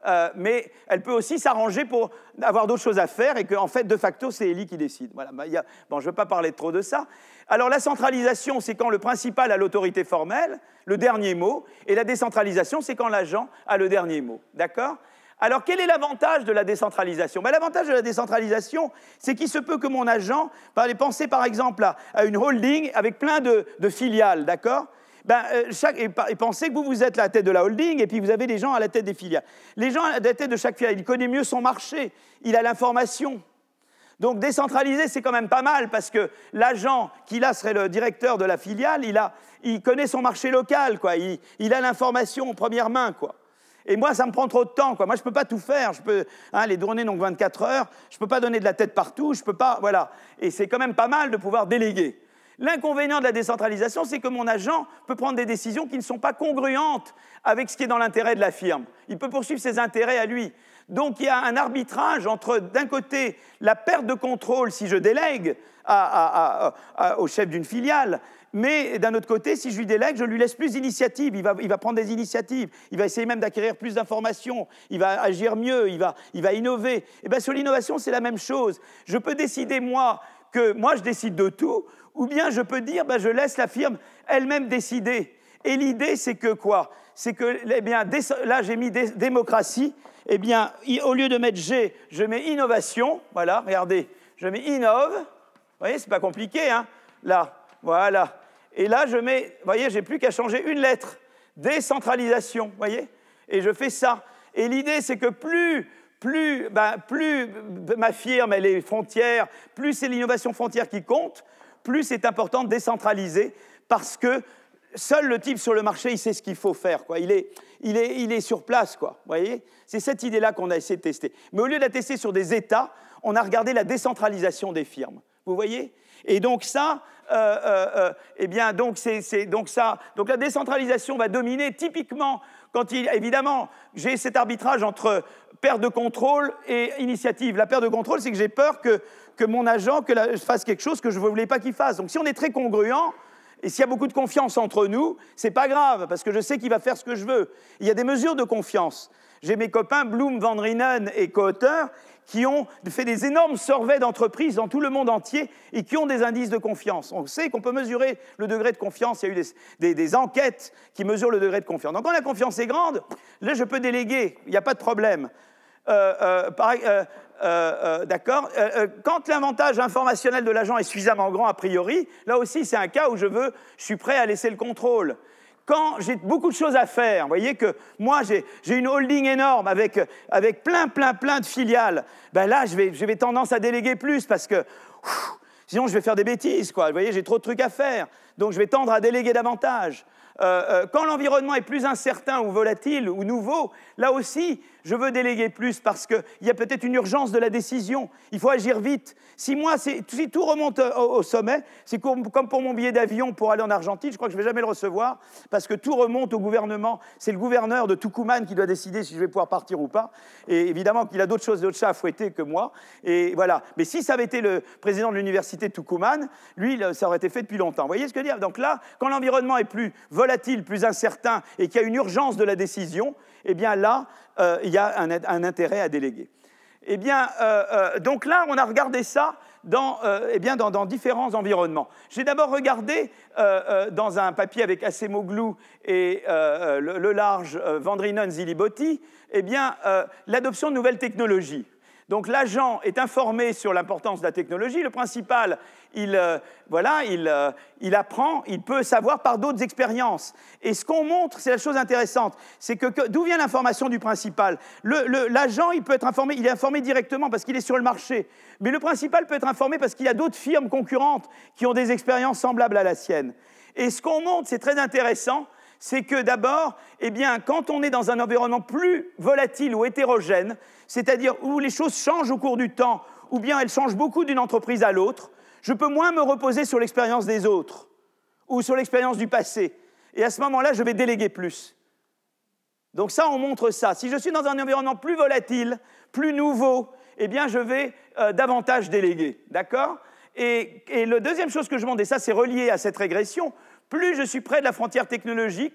B: mais elle peut aussi s'arranger pour avoir d'autres choses à faire et qu'en fait, de facto, c'est Elie qui décide. Voilà. Bon, je ne veux pas parler trop de ça. Alors, la centralisation, c'est quand le principal a l'autorité formelle, le dernier mot, et la décentralisation, c'est quand l'agent a le dernier mot. D'accord ? Alors, quel est l'avantage de la décentralisation ? L'avantage de la décentralisation, c'est qu'il se peut que mon agent, pensez par exemple à une holding avec plein de filiales, d'accord ? Et pensez que vous êtes à la tête de la holding et puis vous avez des gens à la tête des filiales. Les gens à la tête de chaque filiale, il connaît mieux son marché, il a l'information. Donc décentraliser, c'est quand même pas mal parce que l'agent qui là serait le directeur de la filiale, il connaît son marché local, quoi. Il a l'information en première main, quoi. Et moi, ça me prend trop de temps, quoi. Moi, je ne peux pas tout faire. Les journées n'ont que 24 heures. Je ne peux pas donner de la tête partout. Je peux pas, voilà. Et c'est quand même pas mal de pouvoir déléguer. L'inconvénient de la décentralisation, c'est que mon agent peut prendre des décisions qui ne sont pas congruentes avec ce qui est dans l'intérêt de la firme. Il peut poursuivre ses intérêts à lui. Donc, il y a un arbitrage entre, d'un côté, la perte de contrôle si je délègue au chef d'une filiale, mais d'un autre côté, si je lui délègue, je lui laisse plus d'initiatives. Il va prendre des initiatives. Il va essayer même d'acquérir plus d'informations. Il va agir mieux. Il va innover. Et bien, sur l'innovation, c'est la même chose. Je peux décider, moi, je décide de tout, ou bien je peux dire, je laisse la firme elle-même décider. Et l'idée, c'est que quoi ? C'est que, là, j'ai mis démocratie. Au lieu de mettre G, je mets innovation. Voilà, regardez, je mets innove. Vous voyez, c'est pas compliqué, hein ? Là, voilà. Et là, je mets, vous voyez, j'ai plus qu'à changer une lettre. Décentralisation, vous voyez ? Et je fais ça. Et l'idée, c'est que plus ma firme, elle est frontière, plus c'est l'innovation frontière qui compte, plus c'est important de décentraliser parce que seul le type sur le marché, il sait ce qu'il faut faire, quoi. Il est sur place, quoi. Vous voyez ? C'est cette idée-là qu'on a essayé de tester. Mais au lieu de la tester sur des États, on a regardé la décentralisation des firmes. Vous voyez ? Et donc ça, donc la décentralisation va dominer typiquement quand évidemment, j'ai cet arbitrage entre perte de contrôle et initiative. La perte de contrôle, c'est que j'ai peur que mon agent fasse quelque chose que je ne voulais pas qu'il fasse. Donc si on est très congruent, et s'il y a beaucoup de confiance entre nous, c'est pas grave, parce que je sais qu'il va faire ce que je veux. Il y a des mesures de confiance. J'ai mes copains Bloom, Van Reenen et co-auteurs qui ont fait des énormes surveys d'entreprises dans tout le monde entier et qui ont des indices de confiance. On sait qu'on peut mesurer le degré de confiance. Il y a eu des enquêtes qui mesurent le degré de confiance. Donc quand la confiance est grande, là, je peux déléguer. Il n'y a pas de problème. D'accord. Quand l'avantage informationnel de l'agent est suffisamment grand a priori, là aussi, c'est un cas où je suis prêt à laisser le contrôle. Quand j'ai beaucoup de choses à faire, vous voyez que moi, j'ai une holding énorme avec plein de filiales, là, je vais tendance à déléguer plus parce que sinon, je vais faire des bêtises, quoi. Vous voyez, j'ai trop de trucs à faire. Donc, je vais tendre à déléguer davantage. Quand l'environnement est plus incertain ou volatile ou nouveau, là aussi, je veux déléguer plus parce qu'il y a peut-être une urgence de la décision. Il faut agir vite. Si tout remonte au sommet, c'est comme pour mon billet d'avion pour aller en Argentine, je crois que je ne vais jamais le recevoir parce que tout remonte au gouvernement. C'est le gouverneur de Tucumán qui doit décider si je vais pouvoir partir ou pas. Et évidemment qu'il a d'autres chats à fouetter que moi. Et voilà. Mais si ça avait été le président de l'université de Tucumán, lui, ça aurait été fait depuis longtemps. Vous voyez ce que je veux dire ? Donc là, quand l'environnement est plus volatile, plus incertain et qu'il y a une urgence de la décision, eh bien là, il y a un intérêt à déléguer. Eh bien, donc là, on a regardé ça dans différents environnements. J'ai d'abord regardé dans un papier avec Acemoglu et le large Van Reenen Ziliboty, l'adoption de nouvelles technologies. Donc l'agent est informé sur l'importance de la technologie. Le principal, il apprend, il peut savoir par d'autres expériences. Et ce qu'on montre, c'est la chose intéressante, c'est que d'où vient l'information du principal ? L'agent, il peut être informé, il est informé directement parce qu'il est sur le marché. Mais le principal peut être informé parce qu'il y a d'autres firmes concurrentes qui ont des expériences semblables à la sienne. Et ce qu'on montre, c'est très intéressant, c'est que d'abord, quand on est dans un environnement plus volatile ou hétérogène, c'est-à-dire où les choses changent au cours du temps, ou bien elles changent beaucoup d'une entreprise à l'autre, je peux moins me reposer sur l'expérience des autres ou sur l'expérience du passé. Et à ce moment-là, je vais déléguer plus. Donc ça, on montre ça. Si je suis dans un environnement plus volatile, plus nouveau, je vais davantage déléguer. D'accord ? Et la deuxième chose que je montre, et ça c'est relié à cette régression, plus je suis près de la frontière technologique,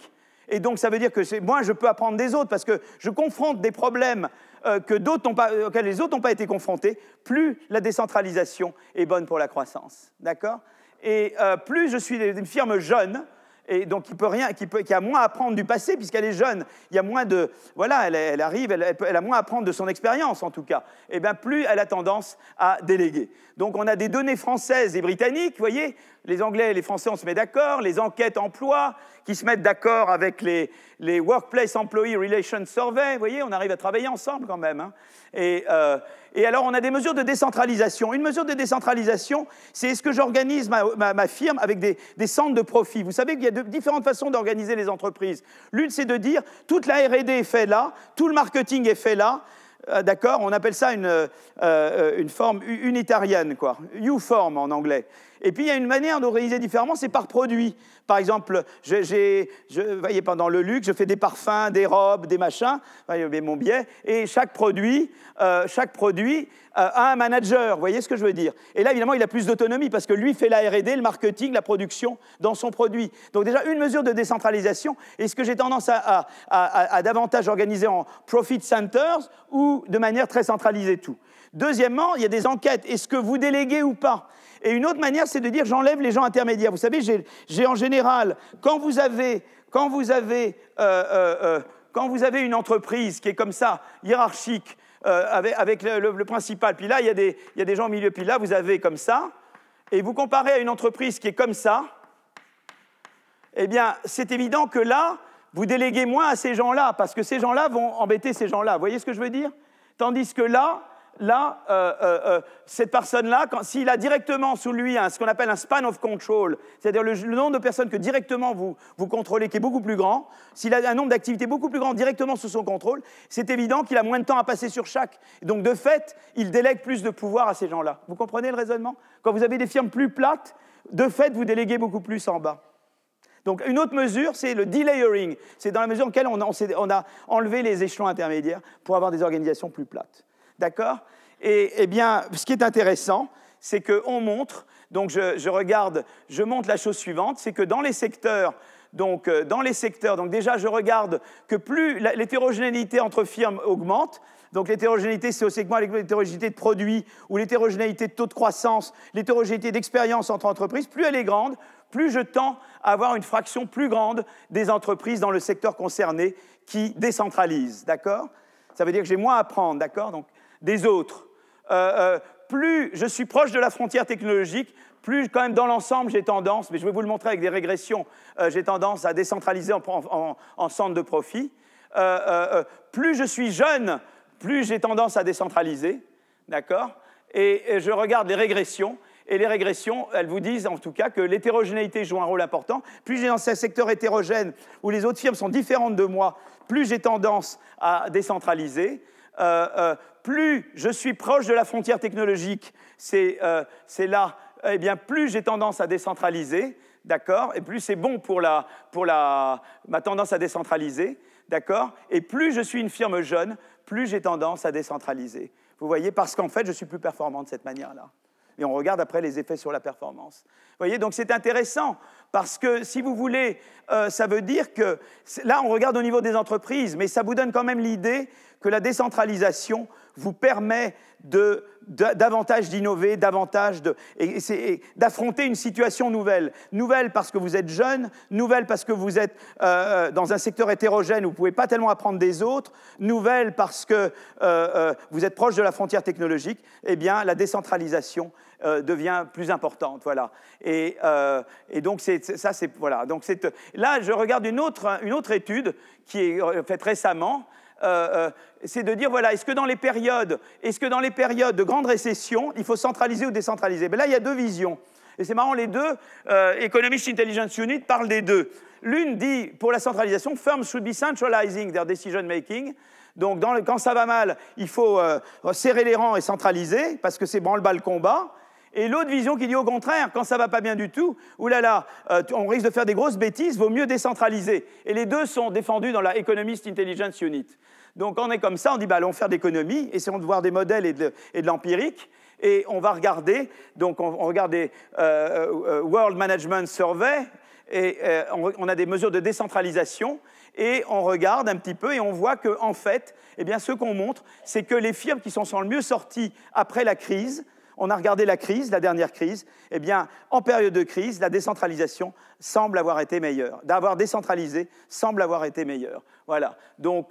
B: Et donc, ça veut dire que moi, je peux apprendre des autres parce que je confronte des problèmes auxquels les autres n'ont pas été confrontés. Plus la décentralisation est bonne pour la croissance. D'accord ? Et plus je suis une firme jeune, et donc qui a moins à apprendre du passé, puisqu'elle est jeune, il y a moins de... Voilà, elle arrive, elle a moins à apprendre de son expérience, en tout cas. Et bien, plus elle a tendance à déléguer. Donc, on a des données françaises et britanniques, vous voyez, les Anglais et les Français, on se met d'accord, les enquêtes emploi, qui se mettent d'accord avec les Workplace Employee Relations Survey, vous voyez, on arrive à travailler ensemble quand même. Hein. Et alors, on a des mesures de décentralisation. Une mesure de décentralisation, c'est est-ce que j'organise ma firme avec des centres de profit. Vous savez qu'il y a différentes façons d'organiser les entreprises. L'une, c'est de dire, toute la R&D est faite là, tout le marketing est fait là, d'accord, on appelle ça une forme unitarienne, quoi, U-form en anglais. Et puis, il y a une manière d'organiser différemment, c'est par produit. Par exemple, voyez, pendant le luxe, je fais des parfums, des robes, des machins, voyez mon biais, et chaque produit a un manager, vous voyez ce que je veux dire. Et là, évidemment, il a plus d'autonomie, parce que lui fait la R&D, le marketing, la production dans son produit. Donc déjà, une mesure de décentralisation, est-ce que j'ai tendance à davantage organiser en profit centers ou de manière très centralisée tout. Deuxièmement, il y a des enquêtes, est-ce que vous déléguez ou pas? Et une autre manière, c'est de dire j'enlève les gens intermédiaires. Vous savez, j'ai en général, quand vous avez une entreprise qui est comme ça, hiérarchique, avec le principal, puis là, il y a des gens au milieu, puis là, vous avez comme ça, et vous comparez à une entreprise qui est comme ça, eh bien, c'est évident que là, vous déléguez moins à ces gens-là, parce que ces gens-là vont embêter ces gens-là. Vous voyez ce que je veux dire? Tandis que là, cette personne-là, s'il a directement sous lui ce qu'on appelle un span of control, c'est-à-dire le nombre de personnes que directement vous contrôlez, qui est beaucoup plus grand, s'il a un nombre d'activités beaucoup plus grand directement sous son contrôle, c'est évident qu'il a moins de temps à passer sur chaque. Donc, de fait, il délègue plus de pouvoir à ces gens-là. Vous comprenez le raisonnement? Quand vous avez des firmes plus plates, de fait, vous déléguez beaucoup plus en bas. Donc, une autre mesure, c'est le delayering. C'est dans la mesure en laquelle on a enlevé les échelons intermédiaires pour avoir des organisations plus plates. D'accord? Et eh bien, ce qui est intéressant, c'est qu'on montre, donc je montre la chose suivante, c'est que dans les secteurs, donc déjà je regarde que plus l'hétérogénéité entre firmes augmente, donc l'hétérogénéité c'est au segment l'hétérogénéité de produits ou l'hétérogénéité de taux de croissance, l'hétérogénéité d'expérience entre entreprises, plus elle est grande, plus je tends à avoir une fraction plus grande des entreprises dans le secteur concerné qui décentralisent, d'accord? Ça veut dire que j'ai moins à prendre, d'accord? Donc, des autres. Plus je suis proche de la frontière technologique, plus quand même dans l'ensemble j'ai tendance, mais je vais vous le montrer avec des régressions, j'ai tendance à décentraliser en centre de profit. Plus je suis jeune, plus j'ai tendance à décentraliser, d'accord? Et je regarde les régressions, et les régressions, elles vous disent en tout cas que l'hétérogénéité joue un rôle important. Plus j'ai dans ce secteur hétérogène où les autres firmes sont différentes de moi, plus j'ai tendance à décentraliser. Plus je suis proche de la frontière technologique, c'est là, eh bien, plus j'ai tendance à décentraliser, d'accord? Et plus c'est bon pour ma tendance à décentraliser, d'accord? Et plus je suis une firme jeune, plus j'ai tendance à décentraliser. Vous voyez, parce qu'en fait, je suis plus performant de cette manière-là. Et on regarde après les effets sur la performance. Vous voyez, donc c'est intéressant, parce que si vous voulez, ça veut dire que, là on regarde au niveau des entreprises, mais ça vous donne quand même l'idée que la décentralisation vous permet davantage d'innover, davantage d'affronter une situation nouvelle. Nouvelle parce que vous êtes jeune, nouvelle parce que vous êtes dans un secteur hétérogène où vous ne pouvez pas tellement apprendre des autres, nouvelle parce que vous êtes proche de la frontière technologique, eh bien la décentralisation devient plus importante, voilà. Et donc voilà. Donc là, je regarde une autre étude qui est faite récemment. C'est de dire, voilà, est-ce que dans les périodes de grande récession, il faut centraliser ou décentraliser? Ben là, il y a deux visions. Et c'est marrant, les deux, Economist Intelligence Unit parle des deux. L'une dit, pour la centralisation, firms should be centralizing their decision making. Donc, quand ça va mal, il faut serrer les rangs et centraliser, parce que c'est branle-bas le combat. Et l'autre vision qui dit au contraire, quand ça ne va pas bien du tout, oulala, on risque de faire des grosses bêtises, vaut mieux décentraliser. Et les deux sont défendus dans la Economist Intelligence Unit. Donc on est comme ça, on dit allons faire d'économie, essayons de voir des modèles et de l'empirique, et on va regarder, donc on regarde des World Management Survey, Et on a des mesures de décentralisation et on regarde un petit peu et on voit qu'en fait, eh bien, ce qu'on montre, c'est que les firmes qui sont le mieux sorties après la crise, on a regardé la crise, la dernière crise, eh bien, en période de crise, la décentralisation semble avoir été meilleure. D'avoir décentralisé semble avoir été meilleure. Voilà. Donc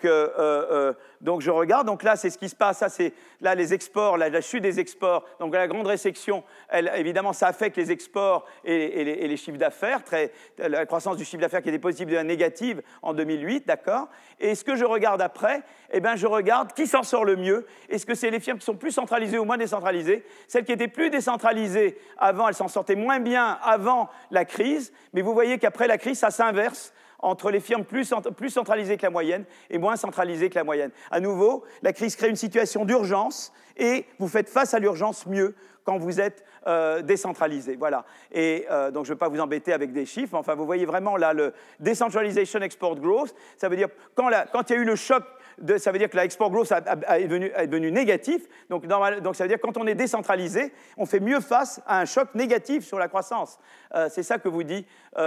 B: je regarde. Donc là, c'est ce qui se passe. Ça, c'est là les exports, la chute des exports. Donc la grande récession, évidemment, ça affecte les exports et les chiffres d'affaires. La croissance du chiffre d'affaires qui était positive devient négative en 2008, d'accord. Et ce que je regarde après, eh bien, je regarde qui s'en sort le mieux. Est-ce que c'est les firmes qui sont plus centralisées ou moins décentralisées? Celles qui étaient plus décentralisées avant, elles s'en sortaient moins bien avant la crise. Mais vous voyez qu'après la crise, ça s'inverse entre les firmes plus centralisées que la moyenne et moins centralisées que la moyenne. À nouveau, la crise crée une situation d'urgence et vous faites face à l'urgence mieux quand vous êtes décentralisé. Voilà. Et donc, je ne vais pas vous embêter avec des chiffres. Enfin, vous voyez vraiment là le Decentralization Export Growth. Ça veut dire quand il y a eu le choc, ça veut dire que la export growth est devenu négatif. Donc, ça veut dire que quand on est décentralisé, on fait mieux face à un choc négatif sur la croissance. C'est ça que vous dit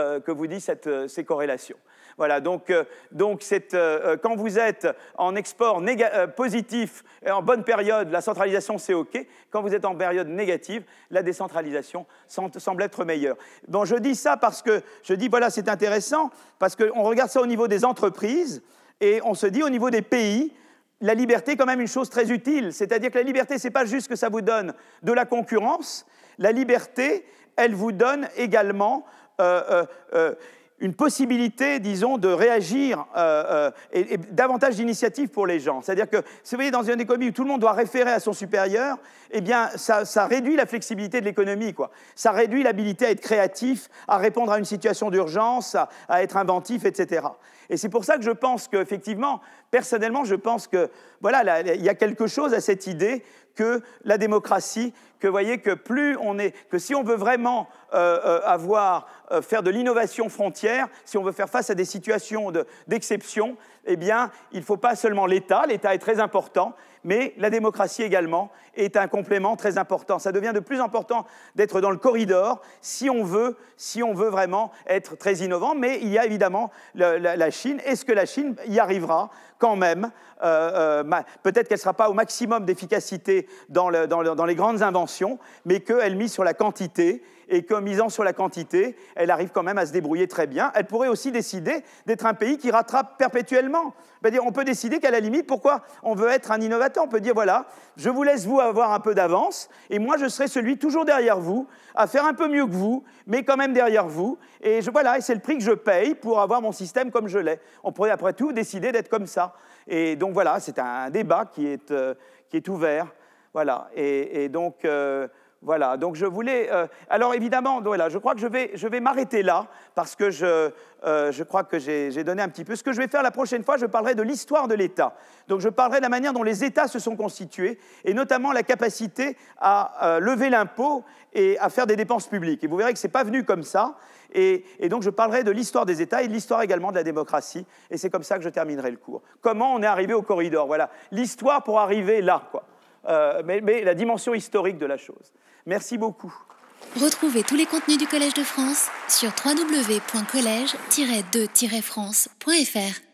B: ces corrélations. Voilà, donc quand vous êtes en export positif et en bonne période, la centralisation, c'est OK. Quand vous êtes en période négative, la décentralisation semble être meilleure. Bon, je dis ça parce que je dis, voilà, c'est intéressant, parce qu'on regarde ça au niveau des entreprises et on se dit, au niveau des pays, la liberté est quand même une chose très utile. C'est-à-dire que la liberté, ce n'est pas juste que ça vous donne de la concurrence. La liberté, elle vous donne également une possibilité, disons, de réagir et davantage d'initiatives pour les gens. C'est-à-dire que, si vous voyez, dans une économie où tout le monde doit référer à son supérieur, eh bien, ça réduit la flexibilité de l'économie, quoi. Ça réduit l'habilité à être créatif, à répondre à une situation d'urgence, à être inventif, etc. Et c'est pour ça que je pense qu'effectivement, personnellement, je pense que, voilà, il y a quelque chose à cette idée que la démocratie, que vous voyez que que si on veut vraiment faire de l'innovation frontière, si on veut faire face à des situations d'exception, eh bien, il ne faut pas seulement l'État est très important, mais la démocratie également est un complément très important. Ça devient de plus important d'être dans le corridor si on veut vraiment être très innovant, mais il y a évidemment la Chine. Est-ce que la Chine y arrivera quand même? Peut-être qu'elle ne sera pas au maximum d'efficacité dans les grandes inventions, mais qu'elle mise sur la quantité, et qu'en misant sur la quantité, elle arrive quand même à se débrouiller très bien. Elle pourrait aussi décider d'être un pays qui rattrape perpétuellement. C'est-à-dire, on peut décider qu'à la limite, pourquoi on veut être un innovateur? On peut dire, voilà, je vous laisse vous avoir un peu d'avance, et moi je serai celui toujours derrière vous, à faire un peu mieux que vous, mais quand même derrière vous. Et voilà, et c'est le prix que je paye pour avoir mon système comme je l'ai. On pourrait après tout décider d'être comme ça. Et donc voilà, c'est un débat qui est ouvert. Voilà, et donc... Voilà, donc je voulais... alors évidemment, voilà, je crois que je vais m'arrêter là, parce que je crois que j'ai donné un petit peu. Ce que je vais faire la prochaine fois, je parlerai de l'histoire de l'État. Donc je parlerai de la manière dont les États se sont constitués, et notamment la capacité à lever l'impôt et à faire des dépenses publiques. Et vous verrez que ce n'est pas venu comme ça. Et donc je parlerai de l'histoire des États et de l'histoire également de la démocratie. Et c'est comme ça que je terminerai le cours. Comment on est arrivé au corridor? Voilà, l'histoire pour arriver là, quoi. Mais la dimension historique de la chose. Merci beaucoup.
A: Retrouvez tous les contenus du Collège de France sur www.collège-2-france.fr.